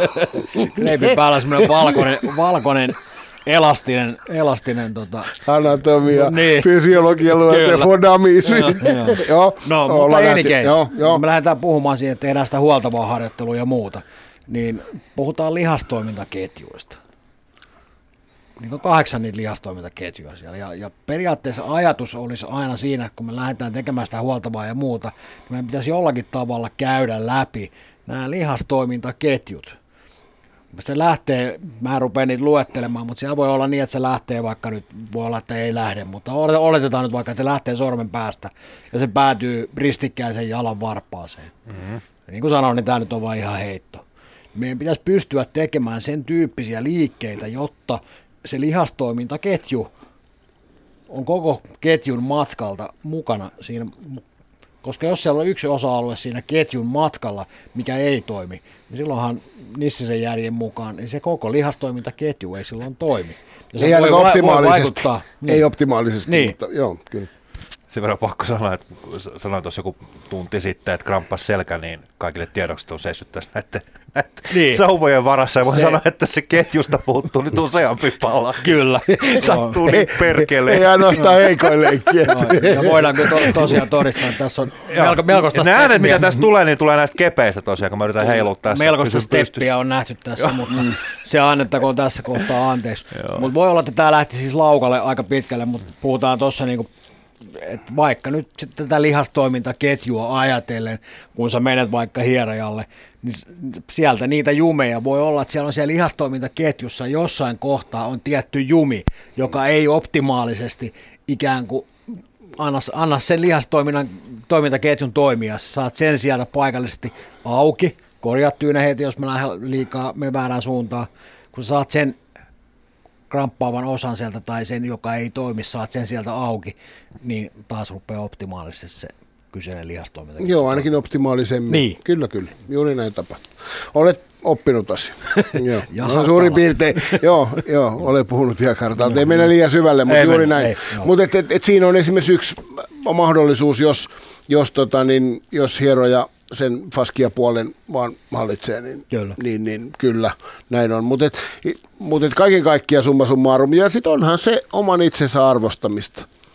greipin päällä on semmoinen valkoinen, valkoinen elastinen, elastinen tota, anatomia, niin. fysiologia, luote, fodamismi. Joo, no, mutta enikään, me lähdetään puhumaan siihen, että tehdään sitä huoltavaa harjoittelua ja muuta. Niin puhutaan lihastoimintaketjuista. Niin on kahdeksan niitä lihastoimintaketjuja siellä. Ja, ja periaatteessa ajatus olisi aina siinä, että kun me lähdetään tekemään sitä huoltavaa ja muuta, niin meidän pitäisi jollakin tavalla käydä läpi nämä lihastoimintaketjut. Se lähtee, mä en rupea niitä luettelemaan, mutta siellä voi olla niin, että se lähtee vaikka nyt, voi olla, että ei lähde, mutta oletetaan nyt vaikka, että se lähtee sormen päästä ja se päätyy ristikkäisen jalan varpaaseen. Mm-hmm. Niin kuin sanoin, niin tämä nyt on vain ihan heitto. Meidän pitäisi pystyä tekemään sen tyyppisiä liikkeitä, jotta se lihastoimintaketju on koko ketjun matkalta mukana siinä, koska jos siellä on yksi osa-alue siinä ketjun matkalla, mikä ei toimi, niin silloinhan Nissisen järjen mukaan niin se koko lihastoimintaketju ei silloin toimi. Ja se ei voi, optimaalisesti, voi niin. ei optimaalisesti, niin. mutta joo, kyllä. Sen verran pakko sanoa, että sanoin tuossa joku tunti sitten, että kramppas selkä, niin kaikille tiedoksi on seissyt tässä näiden, näiden niin. sauvojen varassa. Ja voin se... sanoa, että se ketjusta puuttuu nyt useampi pala. Kyllä. Sattuu niin perkeleen. Ei ainoastaan heikoin leikkiä. Ja voidaan kyllä to, tosiaan todistaa, että tässä on melko, melkoista steppiä. Ne äänet, mitä tästä tulee, niin tulee näistä kepeistä tosiaan, kun mä yritän heiluttaa tässä. Melkoista steppiä on nähty tässä, mutta se annettakoon tässä kohtaa anteeksi. Mutta voi olla, että tämä lähti siis laukalle aika pitkälle, mutta puhutaan tuossa niinku että vaikka nyt tätä lihastoimintaketjua ajatellen, kun sä menet vaikka hierajalle, niin sieltä niitä jumeja voi olla, että siellä on siellä lihastoimintaketjussa jossain kohtaa on tietty jumi, joka ei optimaalisesti ikään kuin anna, anna sen lihastoiminnan toimintaketjun toimia. Sä saat sen sieltä paikallisesti auki, korjaa tyynä heti, jos me lähdemme liikaa, me väärään suuntaan, kun sä saat sen kramppaavan osan sieltä tai sen, joka ei toimi, saat sen sieltä auki, niin taas rupeaa optimaalisesti se kyseinen lihastoiminta. Joo, ainakin optimaalisemmin. Niin. Kyllä, kyllä. Juuri näin tapahtuu. Olet oppinut asia. Joo. No, suurin piirtein, joo, joo, olen puhunut tiekartalta. Ei mennä liian syvälle, mutta ei juuri mennä, näin. Mutta et, et, et siinä on esimerkiksi yksi mahdollisuus, jos, jos, tota, niin, jos hieroja sen faskiapuolen vaan hallitsee, niin kyllä, niin, niin, kyllä näin on. Mutta mut kaiken kaikkiaan summa summarum, ja sitten onhan se oman itsensä arvostamista.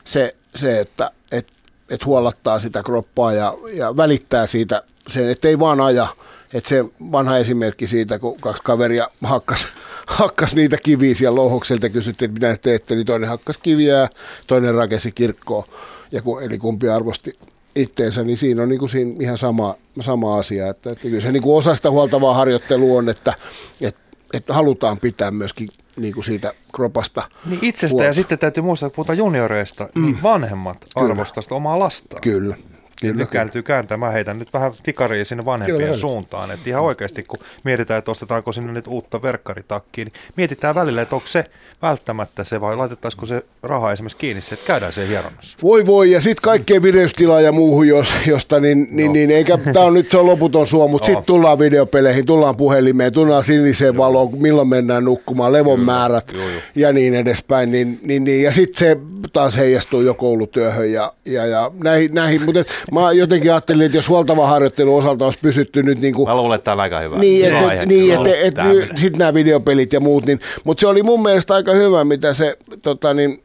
se, se että et, et huollattaa sitä kroppaa ja, ja välittää siitä sen, ettei vaan aja. Että se vanha esimerkki siitä, kun kaksi kaveria hakkas, hakkas niitä kiviä siellä louhokselta ja kysyttiin, että mitä ne teette, niin toinen hakkas kiviä ja toinen rakensi kirkkoa. Ja kun, eli kumpi arvosti itteensä, niin siinä on niin kuin siinä ihan sama, sama asia. Että, että kyllä se niin kuin osa sitä huoltavaa harjoittelua on, että, että, että halutaan pitää myöskin niin kuin siitä kropasta niin itsestä huolta. Ja sitten täytyy muistaa, että puhutaan junioreista, mm. niin vanhemmat arvostaa sitä omaa lastaan. Kyllä. Kyllä, nyt kääntyy kääntää. Mä heitän nyt vähän tikaria sinne vanhempien kyllä, suuntaan. Että ihan oikeasti, kun mietitään, että ostetaanko sinne nyt uutta verkkaritakkiä, niin mietitään välillä, että onko se välttämättä se vai laitettaisiko se raha esimerkiksi kiinni, että käydään se hieronassa. Voi voi, ja sitten kaikkeen vireystilaa ja muuhun, jos, josta, niin, niin, no. niin eikä, tämä on nyt se on loputon suo, mutta no. sitten tullaan videopeleihin, tullaan puhelimeen, tullaan siniseen valoon, milloin mennään nukkumaan, levon kyllä, määrät joo, joo. ja niin edespäin. Niin, niin, niin, ja sitten se taas heijastuu jo koulutyöhön ja, ja, ja näihin, näihin mutta mä jotenkin ajattelin, että jos huoltava harjoittelu osalta olisi pysytty nyt niin kuin... Mä luulen, että tämä on aika hyvä. Niin, että et, niin, et, et, et, sitten nämä videopelit ja muut, niin, mutta se oli mun mielestä aika hyvä, mitä se tota, niin,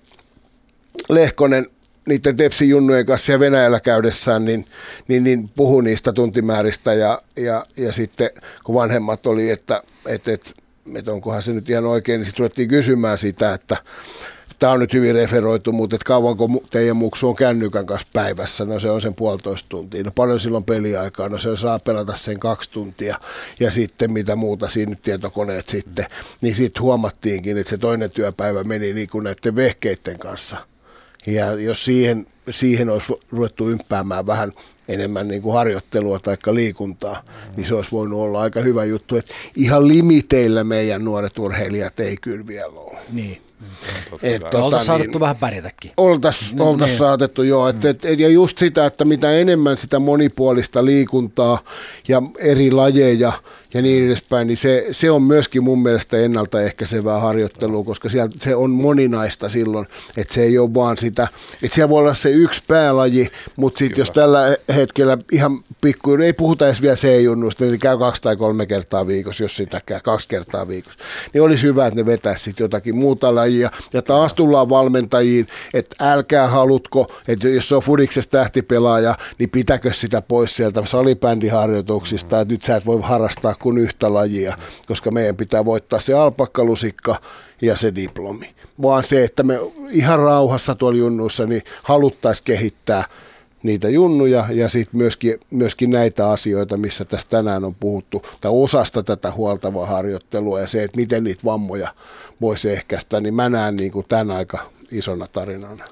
Lehkonen niiden Tepsi-junnujen kanssa ja Venäjällä käydessään, niin, niin, niin puhui niistä tuntimääristä ja, ja, ja sitten kun vanhemmat oli, että et, et, et onkohan se nyt ihan oikein, niin sitten ruvettiin kysymään sitä, että tämä on nyt hyvin referoitu, mutta että kauanko teidän muksu on kännykän kanssa päivässä? No se on sen puolitoista tuntia. No paljon silloin peliaikaa? No se saa pelata sen kaksi tuntia. Ja sitten mitä muuta siinä nyt tietokoneet sitten. Niin sitten huomattiinkin, että se toinen työpäivä meni niin kuin näiden vehkeiden kanssa. Ja jos siihen, siihen olisi ruvettu ympäämään vähän enemmän niin kuin harjoittelua tai liikuntaa, niin se olisi voinut olla aika hyvä juttu. Että ihan limiteillä meidän nuoret urheilijat ei kyllä vielä ole. Niin. Et, tota, oltaisiin saatettu niin, vähän pärjätäkin. Oltaisiin oltais niin. saatettu, joo. Et, et, et, ja just sitä, että mitä enemmän sitä monipuolista liikuntaa ja eri lajeja ja niin edespäin, niin se, se on myöskin mun mielestä ennaltaehkäisevää harjoittelua, koska siellä se on moninaista silloin, että se ei ole vaan sitä, että siellä voi olla se yksi päälaji, mutta sitten jos tällä hetkellä ihan pikku, ei puhuta edes vielä C-junnuista, niin käy kaksi tai kolme kertaa viikossa, jos sitäkään, kaksi kertaa viikossa, niin olisi hyvä, että ne vetäisi sitten jotakin muuta lajia, ja taas tullaan valmentajiin, että älkää halutko, että jos se on fudiksessa tähtipelaaja, niin pitäkö sitä pois sieltä salibändiharjoituksista, että nyt sä et voi harrastaa kuin yhtä lajia, koska meidän pitää voittaa se alpakkalusikka ja se diplomi. Vaan se, että me ihan rauhassa tuolla junnuissa niin haluttaisiin kehittää niitä junnuja ja sitten myöskin, myöskin näitä asioita, missä tässä tänään on puhuttu, tai osasta tätä huoltavaa harjoittelua ja se, että miten niitä vammoja voisi ehkäistä, niin mä näen niin kuin tämän aika isona tarinana.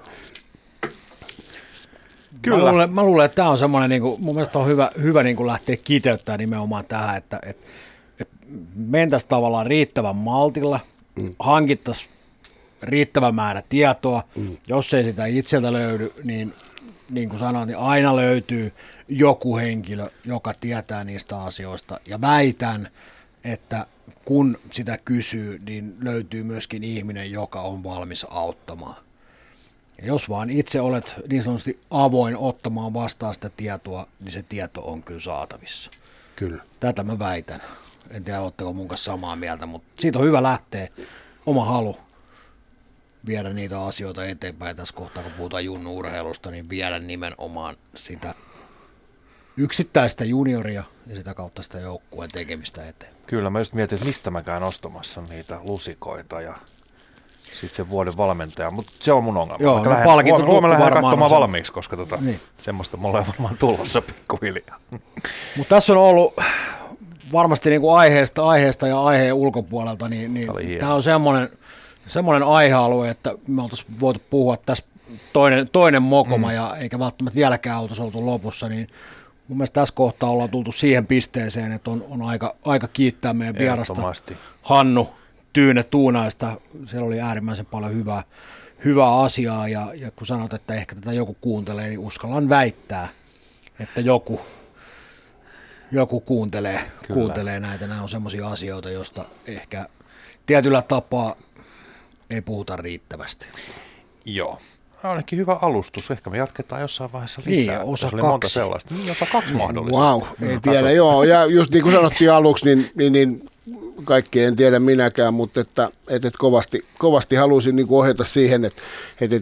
Kyllä. Mä luulen, mä luulen, että tämä on semmoinen, niin kuin, mun mielestä on hyvä, hyvä niin kuin lähteä kiteyttämään nimenomaan tähän, että, että, että mentäisiin tavallaan riittävän maltilla, mm. hankittaisiin riittävä määrä tietoa, mm. jos ei sitä itseltä löydy, niin niin kuin sanoin, niin aina löytyy joku henkilö, joka tietää niistä asioista, ja väitän, että kun sitä kysyy, niin löytyy myöskin ihminen, joka on valmis auttamaan. Ja jos vaan itse olet niin sanotusti avoin ottamaan vastaan sitä tietoa, niin se tieto on kyllä saatavissa. Kyllä. Tätä mä väitän. En tiedä, oletteko mun kanssa samaa mieltä, mutta siitä on hyvä lähteä. Oma halu viedä niitä asioita eteenpäin. Tässä kohtaa, kun puhutaan junnu-urheilusta, niin viedä nimenomaan sitä yksittäistä junioria ja sitä kautta sitä joukkueen tekemistä eteen. Kyllä, mä just mietin, että mistä mä käyn ostamassa niitä lusikoita ja sitten sen vuoden valmentaja, mutta se on mun ongelma. Joo, no palkinto huomenna lähden katsomaan valmiiksi, koska tota, niin. semmoista mulla on varmaan tulossa pikkuhiljaa. Mutta tässä on ollut varmasti niinku aiheesta, aiheesta ja aiheen ulkopuolelta, niin, niin tämä on semmoinen, semmoinen aihealue, että me oltaisiin voitu puhua tässä toinen, toinen mokoma, mm. ja eikä välttämättä vieläkään oltaisi oltu lopussa, niin mun mielestä tässä kohtaa ollaan tultu siihen pisteeseen, että on, on aika, aika kiittää meidän vierasta Hannu Tyyne Tuunaista. Siellä oli äärimmäisen paljon hyvää, hyvää asiaa, ja, ja kun sanot, että ehkä tätä joku kuuntelee, niin uskallan väittää, että joku, joku kuuntelee, kuuntelee näitä. Nämä on semmoisia asioita, joista ehkä tietyllä tapaa ei puhuta riittävästi. Joo. Ainakin hyvä alustus. Ehkä me jatketaan jossain vaiheessa lisää. Niin, osa oli kaksi. Monta sellaista. Niin, osa kaksi mahdollisesti. Wow, ei no, tiedä. Joo, ja just niin kuin sanottiin aluksi, niin, niin, niin kaikki en tiedä minäkään, mutta että, että kovasti, kovasti halusin niin kuin ohjata siihen, että, että jos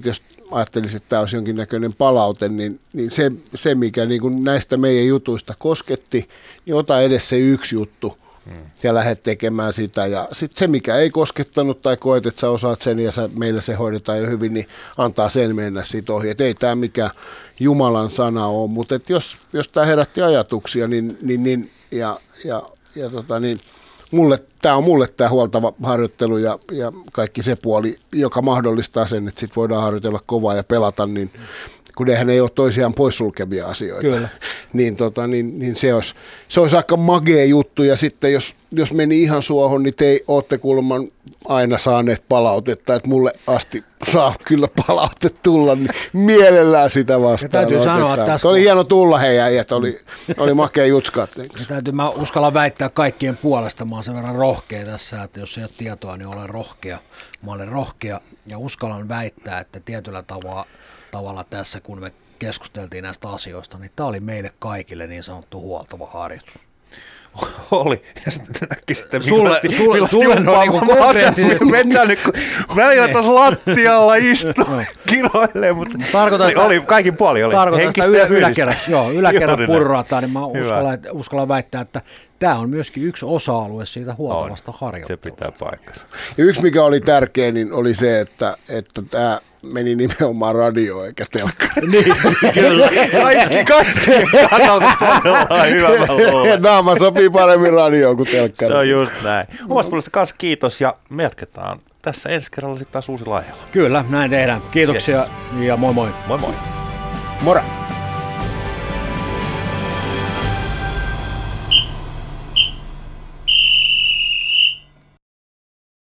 ajattelisin, että tämä olisi jonkinnäköinen palaute, niin, niin se, se, mikä niin kuin näistä meidän jutuista kosketti, niin ota edes se yksi juttu hmm. ja lähde tekemään sitä. Ja sitten se, mikä ei koskettanut tai koet, että sä osaat sen ja sä, meillä se hoidetaan jo hyvin, niin antaa sen mennä siitä ohi. Et ei tämä mikään Jumalan sana ole, mutta et jos, jos tämä herätti ajatuksia, niin, niin, niin ja, ja, ja tota, niin, mulle, tämä on mulle tämä huoltava harjoittelu ja, ja kaikki se puoli, joka mahdollistaa sen, että sit voidaan harjoitella kovaa ja pelata, niin kun eihän ei ole toisiaan poissulkevia asioita, Kyllä. niin, tota, niin, niin se, olisi, se olisi aika magea juttu. Ja sitten jos, jos meni ihan suohon, niin te olette kuulemma aina saaneet palautetta, että mulle asti saa kyllä palaute tulla, niin mielellään sitä vastaan. Täytyy sanoa, että tässä oli hieno tulla heidän, että oli, oli makea jutska. Täytyy, mä uskallan väittää kaikkien puolesta, mä oon sen verran rohkea tässä, että jos ei ole tietoa, niin olen rohkea. Mä olen rohkea ja uskallan väittää, että tietyllä tavalla tavalla tässä, kun me keskusteltiin näistä asioista, niin tämä oli meille kaikille niin sanottu huoltava harjoitus. Oli. Ja sitten näki sitten, sulle, sulle, sulle on niin kuin konkreettisesti. Vetänyt, kun välillä tuossa lattialla istui, kiroilee, mutta sitä, oli kaikin puoli. Oli tarkoitan sitä ylä, yläkerran, joo, yläkerran purrataan, niin mä uskallan, uskallan väittää, että tämä on myöskin yksi osa-alue siitä huoltavasta harjoittelusta. Se pitää paikkansa. Ja yksi, mikä oli tärkeä, niin oli se, että, että tämä meni nimenomaan radio eikä telkkari. Niin, kyllä. Kaikki, kaikki kannalta todella hyvä luulen. Naama sopii paremmin radioon kuin telkkari. Se on just näin. Omasta puolesta kanssa kiitos ja me jatketaan tässä ensi kerralla sitten taas uusilla aiheilla. Kyllä, näin tehdään. Kiitoksia yes. ja moi moi. Moi moi. Moro.